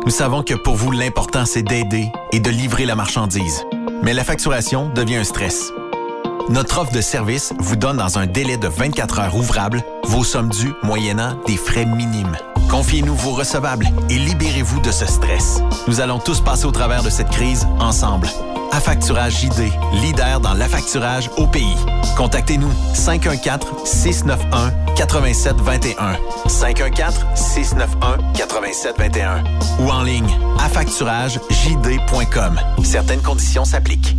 Nous savons que pour vous, l'important, c'est d'aider et de livrer la marchandise. Mais la facturation devient un stress. Notre offre de service vous donne dans un délai de vingt-quatre heures ouvrables vos sommes dues moyennant des frais minimes. Confiez-nous vos recevables et libérez-vous de ce stress. Nous allons tous passer au travers de cette crise ensemble. Affacturage J D, leader dans l'affacturage au pays. Contactez-nous cinq un quatre, six neuf un, huit sept deux un. cinq un quatre, six neuf un, huit sept deux un. Ou en ligne, affacturage j d point com. Certaines conditions s'appliquent.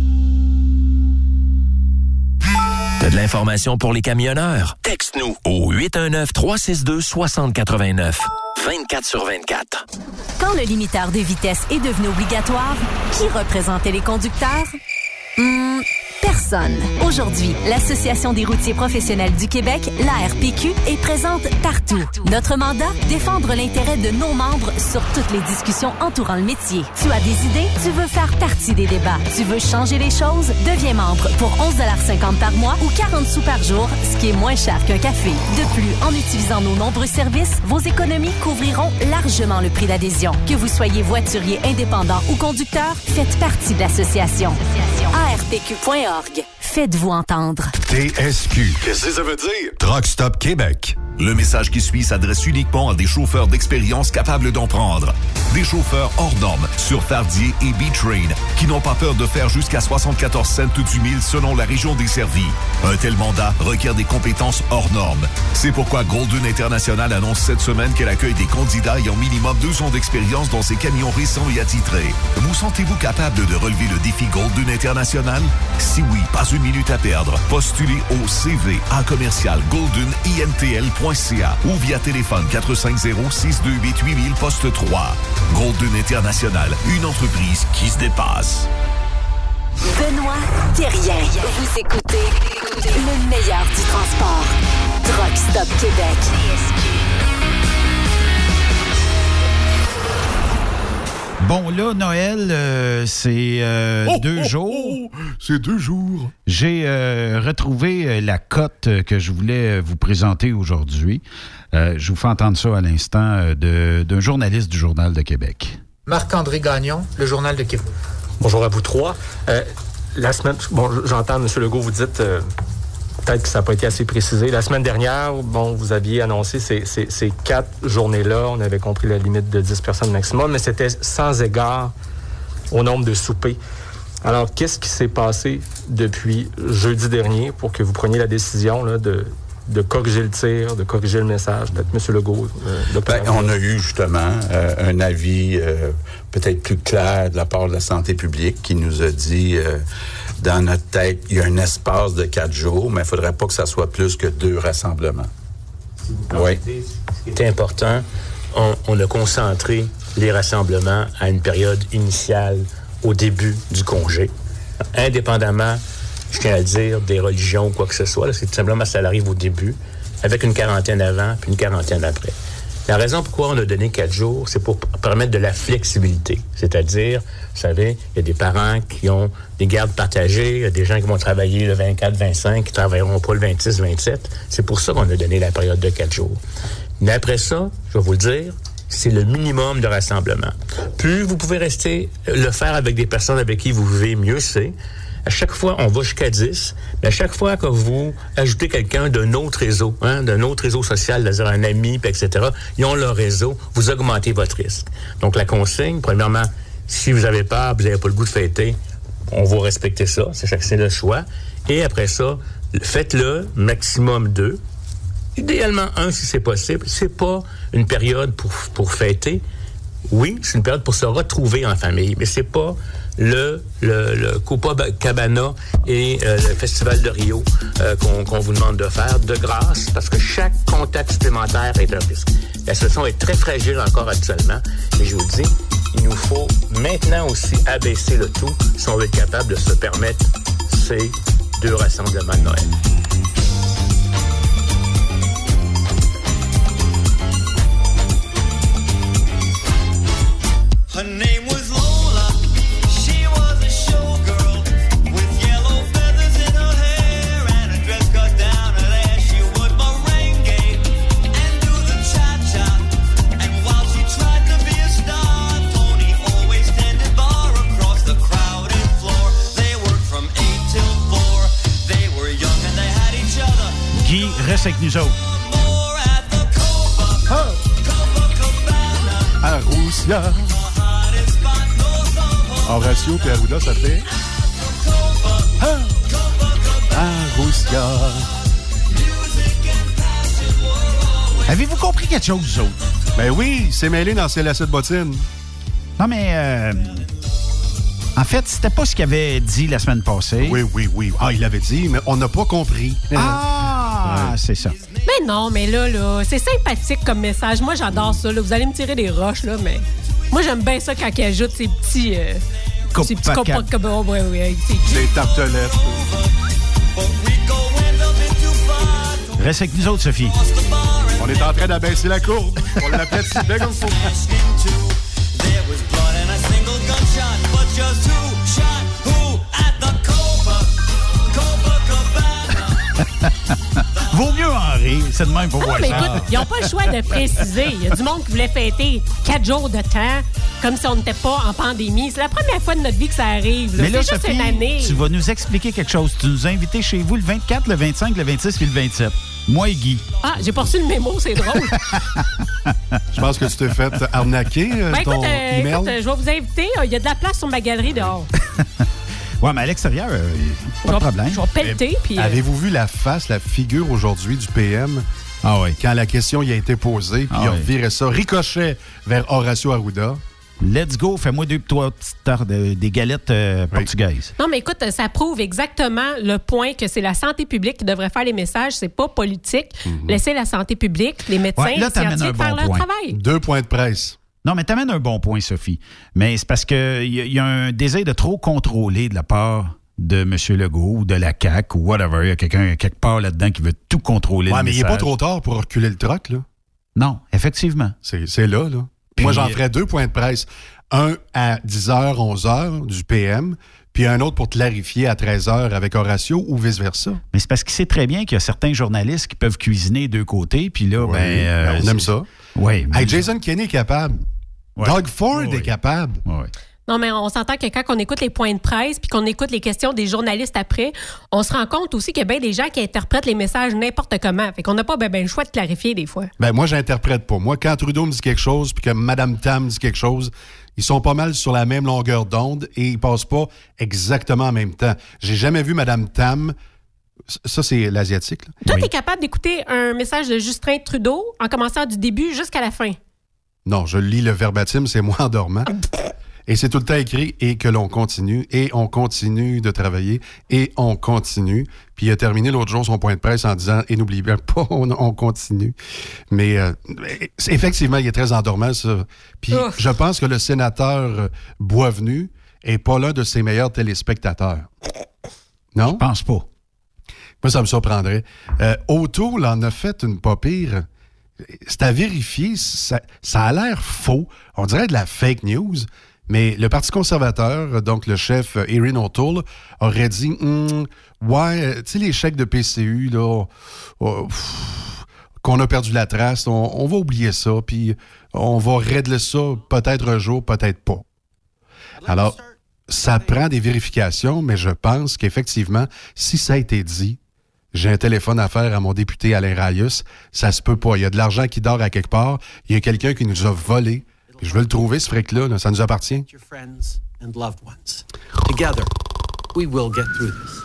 T'as de l'information pour les camionneurs? Texte-nous au huit un neuf, trois six deux, six zéro huit neuf. vingt-quatre sur vingt-quatre. Quand le limiteur de vitesse est devenu obligatoire, qui représentait les conducteurs? Hmm, personne. Aujourd'hui, l'Association des routiers professionnels du Québec, l'A R P Q, est présente partout. Notre mandat, défendre l'intérêt de nos membres sur toutes les discussions entourant le métier. Tu as des idées? Tu veux faire partie des débats? Tu veux changer les choses? Deviens membre pour onze cinquante par mois ou quarante sous par jour, ce qui est moins cher qu'un café. De plus, en utilisant nos nombreux services, vos économies couvriront largement le prix d'adhésion. Que vous soyez voiturier indépendant ou conducteur, faites partie de l'association. A R P Q point org. Faites-vous entendre. T S Q. Qu'est-ce que ça veut dire? Truck Stop Québec. Le message qui suit s'adresse uniquement à des chauffeurs d'expérience capables d'en prendre. Des chauffeurs hors normes sur Fardier et B-Train qui n'ont pas peur de faire jusqu'à soixante-quatorze cents du mille selon la région desservie. Un tel mandat requiert des compétences hors normes. C'est pourquoi Golden International annonce cette semaine qu'elle accueille des candidats ayant minimum deux ans d'expérience dans ses camions récents et attitrés. Vous sentez-vous capable de relever le défi Golden International? Si oui, pas une minute à perdre. Postulez au C V à commercial golden i n t l point c a ou via téléphone quatre cinq zéro, six deux huit, huit mille poste trois. Golden International, une entreprise qui se dépasse. Benoît Thérien. Vous écoutez le meilleur du transport. Truck Stop Québec. Bon, là, Noël, euh, c'est euh, oh, deux oh, jours. Oh, c'est deux jours. J'ai euh, retrouvé la cote que je voulais vous présenter aujourd'hui. Euh, je vous fais entendre ça à l'instant de, d'un journaliste du Journal de Québec. Marc-André Gagnon, le Journal de Québec. Bonjour à vous trois. Euh, la semaine, bon, j'entends, M. Legault, vous dites... Euh, peut-être que ça n'a pas été assez précisé. La semaine dernière, bon, vous aviez annoncé ces, ces, ces quatre journées-là. On avait compris la limite de dix personnes maximum, mais c'était sans égard au nombre de soupers. Alors, qu'est-ce qui s'est passé depuis jeudi dernier pour que vous preniez la décision là, de, de corriger le tir, de corriger le message? Peut-être M. Legault. Euh, ben, on a eu justement euh, un avis euh, peut-être plus clair de la part de la santé publique qui nous a dit... Euh, dans notre tête, il y a un espace de quatre jours, mais il ne faudrait pas que ça soit plus que deux rassemblements. Oui. Ce qui est important, on, on a concentré les rassemblements à une période initiale au début du congé. Indépendamment, je tiens à dire, des religions ou quoi que ce soit, là, c'est tout simplement ça arrive au début, avec une quarantaine avant puis une quarantaine après. La raison pourquoi on a donné quatre jours, c'est pour permettre de la flexibilité. C'est-à-dire, vous savez, il y a des parents qui ont des gardes partagées, il y a des gens qui vont travailler le vingt-quatre vingt-cinq, qui ne travailleront pas le vingt-six vingt-sept. C'est pour ça qu'on a donné la période de quatre jours. Mais après ça, je vais vous le dire, c'est le minimum de rassemblement. Plus vous pouvez rester, le faire avec des personnes avec qui vous vivez, mieux c'est. À chaque fois, on va jusqu'à dix, mais à chaque fois que vous ajoutez quelqu'un d'un autre réseau, hein, d'un autre réseau social, c'est-à-dire un ami, et cetera, ils ont leur réseau, vous augmentez votre risque. Donc, la consigne, premièrement, si vous avez peur, vous n'avez pas le goût de fêter, on va respecter ça, c'est, c'est le choix. Et après ça, faites-le maximum deux. Idéalement, un, si c'est possible. C'est pas une période pour, pour fêter. Oui, c'est une période pour se retrouver en famille, mais c'est pas le, le, le Copacabana et euh, le Festival de Rio euh, qu'on, qu'on vous demande de faire de grâce, parce que chaque contact supplémentaire est un risque. La situation est très fragile encore actuellement, et je vous dis, il nous faut maintenant aussi abaisser le tout si on veut être capable de se permettre ces deux rassemblements de Noël. Her name was Lola. She was a showgirl with yellow feathers in her hair and a dress cut down her ass. She would merengue and do the cha-cha. And while she tried to be a star, Reste avec nous autres. Arrosia. Horacio et Arruda, ça fait... Arrosia. Avez-vous compris quelque chose, vous autres? Ben oui, c'est mêlé dans ses lacets de bottines. Non, mais... Euh, en fait, c'était pas ce qu'il avait dit la semaine passée. Oui, oui, oui. Ah, il l'avait dit, mais on n'a pas compris. Ah, ouais. C'est ça. Mais non, mais là, là, c'est sympathique comme message. Moi, j'adore ça. Là. Vous allez me tirer des roches, là, mais moi, j'aime bien ça quand il ajoute ces petits... Euh, ces petits copas de copas. Ouais, ouais, des tartelettes. Reste avec nous autres, Sophie. On est en train d'abaisser la courbe. On l'appelle si big comme faut. Vaut mieux en rire. C'est de même pour ah, voir mais ça. écoute, ils n'ont pas le choix de préciser. Il y a du monde qui voulait fêter quatre jours de temps, comme si on n'était pas en pandémie. C'est la première fois de notre vie que ça arrive. Là. Mais là, c'est juste Sophie, une année. tu vas nous expliquer quelque chose. Tu nous as invités chez vous le vingt-quatre, le vingt-cinq, le vingt-six puis le vingt-sept. Moi et Guy. Ah, j'ai pas reçu le mémo, c'est drôle. Je pense que tu t'es fait arnaquer euh, ben, ton écoute, euh, email. écoute, je vais vous inviter. Il y a de la place sur ma galerie dehors. Ouais, mais à l'extérieur, euh, pas de problème. Je vais pelleter. Puis, euh... Avez-vous vu la face, la figure aujourd'hui du P M? Ah oui. Quand la question y a été posée, puis ah il a oui. reviré ça, ricochet vers Horacio Arruda. Let's go, fais-moi deux, trois petites tartes, de, des galettes euh, portugaises. Non, mais écoute, ça prouve exactement le point que c'est la santé publique qui devrait faire les messages. C'est pas politique. Mm-hmm. Laissez la santé publique, les médecins, ouais, là, les scientifiques bon faire leur point. travail. Deux points de presse. Non, mais t'amènes un bon point, Sophie. Mais c'est parce qu'il y, y a un désir de trop contrôler de la part de M. Legault ou de la C A Q ou whatever. Il y a quelqu'un quelque part là-dedans qui veut tout contrôler. Ouais, le mais message. il n'est pas trop tard pour reculer le troc, là. Non, effectivement. C'est, c'est là, là. Puis, moi, j'en ferais deux points de presse. Un à dix heures, onze heures du P M, puis un autre pour clarifier à treize heures avec Horacio ou vice-versa. Mais c'est parce qu'il sait très bien qu'il y a certains journalistes qui peuvent cuisiner deux côtés, puis là, oui, ben... Euh, ben on aime ça. Oui. Hey, Jason Kenney est capable. Ouais. Doug Ford oui. est capable. Oui. Non, mais on s'entend que quand on écoute les points de presse puis qu'on écoute les questions des journalistes après, on se rend compte aussi qu'il y a bien des gens qui interprètent les messages n'importe comment. Fait qu'on n'a pas ben, ben le choix de clarifier des fois. Ben moi, j'interprète pas. Moi, quand Trudeau me dit quelque chose puis que Mme Tam dit quelque chose, ils sont pas mal sur la même longueur d'onde et ils passent pas exactement en même temps. J'ai jamais vu Mme Tam... Ça, c'est l'Asiatique. Là. Toi, oui. t'es capable d'écouter un message de Justin Trudeau en commençant du début jusqu'à la fin? Non, je lis le verbatim, c'est moi en dormant. Et c'est tout le temps écrit « et que l'on continue » et on continue de travailler et on continue. Puis il a terminé l'autre jour son point de presse en disant « et n'oubliez bien pas, on, on continue ». Mais euh, effectivement, il est très endormant, ça. Puis Ouf. Je pense que le sénateur Boisvenu est pas l'un de ses meilleurs téléspectateurs. Non? Je pense pas. Moi, ça me surprendrait. Euh, O'Toole en a fait une pas pire. C'est à vérifier. Ça, ça a l'air faux. On dirait de la fake news. Mais le Parti conservateur, donc le chef Erin O'Toole, aurait dit hm, ouais, tu sais, les chèques de P C U, là, oh, pff, qu'on a perdu la trace, on, on va oublier ça, puis on va régler ça peut-être un jour, peut-être pas. Alors, ça prend des vérifications, mais je pense qu'effectivement, si ça a été dit, j'ai un téléphone à faire à mon député Alain Raius, ça se peut pas. Il y a de l'argent qui dort à quelque part, il y a quelqu'un qui nous a volé. Je veux le trouver, ce fric-là, là, ça nous appartient. Your friends and loved ones. Together, we will get through this.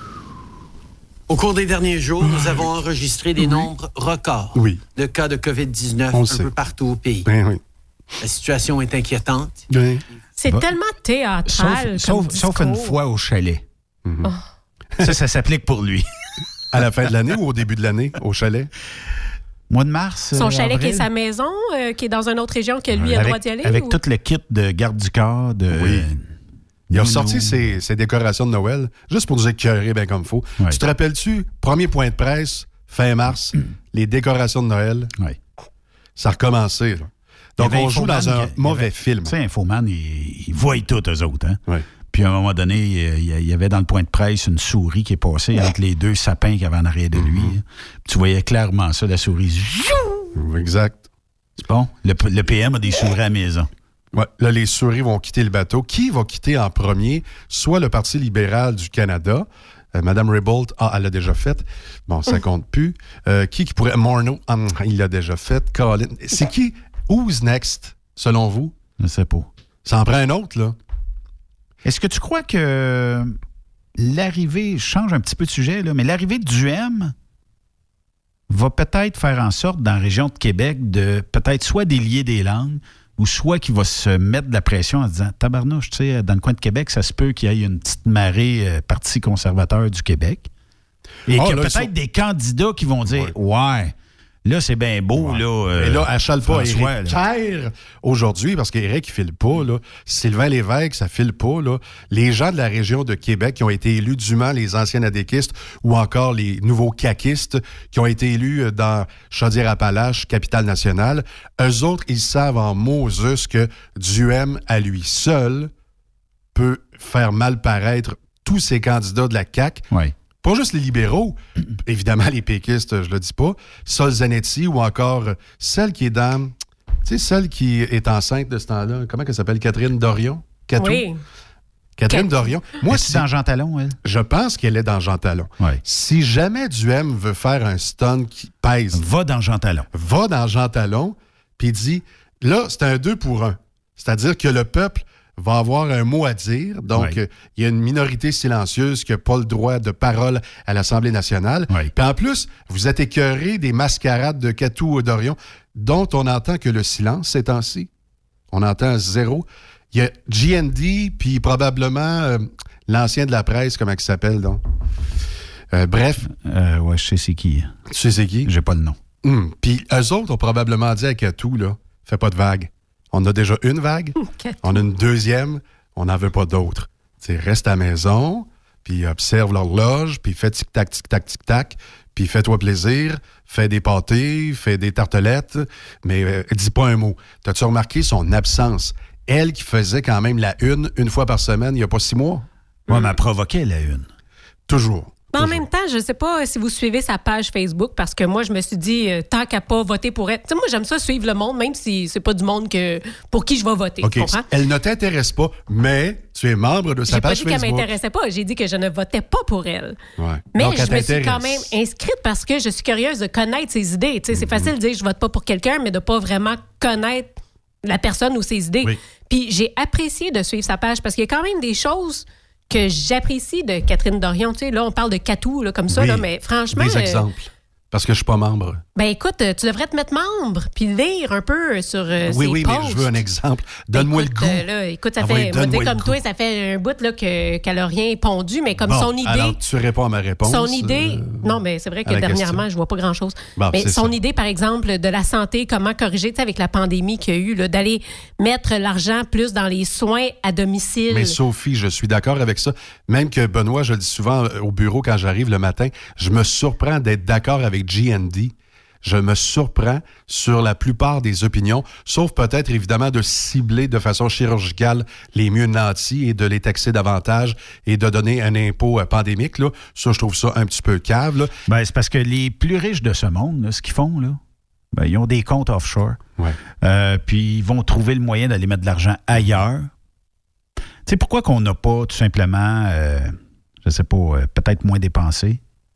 Au cours des derniers jours, nous avons enregistré des oui. nombres records oui. de cas de covid dix-neuf On un sait. peu partout au pays. Ben, oui. La situation est inquiétante. Ben. C'est bah. tellement théâtral. Sauf, sauf, sauf une fois au chalet. Mm-hmm. Oh. Ça, ça s'applique pour lui. À la fin de l'année ou au début de l'année, au chalet? Mois de mars. Son euh, chalet avril. qui est sa maison, euh, qui est dans une autre région que lui avec, a le droit d'y aller? Avec ou? tout le kit de garde du corps. De, oui. Euh, Il a ressorti ses, ses décorations de Noël, juste pour nous écœurer bien comme il faut. Ouais. Tu te rappelles-tu, premier point de presse, fin mars, mm. les décorations de Noël? Oui. Ça a recommencé. Là. Donc, on joue dans un mauvais avait, film. Tu sais, Infoman, ils il voient tout, eux autres. Hein? Oui. Puis à un moment donné, il y avait dans le point de presse une souris qui est passée entre les deux sapins qu'il y avait en arrière de lui. Mm-hmm. Tu voyais clairement ça, la souris. Exact. C'est bon. Le, le P M a des souris à la maison. Ouais, là, les souris vont quitter le bateau. Qui va quitter en premier? Soit le Parti libéral du Canada, Euh, Madame Raybould, ah, elle l'a déjà fait. Bon, ça compte plus. Euh, qui qui pourrait... Morneau, hum, il l'a déjà fait. Colin, c'est qui? Who's next, selon vous? Je sais pas. Ça en prend un autre, là. Est-ce que tu crois que l'arrivée, je change un petit peu de sujet, là, mais l'arrivée du M va peut-être faire en sorte, dans la région de Québec, de peut-être soit délier des langues ou soit qu'il va se mettre de la pression en se disant « Tabarnouche, tu sais, dans le coin de Québec, ça se peut qu'il y ait une petite marée euh, Parti conservateur du Québec. » Et oh, qu'il y a là, peut-être sont... des candidats qui vont dire « Ouais, là, c'est bien beau. Ouais. » là. Euh, Et là, achale pas François, Éric Kerr aujourd'hui, parce qu'Éric, il file pas. Là. Sylvain Lévesque, ça file pas. Là. Les gens de la région de Québec qui ont été élus dûment, les anciens adéquistes ou encore les nouveaux caquistes qui ont été élus dans Chaudière-Appalaches, capitale-nationale, eux autres, ils savent en Moses que Duhem, à lui seul, peut faire mal paraître tous ces candidats de la C A Q. Oui. Pas juste les libéraux, évidemment les péquistes, je le dis pas, Sol Zanetti ou encore celle qui est dans, tu sais, celle qui est enceinte de ce temps-là, comment elle s'appelle, Catherine Dorion? Catou? Oui. Catherine Cat... Dorion. Moi, c'est si... dans Jean Talon, elle? Je pense qu'elle est dans Jean Talon. Oui. Si jamais Duhem veut faire un stunt qui pèse... Va dans Jean Talon. Va dans Jean Talon, puis dit, là, c'est un deux pour un. C'est-à-dire que le peuple va avoir un mot à dire. Donc, il oui. euh, y a une minorité silencieuse qui n'a pas le droit de parole à l'Assemblée nationale. Oui. Puis en plus, vous êtes écœurés des mascarades de Catou ou Dorion, dont on entend que le silence ces temps-ci. On entend zéro. Il y a G N D, puis probablement euh, l'ancien de la presse, comment il s'appelle, donc? Euh, bref. Euh, ouais, je sais c'est qui. Tu sais c'est qui? J'ai pas le nom. Hum. Puis eux autres ont probablement dit à Catou, là, fais pas de vague. On a déjà une vague, on a une deuxième, on n'en veut pas d'autres. T'sais, reste à la maison, puis observe l'horloge, puis fais tic-tac, tic-tac, tic-tac, puis fais-toi plaisir, fais des pâtés, fais des tartelettes, mais euh, dis pas un mot. T'as-tu remarqué son absence? Elle qui faisait quand même la une, une fois par semaine, il n'y a pas six mois? Oui, mais elle provoquait la une. Toujours. Mais en même temps, je ne sais pas si vous suivez sa page Facebook, parce que moi, je me suis dit, euh, tant qu'à pas voter pour elle. Tu sais, moi, j'aime ça suivre le monde, même si c'est pas du monde que pour qui je vais voter. OK. Tu comprends? Elle ne t'intéresse pas, mais tu es membre de sa page Facebook. J'ai pas dit qu'elle m'intéressait pas. J'ai dit que je ne votais pas pour elle. Ouais. Mais donc, je me suis quand même inscrite parce que je suis curieuse de connaître ses idées. Tu sais, c'est mm-hmm. facile de dire je vote pas pour quelqu'un, mais de pas vraiment connaître la personne ou ses idées. Oui. Puis j'ai apprécié de suivre sa page parce qu'il y a quand même des choses que j'apprécie de Catherine Dorion. Tu sais, là, on parle de Catou, là, comme ça, oui, là, mais franchement... Des exemples. Parce que je suis pas membre. Ben écoute, tu devrais te mettre membre puis lire un peu sur euh, oui, ses oui, posts. mais je veux un exemple. Donne-moi ben, écoute, le goût. Euh, là, écoute, ça ah, fait, oui, moi, dire, comme le toi, goût. ça fait un bout là, que, qu'elle n'a rien pondu, mais comme bon, son idée... alors tu réponds à ma réponse. Son idée... Euh, non, mais c'est vrai que dernièrement, question. je vois pas grand-chose. Bon, mais son ça. idée, par exemple, de la santé, comment corriger, tu sais, avec la pandémie qu'il y a eu, là, d'aller mettre l'argent plus dans les soins à domicile. Mais Sophie, je suis d'accord avec ça. Même que Benoît, je le dis souvent au bureau quand j'arrive le matin, je me surprends d'être d'accord avec G N D. Je me surprends sur la plupart des opinions, sauf peut-être évidemment de cibler de façon chirurgicale les mieux nantis et de les taxer davantage et de donner un impôt pandémique. Là. Ça, je trouve ça un petit peu cave. Là. Ben, c'est parce que les plus riches de ce monde, là, ce qu'ils font, là, ben, ils ont des comptes offshore. Ouais. Euh, puis ils vont trouver le moyen d'aller mettre de l'argent ailleurs. Tu sais, pourquoi qu'on n'a pas tout simplement, euh, je sais pas, euh, peut-être moins dépensé?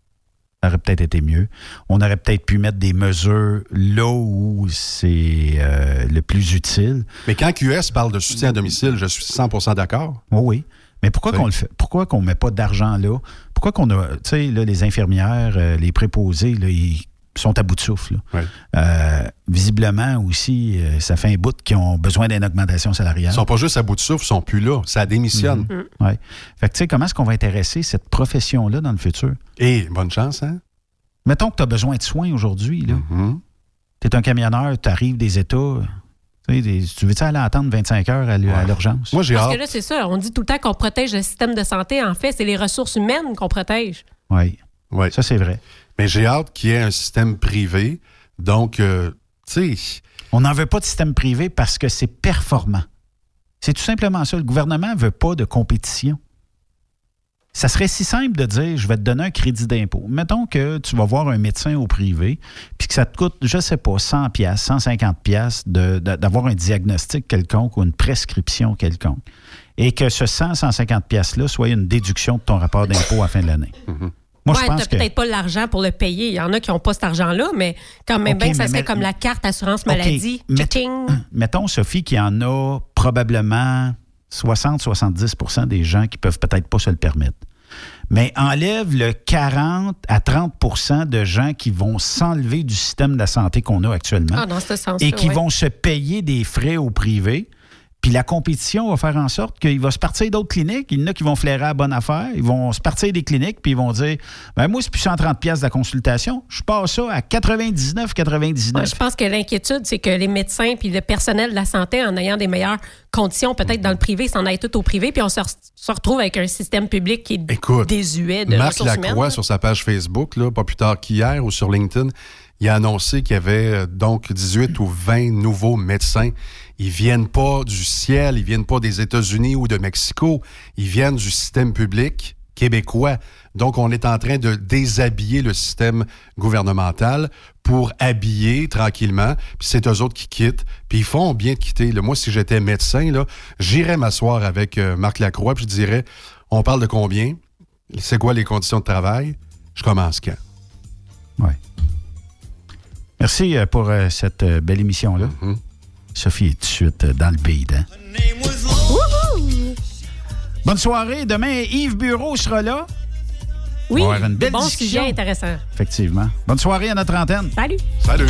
Ça aurait peut-être été mieux. On aurait peut-être pu mettre des mesures là où c'est euh, le plus utile. Mais quand Q S parle de soutien à domicile, je suis cent pour cent d'accord. Oh oui. Mais pourquoi oui. qu'on le fait? Pourquoi qu'on ne met pas d'argent là? Pourquoi qu'on a, tu sais, là, les infirmières, euh, les préposés, là, ils sont à bout de souffle. Oui. Euh, visiblement aussi, euh, ça fait un bout qu'ils ont besoin d'une augmentation salariale. Ils sont pas juste à bout de souffle, ils sont plus là. Ça démissionne. Mm-hmm. Mm. Ouais. Fait que tu sais, comment est-ce qu'on va intéresser cette profession-là dans le futur? Et bonne chance, hein? Mettons que tu as besoin de soins aujourd'hui. Là. Mm-hmm. Tu es un camionneur, tu arrives des États. Tu sais, tu veux-tu aller attendre vingt-cinq heures à, à l'urgence? Moi, j'ai Parce hâte. que là, c'est ça. On dit tout le temps qu'on protège le système de santé. En fait, c'est les ressources humaines qu'on protège. Oui. Ouais. Ça, c'est vrai. Mais j'ai hâte qu'il y ait un système privé. Donc, euh, tu sais... On n'en veut pas de système privé parce que c'est performant. C'est tout simplement ça. Le gouvernement ne veut pas de compétition. Ça serait si simple de dire, je vais te donner un crédit d'impôt. Mettons que tu vas voir un médecin au privé, puis que ça te coûte, je ne sais pas, cent piastres, cent cinquante piastres de, de, d'avoir un diagnostic quelconque ou une prescription quelconque. et que ce cent, cent cinquante piastres-là soit une déduction de ton rapport d'impôt à la fin de l'année. Mm-hmm. Moi, ouais, je pense t'as que... peut-être pas l'argent pour le payer. Il y en a qui n'ont pas cet argent-là, mais quand même Okay, bien que ça mais serait met- comme la carte assurance OK, maladie. met- Tching. Mettons, Sophie, qu'il y en a probablement soixante à soixante-dix pour cent des gens qui peuvent peut-être pas se le permettre. Mais enlève le quarante à trente pour cent de gens qui vont s'enlever du système de la santé qu'on a actuellement Ah, dans ce sens-là, et qui ouais. vont se payer des frais au privé. Puis la compétition va faire en sorte qu'il va se partir d'autres cliniques. Il y en a qui vont flairer à bonne affaire. Ils vont se partir des cliniques puis ils vont dire ben moi, c'est plus cent trente piastres de la consultation. Je passe ça à quatre-vingt-dix-neuf quatre-vingt-dix-neuf. Ouais, je pense que l'inquiétude, c'est que les médecins puis le personnel de la santé, en ayant des meilleures conditions, peut-être dans le privé, s'en aillent tout au privé, puis on se, re- se retrouve avec un système public qui est Écoute, désuet de Marc ressources Lacroix, humaines. sur sa page Facebook, là, pas plus tard qu'hier ou sur LinkedIn, il a annoncé qu'il y avait euh, donc dix-huit ou vingt nouveaux médecins. Ils viennent pas du ciel, ils viennent pas des États-Unis ou de Mexico, ils viennent du système public québécois. Donc, on est en train de déshabiller le système gouvernemental pour habiller tranquillement, puis c'est eux autres qui quittent, puis ils font bien de quitter. Là, moi, si j'étais médecin, là, j'irais m'asseoir avec euh, Marc Lacroix, puis je dirais, on parle de combien? C'est quoi les conditions de travail? Je commence quand? Oui. Merci euh, pour euh, cette euh, belle émission-là. Mm-hmm. Sophie est tout de suite euh, dans le beat. Hein? Bonne soirée. Demain, Yves Bureau sera là. Oui, On va avoir une belle bon discussion. sujet intéressant. Effectivement. Bonne soirée à notre antenne. Salut. Salut.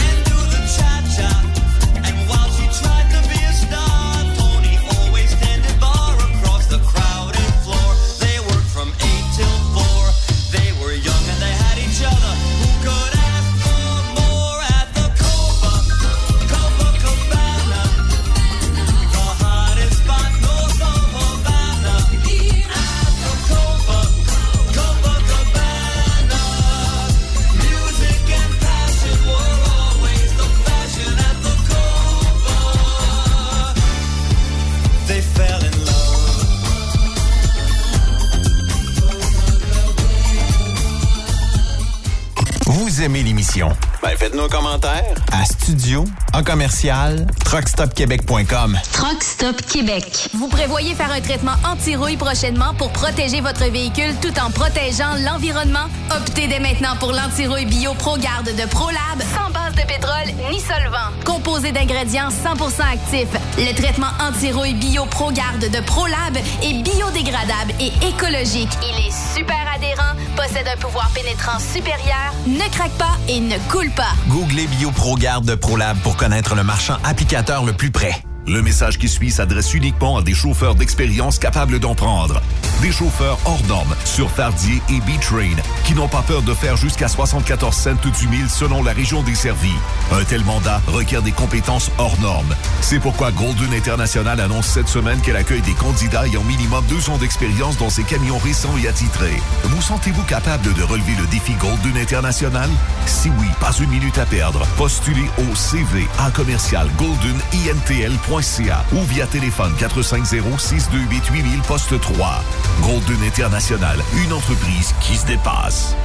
Vous aimez l'émission? Ben, faites-nous un commentaire à studio en commercial truck stop québec point com. Truck Stop Québec. Vous prévoyez faire un traitement anti-rouille prochainement pour protéger votre véhicule tout en protégeant l'environnement? Optez dès maintenant pour l'anti-rouille bio ProGarde de ProLab, sans base de pétrole ni solvant. Composé d'ingrédients cent pour cent actifs, le traitement anti-rouille bio ProGarde de ProLab est biodégradable et écologique. Il est super adhérent, possède un pouvoir pénétrant supérieur, ne craque pas et ne coule pas. Googlez BioProGarde de ProLab pour connaître le marchand applicateur le plus près. Le message qui suit s'adresse uniquement à des chauffeurs d'expérience capables d'en prendre. Des chauffeurs hors normes sur Fardier et B-Train qui n'ont pas peur de faire jusqu'à soixante-quatorze cents du mille selon la région desservie. Un tel mandat requiert des compétences hors normes. C'est pourquoi Golden International annonce cette semaine qu'elle accueille des candidats ayant minimum deux ans d'expérience dans ses camions récents et attitrés. Vous sentez-vous capable de relever le défi Golden International? Si oui, pas une minute à perdre. Postulez au C V à commercial golden I N T L point C A ou via téléphone quatre cinq zéro, six deux huit, huit mille poste trois. Golden International, une entreprise qui se dépasse.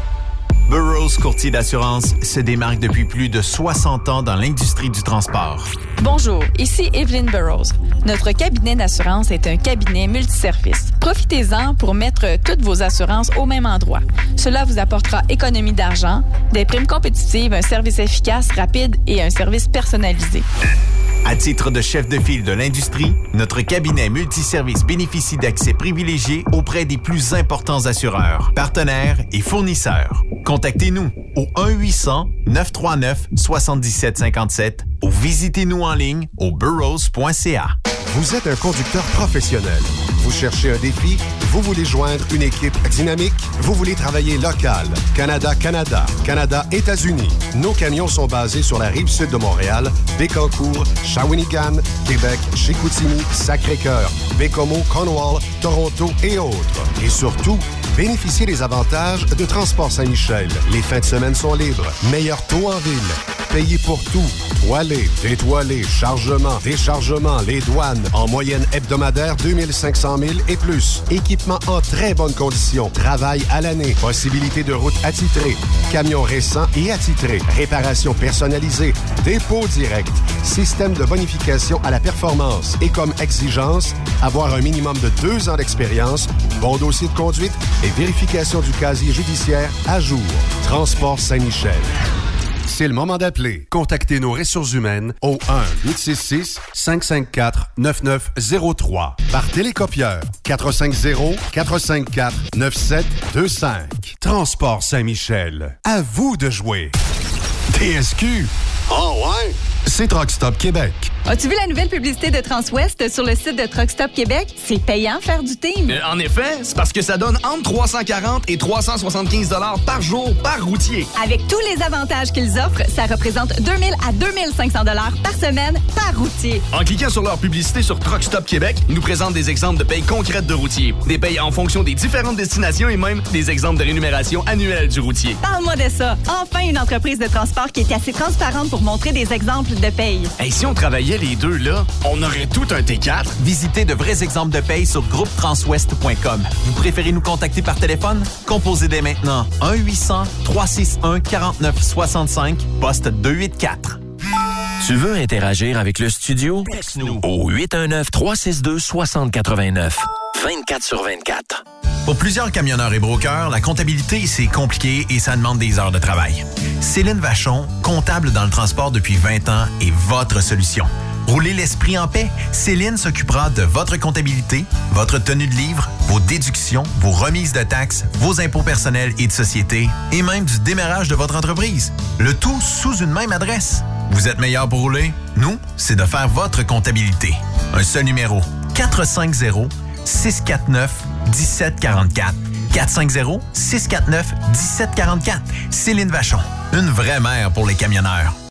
Burroughs Courtier d'assurance se démarque depuis plus de soixante ans dans l'industrie du transport. Bonjour, ici Evelyn Burroughs. Notre cabinet d'assurance est un cabinet multiservice. Profitez-en pour mettre toutes vos assurances au même endroit. Cela vous apportera économie d'argent, des primes compétitives, un service efficace, rapide et un service personnalisé. À titre de chef de file de l'industrie, notre cabinet multiservice bénéficie d'accès privilégié auprès des plus importants assureurs, partenaires et fournisseurs. Contactez-nous au un huit cents, neuf trois neuf, sept sept cinq sept ou visitez-nous en ligne au burroughs point c a. Vous êtes un conducteur professionnel. Vous cherchez un défi? Vous voulez joindre une équipe dynamique? Vous voulez travailler local? Canada-Canada, Canada-États-Unis. Nos camions sont basés sur la rive sud de Montréal, Bécancour, Shawinigan, Québec, Chicoutimi, Sacré-Cœur, Bécomo, Cornwall, Toronto et autres. Et surtout, bénéficiez des avantages de Transport Saint-Michel. Les fins de semaine sont libres. Meilleur taux en ville. payé pour tout. Toilé, détoilé, chargement, déchargement, les douanes. En moyenne hebdomadaire, deux mille cinq cents milles et plus. Équipement en très bonne condition. Travail à l'année. Possibilité de route attitrée. Camions récents et attitrés. Réparation personnalisée. Dépôt direct. Système de bonification à la performance. Et comme exigence, avoir un minimum de deux ans d'expérience, bon dossier de conduite et vérification du casier judiciaire à jour. Transport Saint-Michel. C'est le moment d'appeler. Contactez nos ressources humaines au un huit six six, cinq cinq quatre, neuf neuf zéro trois. Par télécopieur, quatre cinq zéro, quatre cinq quatre, neuf sept deux cinq. Transport Saint-Michel. À vous de jouer. T S Q. Oh ouais? C'est Truck Stop Québec. As-tu vu la nouvelle publicité de Transwest sur le site de Truck Stop Québec? C'est payant faire du team. Euh, en effet, c'est parce que ça donne entre trois cent quarante et trois cent soixante-quinze dollars par jour par routier. Avec tous les avantages qu'ils offrent, ça représente deux mille à deux mille cinq cents dollars par semaine par routier. En cliquant sur leur publicité sur Truck Stop Québec, ils nous présentent des exemples de payes concrètes de routiers, des payes en fonction des différentes destinations et même des exemples de rémunération annuelle du routier. Parle-moi de ça. Enfin, une entreprise de transport qui est assez transparente pour montrer des exemples de paye. Hey, si on travaillait les deux, là, on aurait tout un T quatre. Visitez de vrais exemples de paye sur groupe transwest point com. Vous préférez nous contacter par téléphone? Composez dès maintenant un huit cents, trois six un, quarante-neuf soixante-cinq, poste deux cent quatre-vingt-quatre. Tu veux interagir avec le studio? Texte-nous au huit un neuf, trois six deux, six zéro huit neuf. vingt-quatre sur vingt-quatre. Pour plusieurs camionneurs et brokers, la comptabilité, c'est compliqué et ça demande des heures de travail. Céline Vachon, comptable dans le transport depuis vingt ans, est votre solution. Roulez l'esprit en paix. Céline s'occupera de votre comptabilité, votre tenue de livre, vos déductions, vos remises de taxes, vos impôts personnels et de société, et même du démarrage de votre entreprise. Le tout sous une même adresse. Vous êtes meilleur pour rouler? Nous, c'est de faire votre comptabilité. Un seul numéro. quatre cinq zéro, six quatre neuf, un sept quatre quatre. quatre cinq zéro, six quatre neuf, un sept quatre quatre. Céline Vachon. Une vraie mère pour les camionneurs.